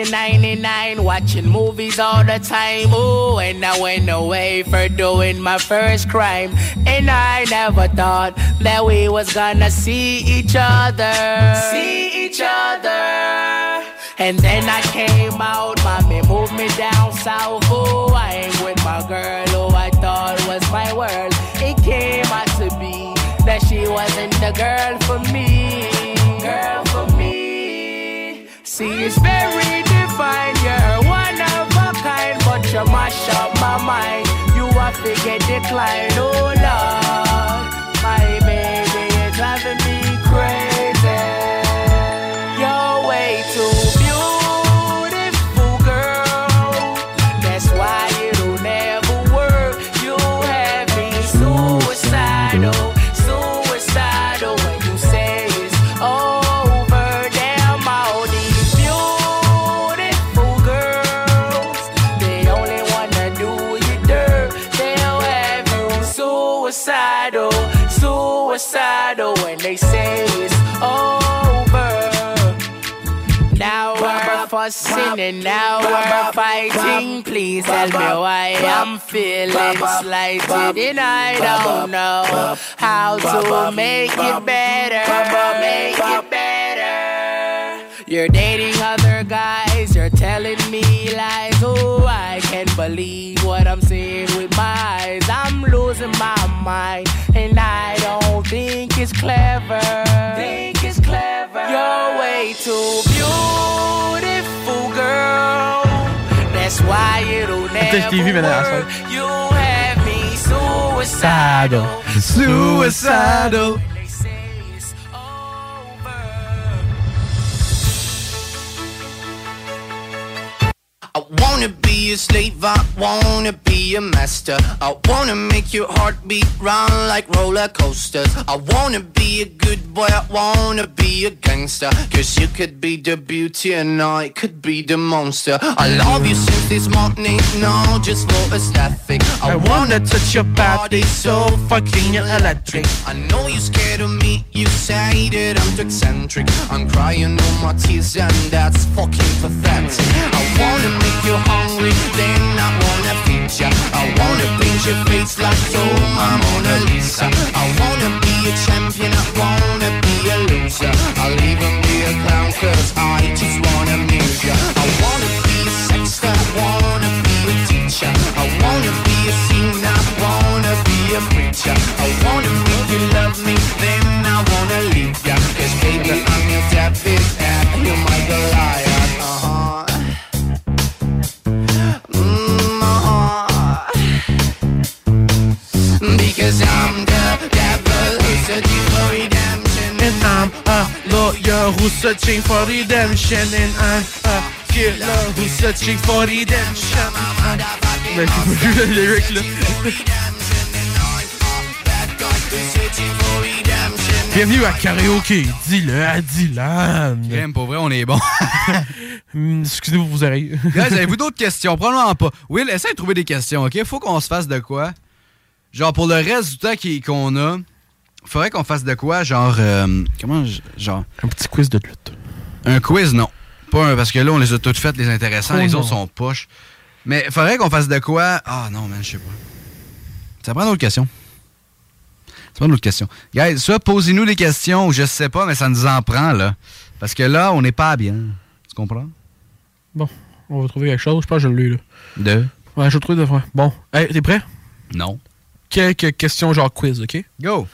nineteen ninety-nine, watching movies all the time. Oh, and I went away for doing my first crime. And I never thought that we was gonna see each other. See each other. And then I came out, mommy moved me down south. Oh, I ain't with my girl who I thought was my world. It came out to be that she wasn't the girl for me. Girl for me. See, it's very divine. You're one of a kind, but you mash up my mind. You have to get declined. Oh Lord, my baby is driving me crazy. You're way too beautiful, girl. That's why it'll never work. You have me suicidal, suicidal when you say it's over. Damn, all these beautiful girls, they only wanna do you dirt. They'll have you suicidal, suicidal when they say it's over. Now we're fussing and now we're fighting. Please tell me why I'm feeling slighted and I don't know how to make it better. Make it better. You're dating other guys, you're telling me lies. Oh, I can't believe what I'm seeing with my eyes. I'm losing my mind and I don't think it's clever. Think it's clever. You're way too beautiful, girl. That's why it'll never work. You have me suicidal, Suicidal. I wanna be a slave, I wanna be a master. I wanna make your heartbeat run like roller coasters. I wanna be a good boy, I wanna be a gangster. Cause you could be the beauty and I could be the monster. I love you since this morning, no, just for aesthetic. I, I wanna touch your body so fucking electric. I know you're scared of me, you say that I'm too eccentric. I'm crying all my tears and that's fucking pathetic. I wanna make you hungry, then I wanna feed ya. I wanna paint your face like so my Mona Lisa. I wanna be a champion, I wanna be a loser. I'll even be a clown cause I just wanna amuse ya. I wanna be a sexter, I wanna be a teacher. I wanna be a singer, I wanna be a preacher. I wanna make you love me, then I wanna leave ya. Cause baby I'm your David and you're my Goliath. Uh-huh. Because I'm the devil who's searching for redemption. And I'm a lawyer who's searching for redemption. And I'm a killer who's searching for redemption. Mais tu peux plus le lyric là. Bienvenue à Karaoke, dis-le à Dylan. Crème, pour vrai, on est bon. Excusez-moi pour vos oreilles. Guys, avez-vous d'autres questions? Probablement pas. Will, essaie de trouver des questions, OK? Faut qu'on se fasse de quoi? Genre, pour le reste du temps qui- qu'on a, faudrait qu'on fasse de quoi? Genre, euh, comment, j- genre... Un petit quiz de lutte. Un quiz, non. Pas un, parce que là, on les a toutes faites, les intéressants. Oh les non. autres sont poches. Mais faudrait qu'on fasse de quoi? Ah non, man, je sais pas. Ça prend d'autres questions. Ça prend d'autres questions. Guys, soit posez-nous des questions, ou je sais pas, mais ça nous en prend, là. Parce que là, on n'est pas bien. Tu comprends? Bon, on va trouver quelque chose. Je pense que je l'ai là. De? Ouais, je vais trouver de fois. Bon, hey, t'es prêt? Non. Quelques questions genre quiz, OK? Go!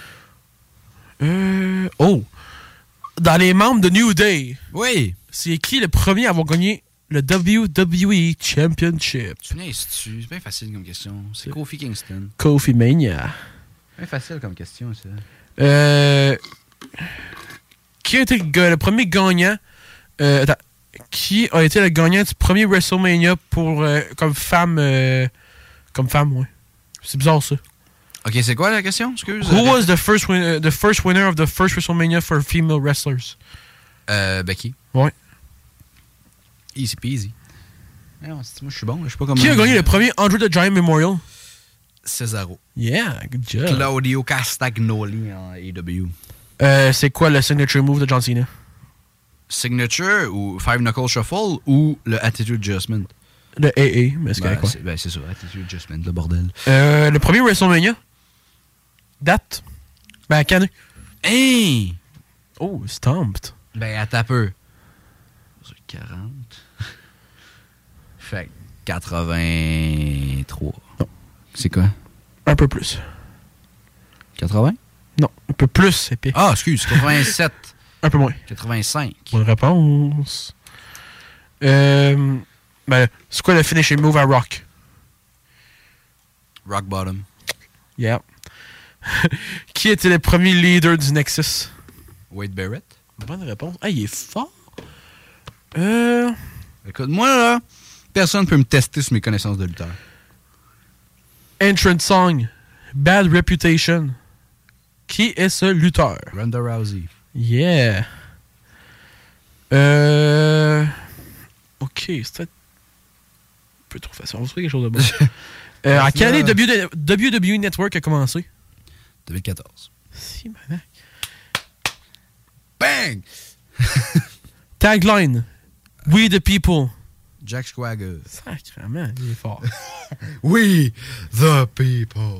Euh... Oh! Dans les membres de New Day... Oui! C'est qui le premier à avoir gagné le W W E Championship? Tu niaises-tu? C'est bien facile comme question. C'est Kofi Kingston. Kofi Mania. Bien facile comme question, ça. Euh... Qui a été le, ga- le premier gagnant... Euh, attends. Qui a été le gagnant du premier WrestleMania pour... euh, comme femme... euh, comme femme, ouais. C'est bizarre, ça. OK, c'est quoi la question? Excuse. Who was the first, win- uh, the first winner of the first WrestleMania for female wrestlers? Euh, Becky. Ouais. Easy peasy. Non, c'est- moi, je suis bon. Je sais pas comment... Qui a gagné le premier Andre the Giant Memorial? Cesaro. Yeah, good job. Claudio Castagnoli en A E W. Euh, c'est quoi le signature move de John Cena? Signature ou Five Knuckle Shuffle ou le Attitude Adjustment? Le A A, mais c'est ben, correct, ouais. c'est, ben, c'est ça, Attitude Adjustment, le bordel. Euh, le premier WrestleMania. Date. Ben, canne. Hey! Oh, Stomped. Ben, attends un peu. C'est quarante. Fait que quatre-vingt-trois. Non. C'est quoi? Un peu plus. quatre-vingts? Non, un peu plus, c'est pire. Ah, excuse, quatre-vingt-sept. Un peu moins. quatre-vingt-cinq. Bonne réponse. Euh, ben, c'est quoi le finishing move à Rock? Rock Bottom. Yeah. Qui était le premier leader du Nexus? Wade Barrett. Bonne réponse. Ah, il est fort. Euh... Écoute, moi, là, personne ne peut me tester sur mes connaissances de lutteur. Entrance Song. Bad Reputation. Qui est ce lutteur? Ronda Rousey. Yeah. Euh... Ok, c'est peut-être un peu trop facile. On va se trouver quelque chose de bon. euh, en quelle année W W E Network a commencé? deux mille quatorze. Si, maintenant. Bang! Tagline. We the people. Jack Swagger. Sacrément, il est fort. We the people.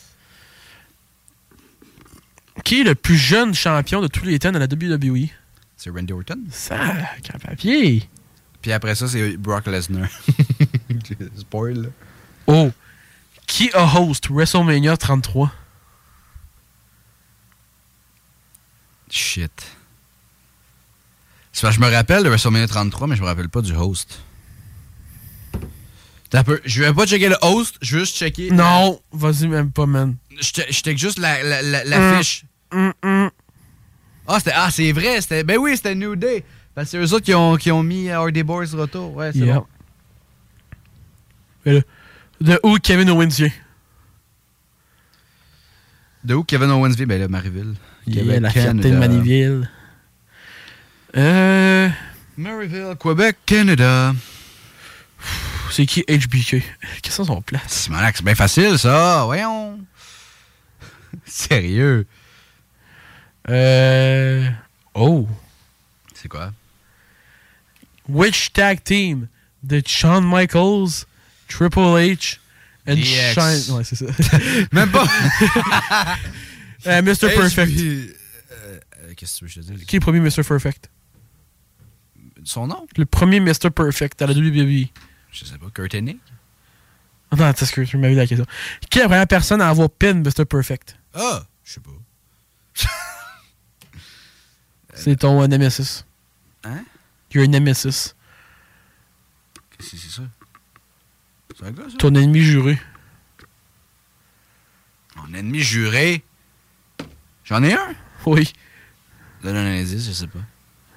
Qui est le plus jeune champion de tous les temps de la W W E? C'est Randy Orton. Sac, papier. Puis après ça, c'est Brock Lesnar. Spoil. Oh. Qui a host WrestleMania trente-trois? Shit. C'est parce que je me rappelle de WrestleMania trente-trois, mais je me rappelle pas du host. T'as peu. Je vais pas checker le host, je vais juste checker. Non, la... vas-y même pas, man. Je check juste la, la, la, la fiche. Mm, mm. Ah, c'était, ah, c'est vrai. C'était, ben oui, c'était New Day. Parce que c'est eux autres qui ont, qui ont mis Hardy Boys retour. Ouais, c'est yeah. bon. Et là, de où Kevin Owens vient? De où Kevin Owens vient? Ben là, Maryville. Yeah, la fierté de Maniville. Euh... Maryville, Québec, Canada. C'est qui H B K? Qu'est-ce qu'ils sont place? C'est bien facile, ça. Voyons. Sérieux. Euh... Oh. C'est quoi? Which tag team did Shawn Michaels, Triple H, and Shine... Ouais, c'est ça. Même pas. euh, mister Perfect. H B... Euh, qu'est-ce que tu veux que je te dise? Qui est le premier mister Perfect? Son nom? Le premier mister Perfect à la W W E. Je sais pas. Kurt Hennig? Oh non, t'as ce que tu m'as vu la question. Qui est la première personne à avoir pin mister Perfect? Ah! Je sais pas. C'est ton uh, Nemesis. Hein? Your Nemesis. Qu'est-ce que c'est ça? C'est un gars, ça? Ton ennemi juré. Mon ennemi juré? J'en ai un? Oui. Donne un indice, je sais pas.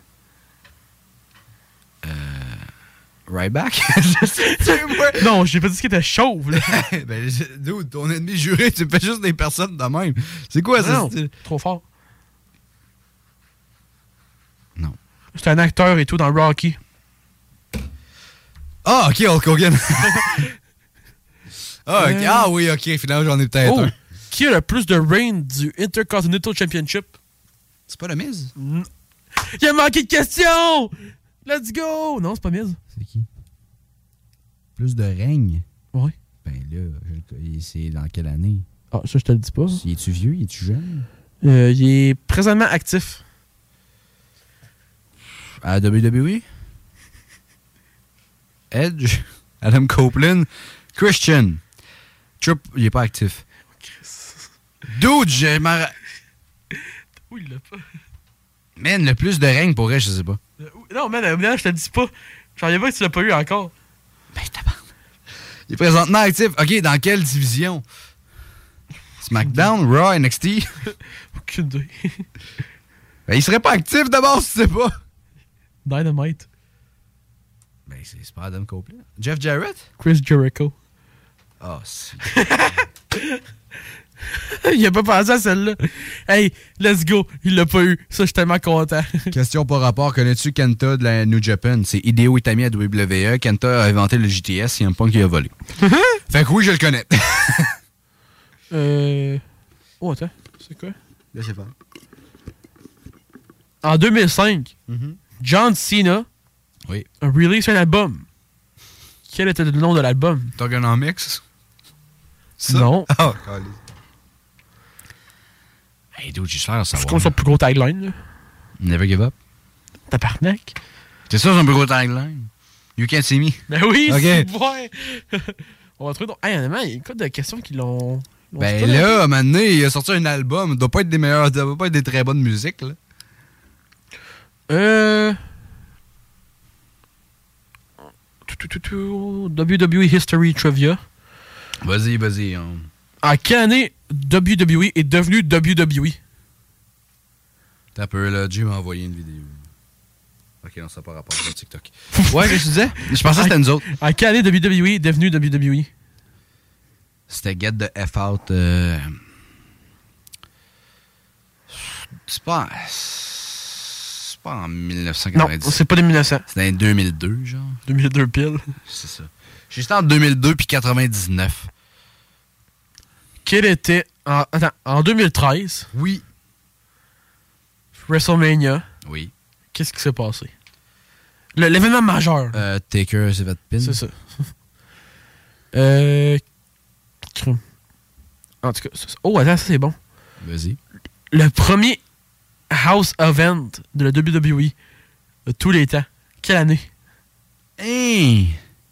Euh... Ryback? Non, j'ai pas dit qu'il était chauve, là. Ben, dude, ton ennemi juré, tu fais juste des personnes de même. C'est quoi, ça? Non, trop fort. Non. C'est un acteur et tout dans Rocky. Ah, ok, Hulk Hogan. ah, okay. euh... ah oui, ok, finalement, j'en ai peut-être oh, un. Qui a le plus de reign du Intercontinental Championship? C'est pas la Miz? Mm. Il a manqué de questions! Let's go! Non, c'est pas Miz. C'est qui? Plus de règne? Oui. Ben là, je, c'est dans quelle année? Ah, ça, je te le dis pas. Il est-tu vieux? Il est-tu jeune? Euh, il est présentement actif. À la W W E? Edge? Adam Copeland? Christian? Trip, il est pas actif. Dude, j'ai marre... Oui, il l'a pas. Man, le plus de règne pour elle, je sais pas. Euh, non, man, là, je te le dis pas. J'en reviens pas que tu l'as pas eu encore. Ben, t'as il est présentement actif. Ok, dans quelle division? SmackDown, Raw, N X T? Aucune idée. Ben, il serait pas actif d'abord, si tu sais pas. Dynamite. Ben, c'est, c'est pas Adam Copeland. Jeff Jarrett? Chris Jericho. Ah, oh, si. Il a pas pensé à celle-là. Hey, let's go. Il l'a pas eu. Ça, je suis tellement content. Question par rapport. Connais-tu Kenta de la New Japan? C'est Hideo Itami à W W E. Kenta a inventé le J T S. Il y a un point qui a volé. Fait que oui, je le connais. euh... Oh, attends. C'est quoi? Laissez faire. En deux mille cinq, mm-hmm. John Cena oui. a release un album. Quel était le nom de l'album? Togonomics? Non. Oh, calé. Hey, dude, j'ai l'air à savoir. C'est comme son plus gros tagline, là. Never give up. Tabarnak. C'est ça son plus gros tagline? You can't see me. Ben oui, OK. c'est ouais. On va trouver... Donc... Hey, honnêtement, il y a une couple de questions qui l'ont... l'ont Ben fait, là, à un moment donné, il a sorti un album. Ça doit pas être des meilleurs... Ça doit pas être des très bonnes musiques, là. Euh... W W E History Trivia. Vas-y, vas-y. On... En quelle année W W E est devenu W W E? T'as peu, là. Dieu m'a envoyé une vidéo. Ok, non, ça n'a pas rapport à TikTok. Ouais, qu'est-ce que tu disais? Je pensais que c'était nous autres. En quelle année W W E est devenu W W E? C'était Get the F Out. Euh... C'est pas... C'est pas en mille neuf cent quatre-vingt-dix. Non, c'est pas de mille neuf cents. C'est en deux mille deux, genre. deux mille deux pile. C'est ça. J'étais en deux mille deux puis quatre-vingt-dix-neuf. Quel était... En, attends, en deux mille treize... Oui. WrestleMania. Oui. Qu'est-ce qui s'est passé? Le, l'événement majeur. Euh, Taker s'est fait pin. C'est ça. euh... En tout cas... Ça, oh, attends, ça c'est bon. Vas-y. Le premier house event de la W W E de tous les temps. Quelle année? Hey!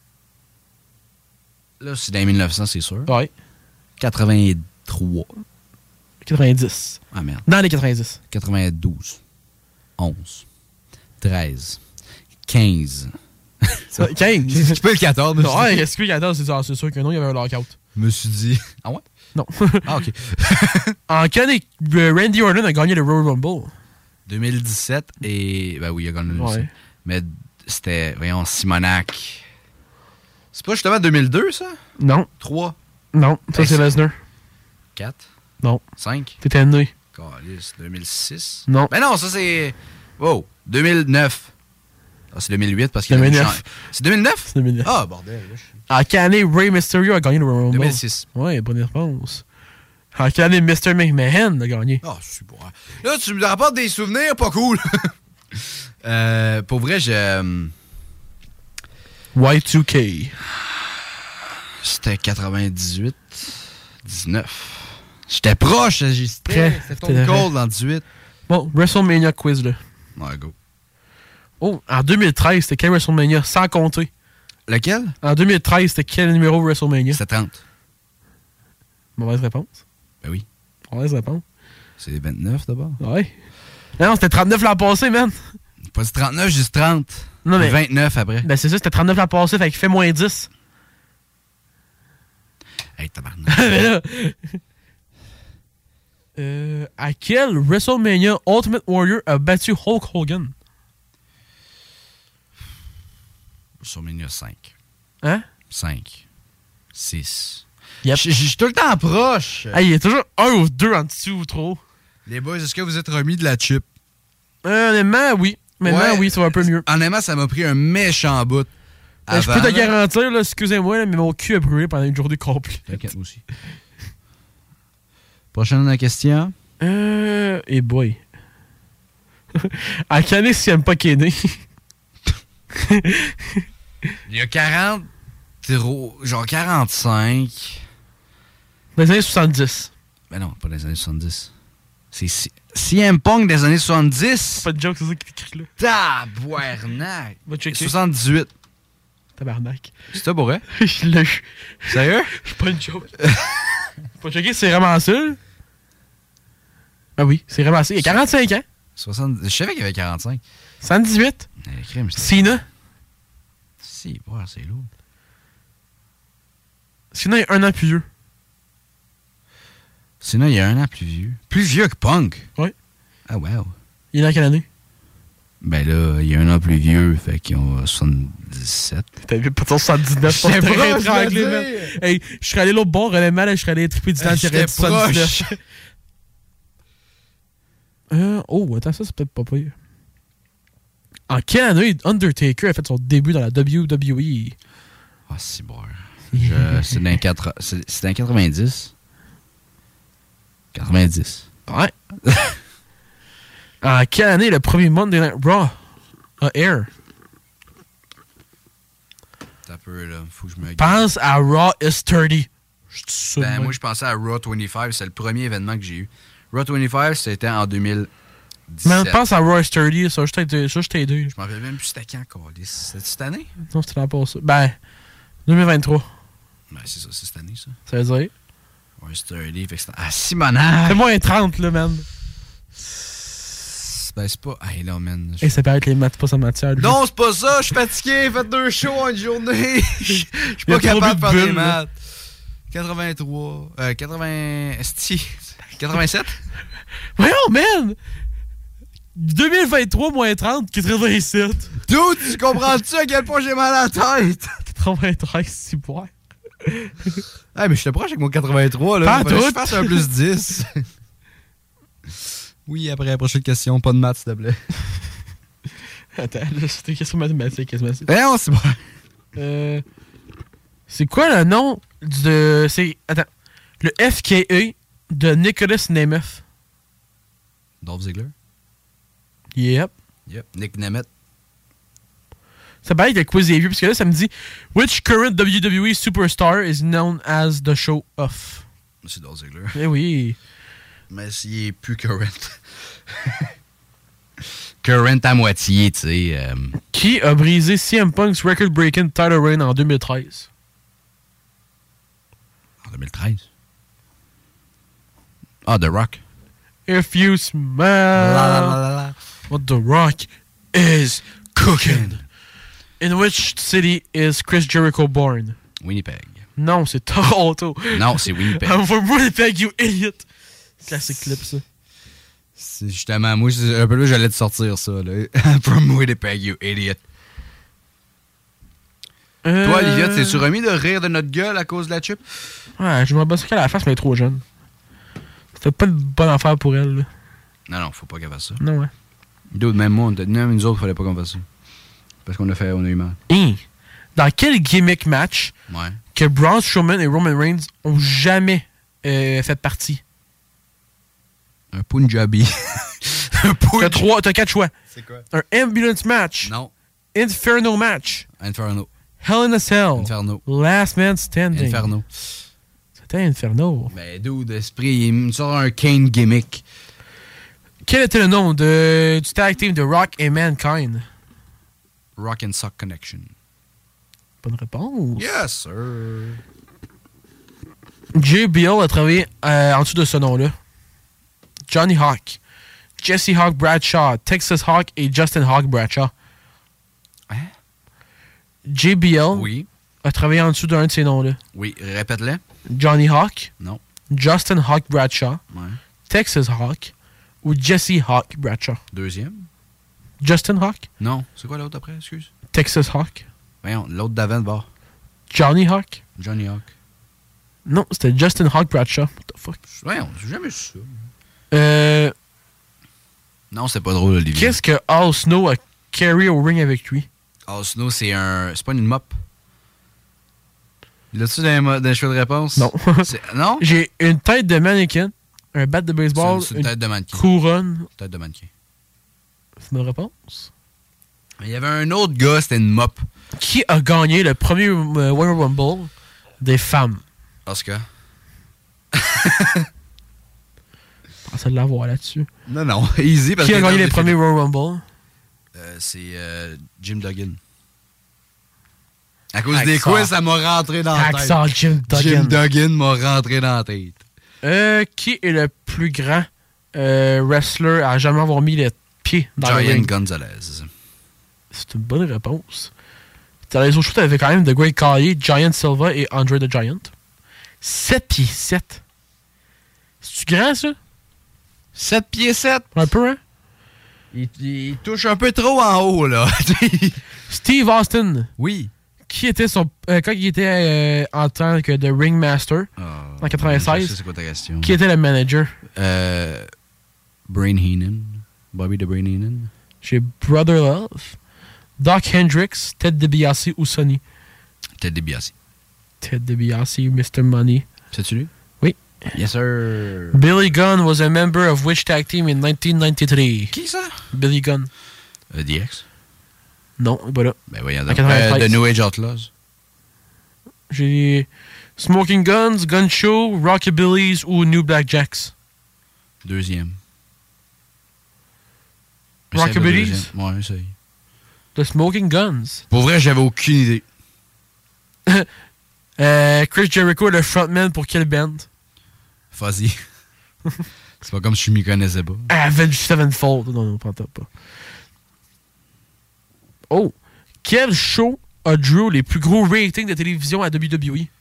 Là, c'est dans les mille neuf cents, c'est sûr. Ouais. quatre-vingt-trois. quatre-vingt-dix. Ah, merde. Dans les quatre-vingt-dix. quatre-vingt-douze. onze. treize. quinze. quinze? C'est pas le quatorze. Non, ouais, est-ce que le quatorze, c'est, c'est sûr que non, il y avait un lockout. Je me suis dit... Ah ouais? Non. Ah, OK. En quelle année Randy Orton a gagné le Royal Rumble? deux mille dix-sept et... Ben oui, il a gagné le Ouais. ouais. Mais c'était, voyons, Simonac. C'est pas justement deux mille deux, ça? Non. trois. Non, ça Hey, c'est Lesnar. quatre. Non. cinq. T'étais né. Calice, deux mille six. Non. Ben non, ça c'est... Wow, deux mille neuf. Ah, c'est deux mille huit parce qu'il deux mille a neuf. C'est deux mille neuf? C'est deux mille neuf. Ah, bordel. En quelle année Rey Mysterio a gagné le Royal Rumble? deux mille six. Ouais, bonne réponse. En quelle année mister McMahon a gagné? Ah, oh, super. Là, tu me rapportes des souvenirs pas cool. euh, pour vrai, je... Euh, Y deux K. C'était quatre-vingt-dix-huit. dix-neuf. J'étais proche, j'étais Prêt. C'était ton Cold dans dix-huit. Bon, WrestleMania quiz, là. Ouais, go. Oh, en deux mille treize, c'était quel WrestleMania? Sans compter. Lequel? En deux mille treize, c'était quel numéro WrestleMania? C'était trente. Mauvaise réponse. Ben oui. Mauvaise réponse. C'est vingt-neuf d'abord. Ouais. Non, c'était trente-neuf l'an passé, man. Pas du trente-neuf, juste trente. Non, mais... vingt-neuf après. Ben c'est ça, c'était trente-neuf l'an passé, fait qu'il fait moins dix. Hey, tabarnak. Mais là... euh, à quel WrestleMania Ultimate Warrior a battu Hulk Hogan? WrestleMania cinq. Hein? cinq. six. Yep. Je suis tout le temps proche. Ah, il y a toujours un ou deux en dessous ou trop. Les boys, est-ce que vous êtes remis de la chip? Euh, honnêtement, oui. Maintenant, Ouais. oui, ça va un peu mieux. Honnêtement, ça m'a pris un méchant bout. Ben, je peux te garantir, là, excusez-moi, là, mais mon cul a brûlé pendant une journée complète. T'inquiète, moi aussi. Prochaine question. Euh. Et boy. À quelle année si elle pas qu'il est né? Il y a quarante. Genre quarante-cinq. Dans les années soixante-dix. Ben non, pas dans les années soixante-dix. C'est C- C M Punk des années soixante-dix. Pas de joke, c'est ça qui écrit là. Tabarnak. Va checker. soixante-dix-huit. Tabarnak. C'est ça pour vrai? Je l'ai eu. Sérieux? C'est pas une joke. Pas checker si c'est vraiment ça. Ah oui, c'est vraiment ça. Il y a quarante-cinq ans. soixante... Je savais qu'il y avait quarante-cinq. soixante-dix-huit. Eh, crème, c'est... Sina. Si, ouais, c'est lourd. Sina est un an plus vieux. Sinon, il y a un an plus vieux. Plus vieux que Punk? Oui. Ah, wow. Il est dans quelle année? Ben là, il y a un an plus vieux, fait qu'ils ont soixante-dix-sept. T'as vu pas ton soixante-dix-neuf pour te J'étais proche rétrangler, de man. dire. Hey, je serais allé l'autre bord, honnêtement, là, je serais allé triper du temps, J'étais j'irais du soixante-dix-neuf. proche. euh, oh, attends, ça, c'est peut-être pas pire. En quelle année Undertaker a fait son début dans la W W E? Ah, c'est bon. Je- C'est dans les quatre- c'est- c'est dans les quatre-vingt-dix. quatre-vingt-dix. Ouais. En quelle année le premier Monday Night Raw Ah, Air. T'as peu, là. Faut que je me... Pense à Raw is thirty. Je suis sûr. Ben, moi, je pensais à Raw vingt-cinq. C'est le premier événement que j'ai eu. Raw vingt-cinq, c'était en deux mille dix-sept. Mais pense à Raw is thirty. Ça, je t'ai ça, je t'ai aidé. Je m'en rappelle même plus c'était quand, Calice. C'était cette année? Non, c'était l'an passé. Ben, deux mille vingt-trois. Ben, c'est ça, c'est cette année, ça. Ça veut dire? Raw is thirty. Fait que c'était... Ah, Simonac! C'est moins trente, là, man. Ben, c'est pas... Hey, là, man. Et ça paraît que les maths, c'est pas sa matière. lui. Non, c'est pas ça. Je suis fatigué. Faites deux shows en une journée. Je suis Il y a pas trop capable de de faire des bulles, là. maths. quatre-vingt-trois. Euh, quatre-vingts... Esti. quatre-vingt-sept? Voyons, man! deux mille vingt-trois moins trente, quatre-vingt-sept. Dude, tu comprends-tu à quel point j'ai mal à la tête? quatre-vingt-treize, c'est bon. Ah, mais je te proche avec mon quatre-vingt-trois, là. Pas Fallait que tout. je fasse un plus dix. Oui, après la prochaine question, pas de maths, s'il te plaît. Attends, là, c'était une question mathématique. Question mathématique. Eh non, c'est bon. Euh, c'est quoi le nom de... C'est... Attends. Le F K A de Nicholas Nemeth. Dolph Ziggler? Yep. Yep. Nick Nemeth. Ça paraît que le quiz est vieux, parce que là, ça me dit « Which current W W E superstar is known as the show-off? » C'est Dolph Ziggler. Eh oui. Mais s'il est plus current. Current à moitié, tu sais. Euh... Qui a brisé C M Punk's record-breaking title reign en deux mille treize? En deux mille treize? Ah, The Rock. If you smell La, la, la, la. what The Rock is cooking. In which city is Chris Jericho born? Winnipeg. Non, c'est Toronto. Non, c'est Winnipeg. I'm from Winnipeg, you idiot. Classic clip, ça. C'est justement, moi, c'est un peu là, j'allais te sortir ça, là. From Winnipeg, you idiot. Euh... Toi, Olivia, t'es-tu remis de rire de notre gueule à cause de la chip? Ouais, je me rappelle qu'elle a la face, mais elle est trop jeune. C'était pas une bonne affaire pour elle, là. Non, non, faut pas qu'elle fasse ça. Non, ouais. D'autres, même moi, on était- même nous autres, fallait pas qu'on fasse ça. Parce qu'on a fait, on a eu mal. Hein? Dans quel gimmick match Ouais. que Braun Strowman et Roman Reigns ont jamais euh, fait partie? Un Punjabi. Un Punjabi. T'as trois, t'as quatre choix. C'est quoi? Un ambulance match. Non. Inferno match. Inferno. Hell in a Cell. Inferno. Last Man Standing. Inferno. C'était Inferno. Mais d'où d'esprit, il me sort un Kane gimmick. Quel était le nom de, du tag team de Rock et Mankind? Rock and Sock Connection. Bonne réponse. Yes, sir. J B L a travaillé euh, en dessous de ce nom-là. Johnny Hawk, Jesse Hawk Bradshaw, Texas Hawk et Justin Hawk Bradshaw. Hein? J B L Oui. a travaillé en dessous d'un de ces noms-là. Oui, répète-le. Johnny Hawk, Non. Justin Hawk Bradshaw, Ouais. Texas Hawk ou Jesse Hawk Bradshaw. Deuxième. Justin Hawk, Non. C'est quoi l'autre après, excuse? Texas Hawk, Voyons, l'autre d'avant de bord. Johnny Hawk. Johnny Hawk. Non, c'était Justin Hawk Bradshaw. What the fuck? Voyons, j'ai jamais su ça. Euh, Non, c'est pas drôle, Olivier. Qu'est-ce que Al Snow a carry au ring avec lui? Al Snow, c'est un... C'est pas une mop. L'as-tu dans les mo- dans les choix de réponse? Non. C'est- Non? J'ai une tête de mannequin, un bat de baseball, C'est une- c'est une tête de mannequin. couronne. Tête de mannequin. C'est ma réponse. Il y avait un autre gars, c'était une mop. Qui a gagné le premier euh, Royal Rumble des femmes? Oscar. Pensez de l'avoir là-dessus. Non, non, easy. Parce Qui a que gagné dans les premiers Royal Rumble? Euh, c'est euh, Jim Duggan. À cause Hacksaw. des quiz, ça m'a rentré dans la tête. Hacksaw Jim Duggan. Jim Duggan m'a rentré dans la tête. Euh, qui est le plus grand euh, wrestler à jamais avoir mis les pieds dans le Giant ring? Gonzalez. C'est une bonne réponse. Dans les autres shows, t'avais quand même The Great Khali, Giant Silva et Andre the Giant. sept pieds sept. C'est-tu grand, ça? sept pieds sept? Un peu, hein? Il, il touche un peu trop en haut, là. Steve Austin. Oui. Qui était son... euh, quand il était euh, en tant que The Ringmaster, en quatre-vingt-seize, Je sais c'est quoi ta question. qui était le manager? Euh, Brain Heenan. Bobby the Brain Heenan. J'ai Brother Love, Doc Hendricks, Ted DiBiase ou Sonny? Ted DiBiase. Ted DiBiase, mister Money. C'est-tu lui? Oui. Yes, sir. Billy Gunn was a member of which tag team in nineteen ninety-three? Qui ça? Billy Gunn. Euh, D X. Non, il est pas là. Ben voyons En donc. quatre-vingt-treize. Euh, The New Age Outlaws. J'ai Smoking Guns, Gun Show, Rockabilly's ou New Blackjacks. Deuxième. Essaye le Rockabilly's? deuxième. Ouais, essaye. The Smoking Guns. Pour vrai, j'avais aucune idée. euh, Chris Jericho est le frontman pour quelle band? Fuzzy. C'est pas comme si je m'y connaissais pas. Avenged Sevenfold. Non, non, pas top pas. Oh! Quel show a Drew les plus gros ratings de télévision à W W E?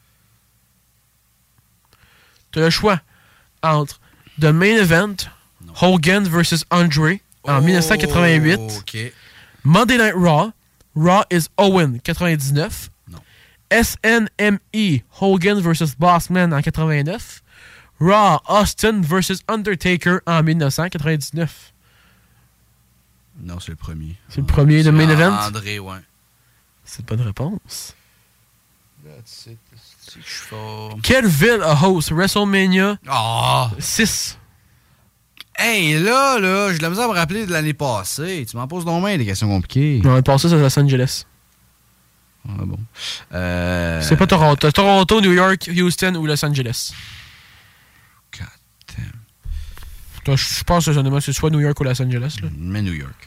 Tu as le choix entre The Main Event, non. Hogan versus Andre en oh, dix-neuf quatre-vingt-huit, okay. Monday Night Raw, Raw is Owen quatre-vingt-dix-neuf, non. S N M E, Hogan versus Bossman en quatre-vingt-neuf, Raw, Austin versus Undertaker en dix-neuf quatre-vingt-dix-neuf. Non, c'est le premier. C'est le premier de Main Event? André, ouais. C'est une bonne réponse. That's it. C'est que je suis fort. Quelle ville a host WrestleMania oh. six? Hey, là, là, j'ai de la misère à me rappeler de l'année passée. Tu m'en poses donc bien des questions compliquées. Non, l'année passée, c'est Los Angeles. Ah bon. Euh... C'est pas Toronto. Toronto, New York, Houston ou Los Angeles. God damn. Je pense que c'est soit New York ou Los Angeles. Là. Mais New York.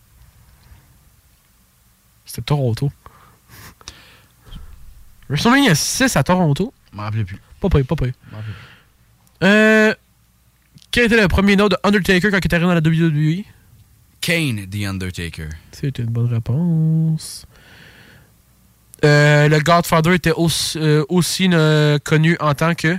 C'était Toronto. WrestleMania six à Toronto. Je m'en rappelais plus. Pas pire, pas pire. Euh, quel était le premier nom de Undertaker quand il est arrivé dans la W W E? Kane, The Undertaker. C'est une bonne réponse. Euh, le Godfather était aussi, euh, aussi euh, connu en tant que...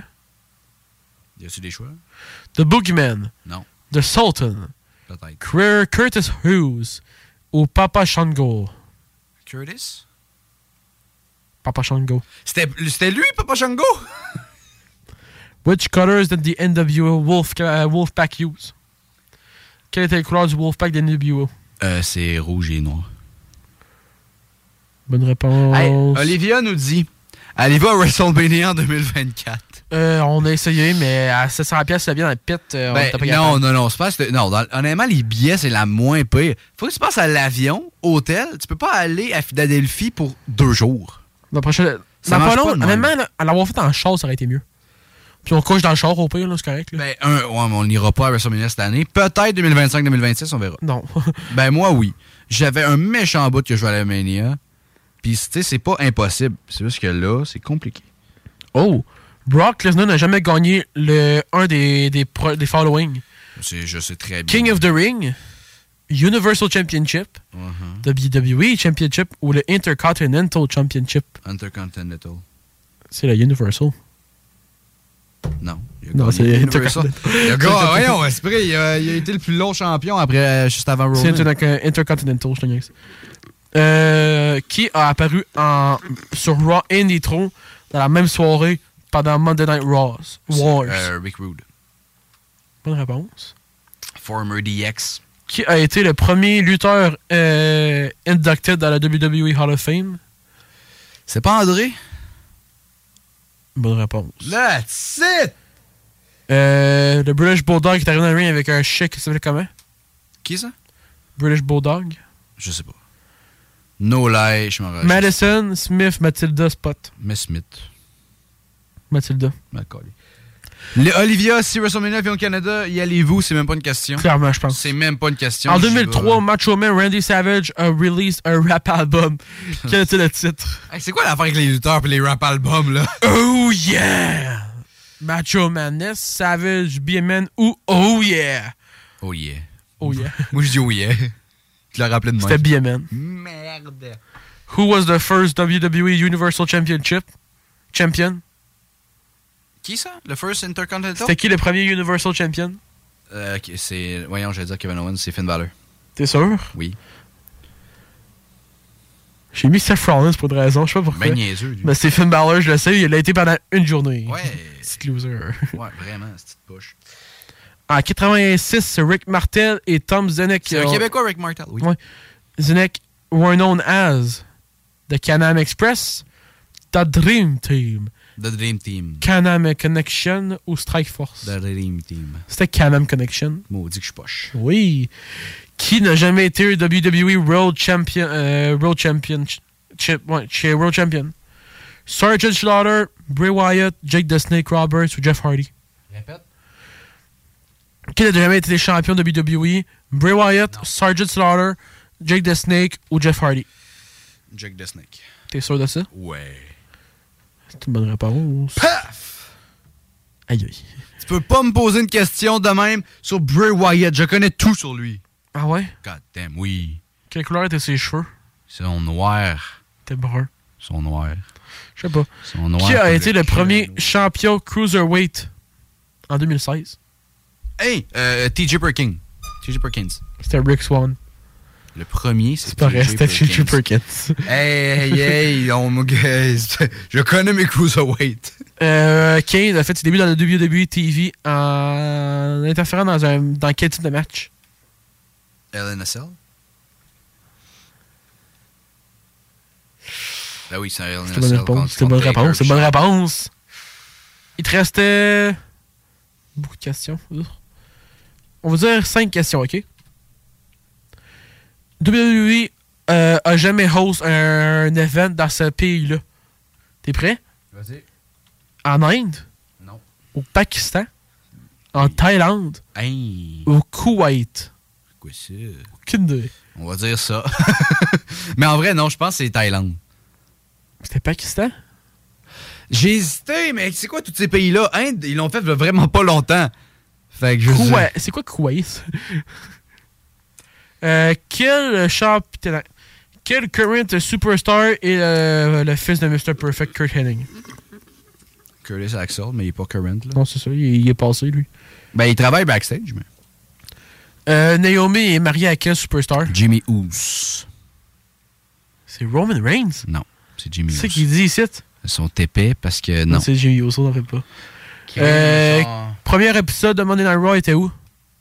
Y a-tu des choix? The Boogeyman. Non. The Sultan. Peut-être. Curtis Hughes. Ou Papa Shango. Curtis? Papa Shango. C'était, c'était lui, Papa Shango? Which colors did the N W O Wolf, uh, Wolfpack use? Quelle était la couleur du Wolfpack de N W O? Euh, c'est rouge et noir. Bonne réponse. Hey, Olivia nous dit, allez-vous à WrestleMania en deux mille vingt-quatre? Euh, on a essayé, mais à sept cents dollars ça vient dans le pit. Euh, ben, on pas non, non, non, c'est pas... Non, dans, honnêtement, les billets, c'est la moins pire. Faut que tu passes à l'avion, hôtel. Tu peux pas aller à Philadelphie pour deux jours. La prochaine... Ça marche pas de même. Honnêtement, à l'avoir fait en char, ça aurait été mieux. Puis on couche dans le char au pire, là, c'est correct. Là. Ben, un, ouais, mais on n'ira pas à WrestleMania cette année. Peut-être deux mille vingt-cinq deux mille vingt-six, on verra. Non. Ben, moi, oui. J'avais un méchant bout que je jouais à la Mania. Puis, tu sais, c'est pas impossible. C'est juste que là, c'est compliqué. Oh! Brock Lesnar n'a jamais gagné le un des, des, pro, des following. C'est, je sais très bien. King of the Ring, Universal Championship, uh-huh. W W E Championship ou le Intercontinental Championship. Intercontinental. C'est le Universal. Non. Non, c'est Universal. Le gars, voyons, esprit, il a, il a été le plus long champion après, juste avant Roman. C'est Inter- Intercontinental, je te niaise. Euh, qui a apparu en, sur Raw et Nitro dans la même soirée pendant Monday Night Raw. Wars. Euh, Rick Rude. Bonne réponse. Former D X. Qui a été le premier lutteur euh, inducted dans la W W E Hall of Fame? C'est pas André? Bonne réponse. That's it! Euh, le British Bulldog qui est arrivé dans le ring avec un chic, ça s'appelait comment? Qui ça? British Bulldog. Je sais pas. No lie, je m'en rappelle. Madison, Smith, Matilda, Spot. Miss Smith. Matilda. Les Olivia, si WrestleMania vient au Canada, y allez-vous? C'est même pas une question. Clairement, je pense. C'est même pas une question. En deux mille trois, Macho Man Randy Savage a released un rap album. Quel était le titre? Hey, c'est quoi l'affaire avec les lutteurs et les rap albums, là? Oh yeah! Macho Man, Savage, B M N ou Oh yeah! Oh yeah. Oh yeah. Moi, je dis oh yeah. Tu l'as rappelé de moi. C'était B M N. Merde. Who was the first W W E Universal Championship? Champion? Qui ça? Le first Intercontinental? C'était qui le premier Universal Champion? Euh, c'est... Voyons, j'allais dire Kevin Owens, c'est Finn Balor. T'es sûr? Oui. J'ai mis Seth Rollins pour une raison, je sais pas pourquoi. Ben niaiseux, lui. Mais c'est Finn Balor, je le sais, il l'a été pendant une journée. Ouais. Petite loser. Ouais, vraiment, petite push. En quatre-vingt-six, Rick Martel et Tom Zenek... C'est un ont... Québécois, Rick Martel, oui. Ouais. Zenek were known as the Can-Am Express, the Dream Team, The Dream Team. Can-Am Connection ou Strike Force? The Dream Team. C'était Can-Am Connection. Maudit que je suis poche. Oui. Qui n'a jamais été W W E World Champion? Euh, World Champion. Chip, ouais, chez World Champion. Sergeant Slaughter, Bray Wyatt, Jake the Snake Roberts ou Jeff Hardy? Répète. Qui n'a jamais été champion de W W E? Bray Wyatt, non. Sergeant Slaughter, Jake the Snake ou Jeff Hardy? Jake the Snake. T'es sûr de ça? Ouais. C'est une bonne réponse. Paf! Aïe aïe. Tu peux pas me poser une question de même sur Bray Wyatt. Je connais tout sur lui. Ah ouais? God damn, oui. Quelle couleur étaient ses cheveux? Ils sont noirs. T'es brun. Ils sont noirs. Je sais pas. Ils sont noirs. Qui a été le cœur. premier champion Cruiserweight en deux mille seize? Hey! Euh, T J Perkins. T J Perkins. C'était Rick Swann. Le premier, c'est C'est pas vrai, c'était T J Perkins. Hey, hey, hey, on me guesse. Je connais mes cruiserweight. Euh, Kane a fait ses débuts dans le W W E T V en interférant dans, un, dans quel type de match? L N S L? Ben oui, c'est un L N S L. C'est une bonne réponse. C'est une bonne réponse. C'est une bonne réponse. Il te restait beaucoup de questions. On va dire cinq questions, OK? W W E euh, a jamais host un, un event dans ce pays-là. T'es prêt? Vas-y. En Inde? Non. Au Pakistan? En Thaïlande? Hey. Au Koweït? Quoi ça? Aucune idée. On va dire ça. Mais en vrai, non, je pense que c'est Thaïlande. C'était Pakistan? J'ai hésité, mais c'est quoi tous ces pays-là? Inde, ils l'ont fait vraiment pas longtemps. Fait que je Koweït. C'est quoi Koweït? Euh, quel champion... Quel current superstar est euh, le fils de mister Perfect, Kurt Hennig? Curtis Axel, mais il est pas current, là. Non, c'est ça, il, il est passé, lui. Ben, il travaille backstage, mais... Euh, Naomi est mariée à quel superstar? Jimmy Uso. C'est Roman Reigns? Non, c'est Jimmy Uso. C'est qui dit ici? Ils sont épais parce que non. non c'est Jimmy Uso, n'en fait pas. Okay, euh, genre... Premier épisode de Monday Night Raw était où?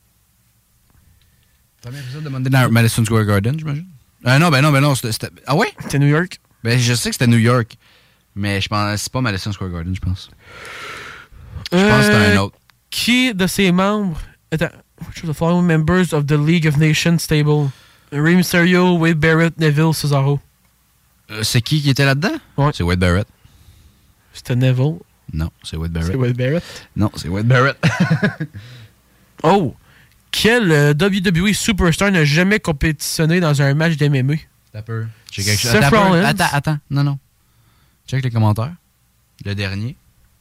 Premier épisode de Monday Night Madison Square Garden, j'imagine? Euh, non, ben non, ben non. C'était... Ah ouais? C'était New York. Ben, je sais que c'était New York. Mais je pense c'est pas Madison Square Garden, je pense. Je euh, pense que c'était un autre. Qui de ses membres était... Which of the following members of the League of Nations stable? Rey Mysterio, Wade Barrett, Neville, Cesaro. Euh, c'est qui qui était là-dedans? Ouais. C'est Wade Barrett. C'était Neville. Non, c'est Wade Barrett. C'est Wade Barrett? Non, c'est Wade Barrett. Oh! Quel euh, W W E superstar n'a jamais compétitionné dans un match d'M M A? T'as peur. J'ai quelque chose. Seth Attends, Rollins. attends, attends. Non, non. Check les commentaires. Le dernier.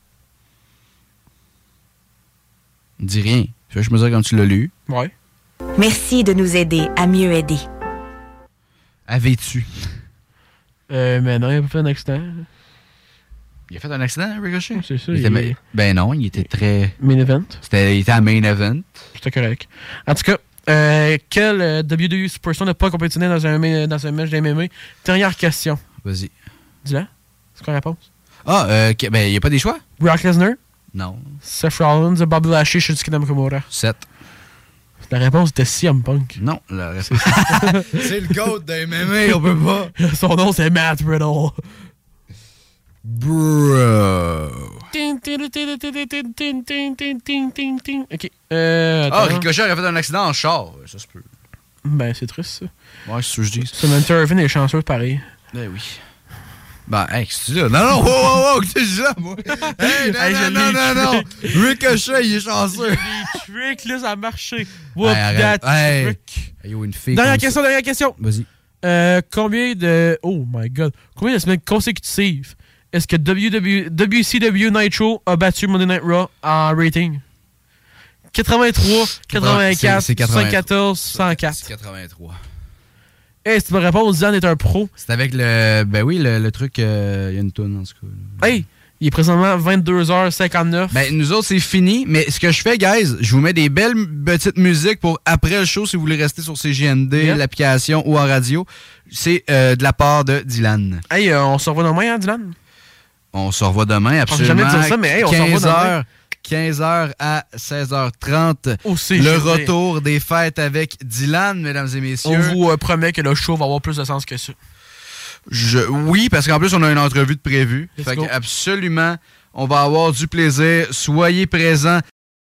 Dis rien. Fais juste me dire quand tu l'as lu. Ouais. Merci de nous aider à mieux aider. Avais-tu? Euh, mais non, il a pas fait un accident. Il a fait un accident, Ricochet? C'est ça. Il il était est... ma... Ben non, il était très... Main event. C'était... Il était à main event. C'était correct. En tout cas, euh, quel euh, W W E superstar n'a pas compétitionné dans un, main, dans un match d'M M A? Dernière question. Vas-y. Dis-la. C'est quoi la réponse? Ah, euh, ben, il n'y a pas des choix? Brock Lesnar? Non. Seth Rollins, Bobby Lashley, Shinsuke Nakamura? sept. La réponse était C M Punk. Non, la réponse... c'est le GOAT de M M A, on peut pas. Son nom, c'est Matt Riddle. Bro. Ok. Euh, ah, Ricochet aurait fait un accident en char. Ça se peut. Ben, c'est triste, ça. Ouais, c'est ce que je dis. Samantha Irvin est chanceuse pareil. Ben oui. Ben, hey, qu'est-ce que tu dis là? Non, non, wow, wow, wow, qu'est-ce que tu dis là, moi? Hey, non, hey, non, non, non, non, non. Ricochet, il est chanceux. Les tricks, là, ça a marché. Whoop, hey, that hey. trick. Hey, yo, une fille. Dernière question, dernière question. Vas-y. Euh, combien de... Oh my God. Combien de semaines consécutives est-ce que W W... W C W Nitro a battu Monday Night Raw en rating? quatre-vingt-trois, quatre-vingt-quatre, soixante-quatorze, cent quatre. C'est quatre-vingt-trois. Hey, si tu me réponds, Zan est un pro. C'est avec le... Ben oui, le, le truc... Il euh, y a une toune, en tout cas. Hey! Il est présentement vingt-deux heures cinquante-neuf. Ben, nous autres, c'est fini. Mais ce que je fais, guys, je vous mets des belles petites musiques pour après le show, si vous voulez rester sur C G N D, Yep. l'application ou en radio. C'est euh, de la part de Dylan. Hey, euh, on se revoit demain, hein, Dylan? On se revoit demain, Je vais absolument. jamais dire ça, mais hey, on se revoit demain. quinze heures à seize heures trente. Au C G Le D. retour des fêtes avec Dylan, mesdames et messieurs. On vous euh, promet que le show va avoir plus de sens que ça. Je, oui, parce qu'en plus, on a une entrevue de prévue. Let's Fait go. que absolument, On va avoir du plaisir. Soyez présents.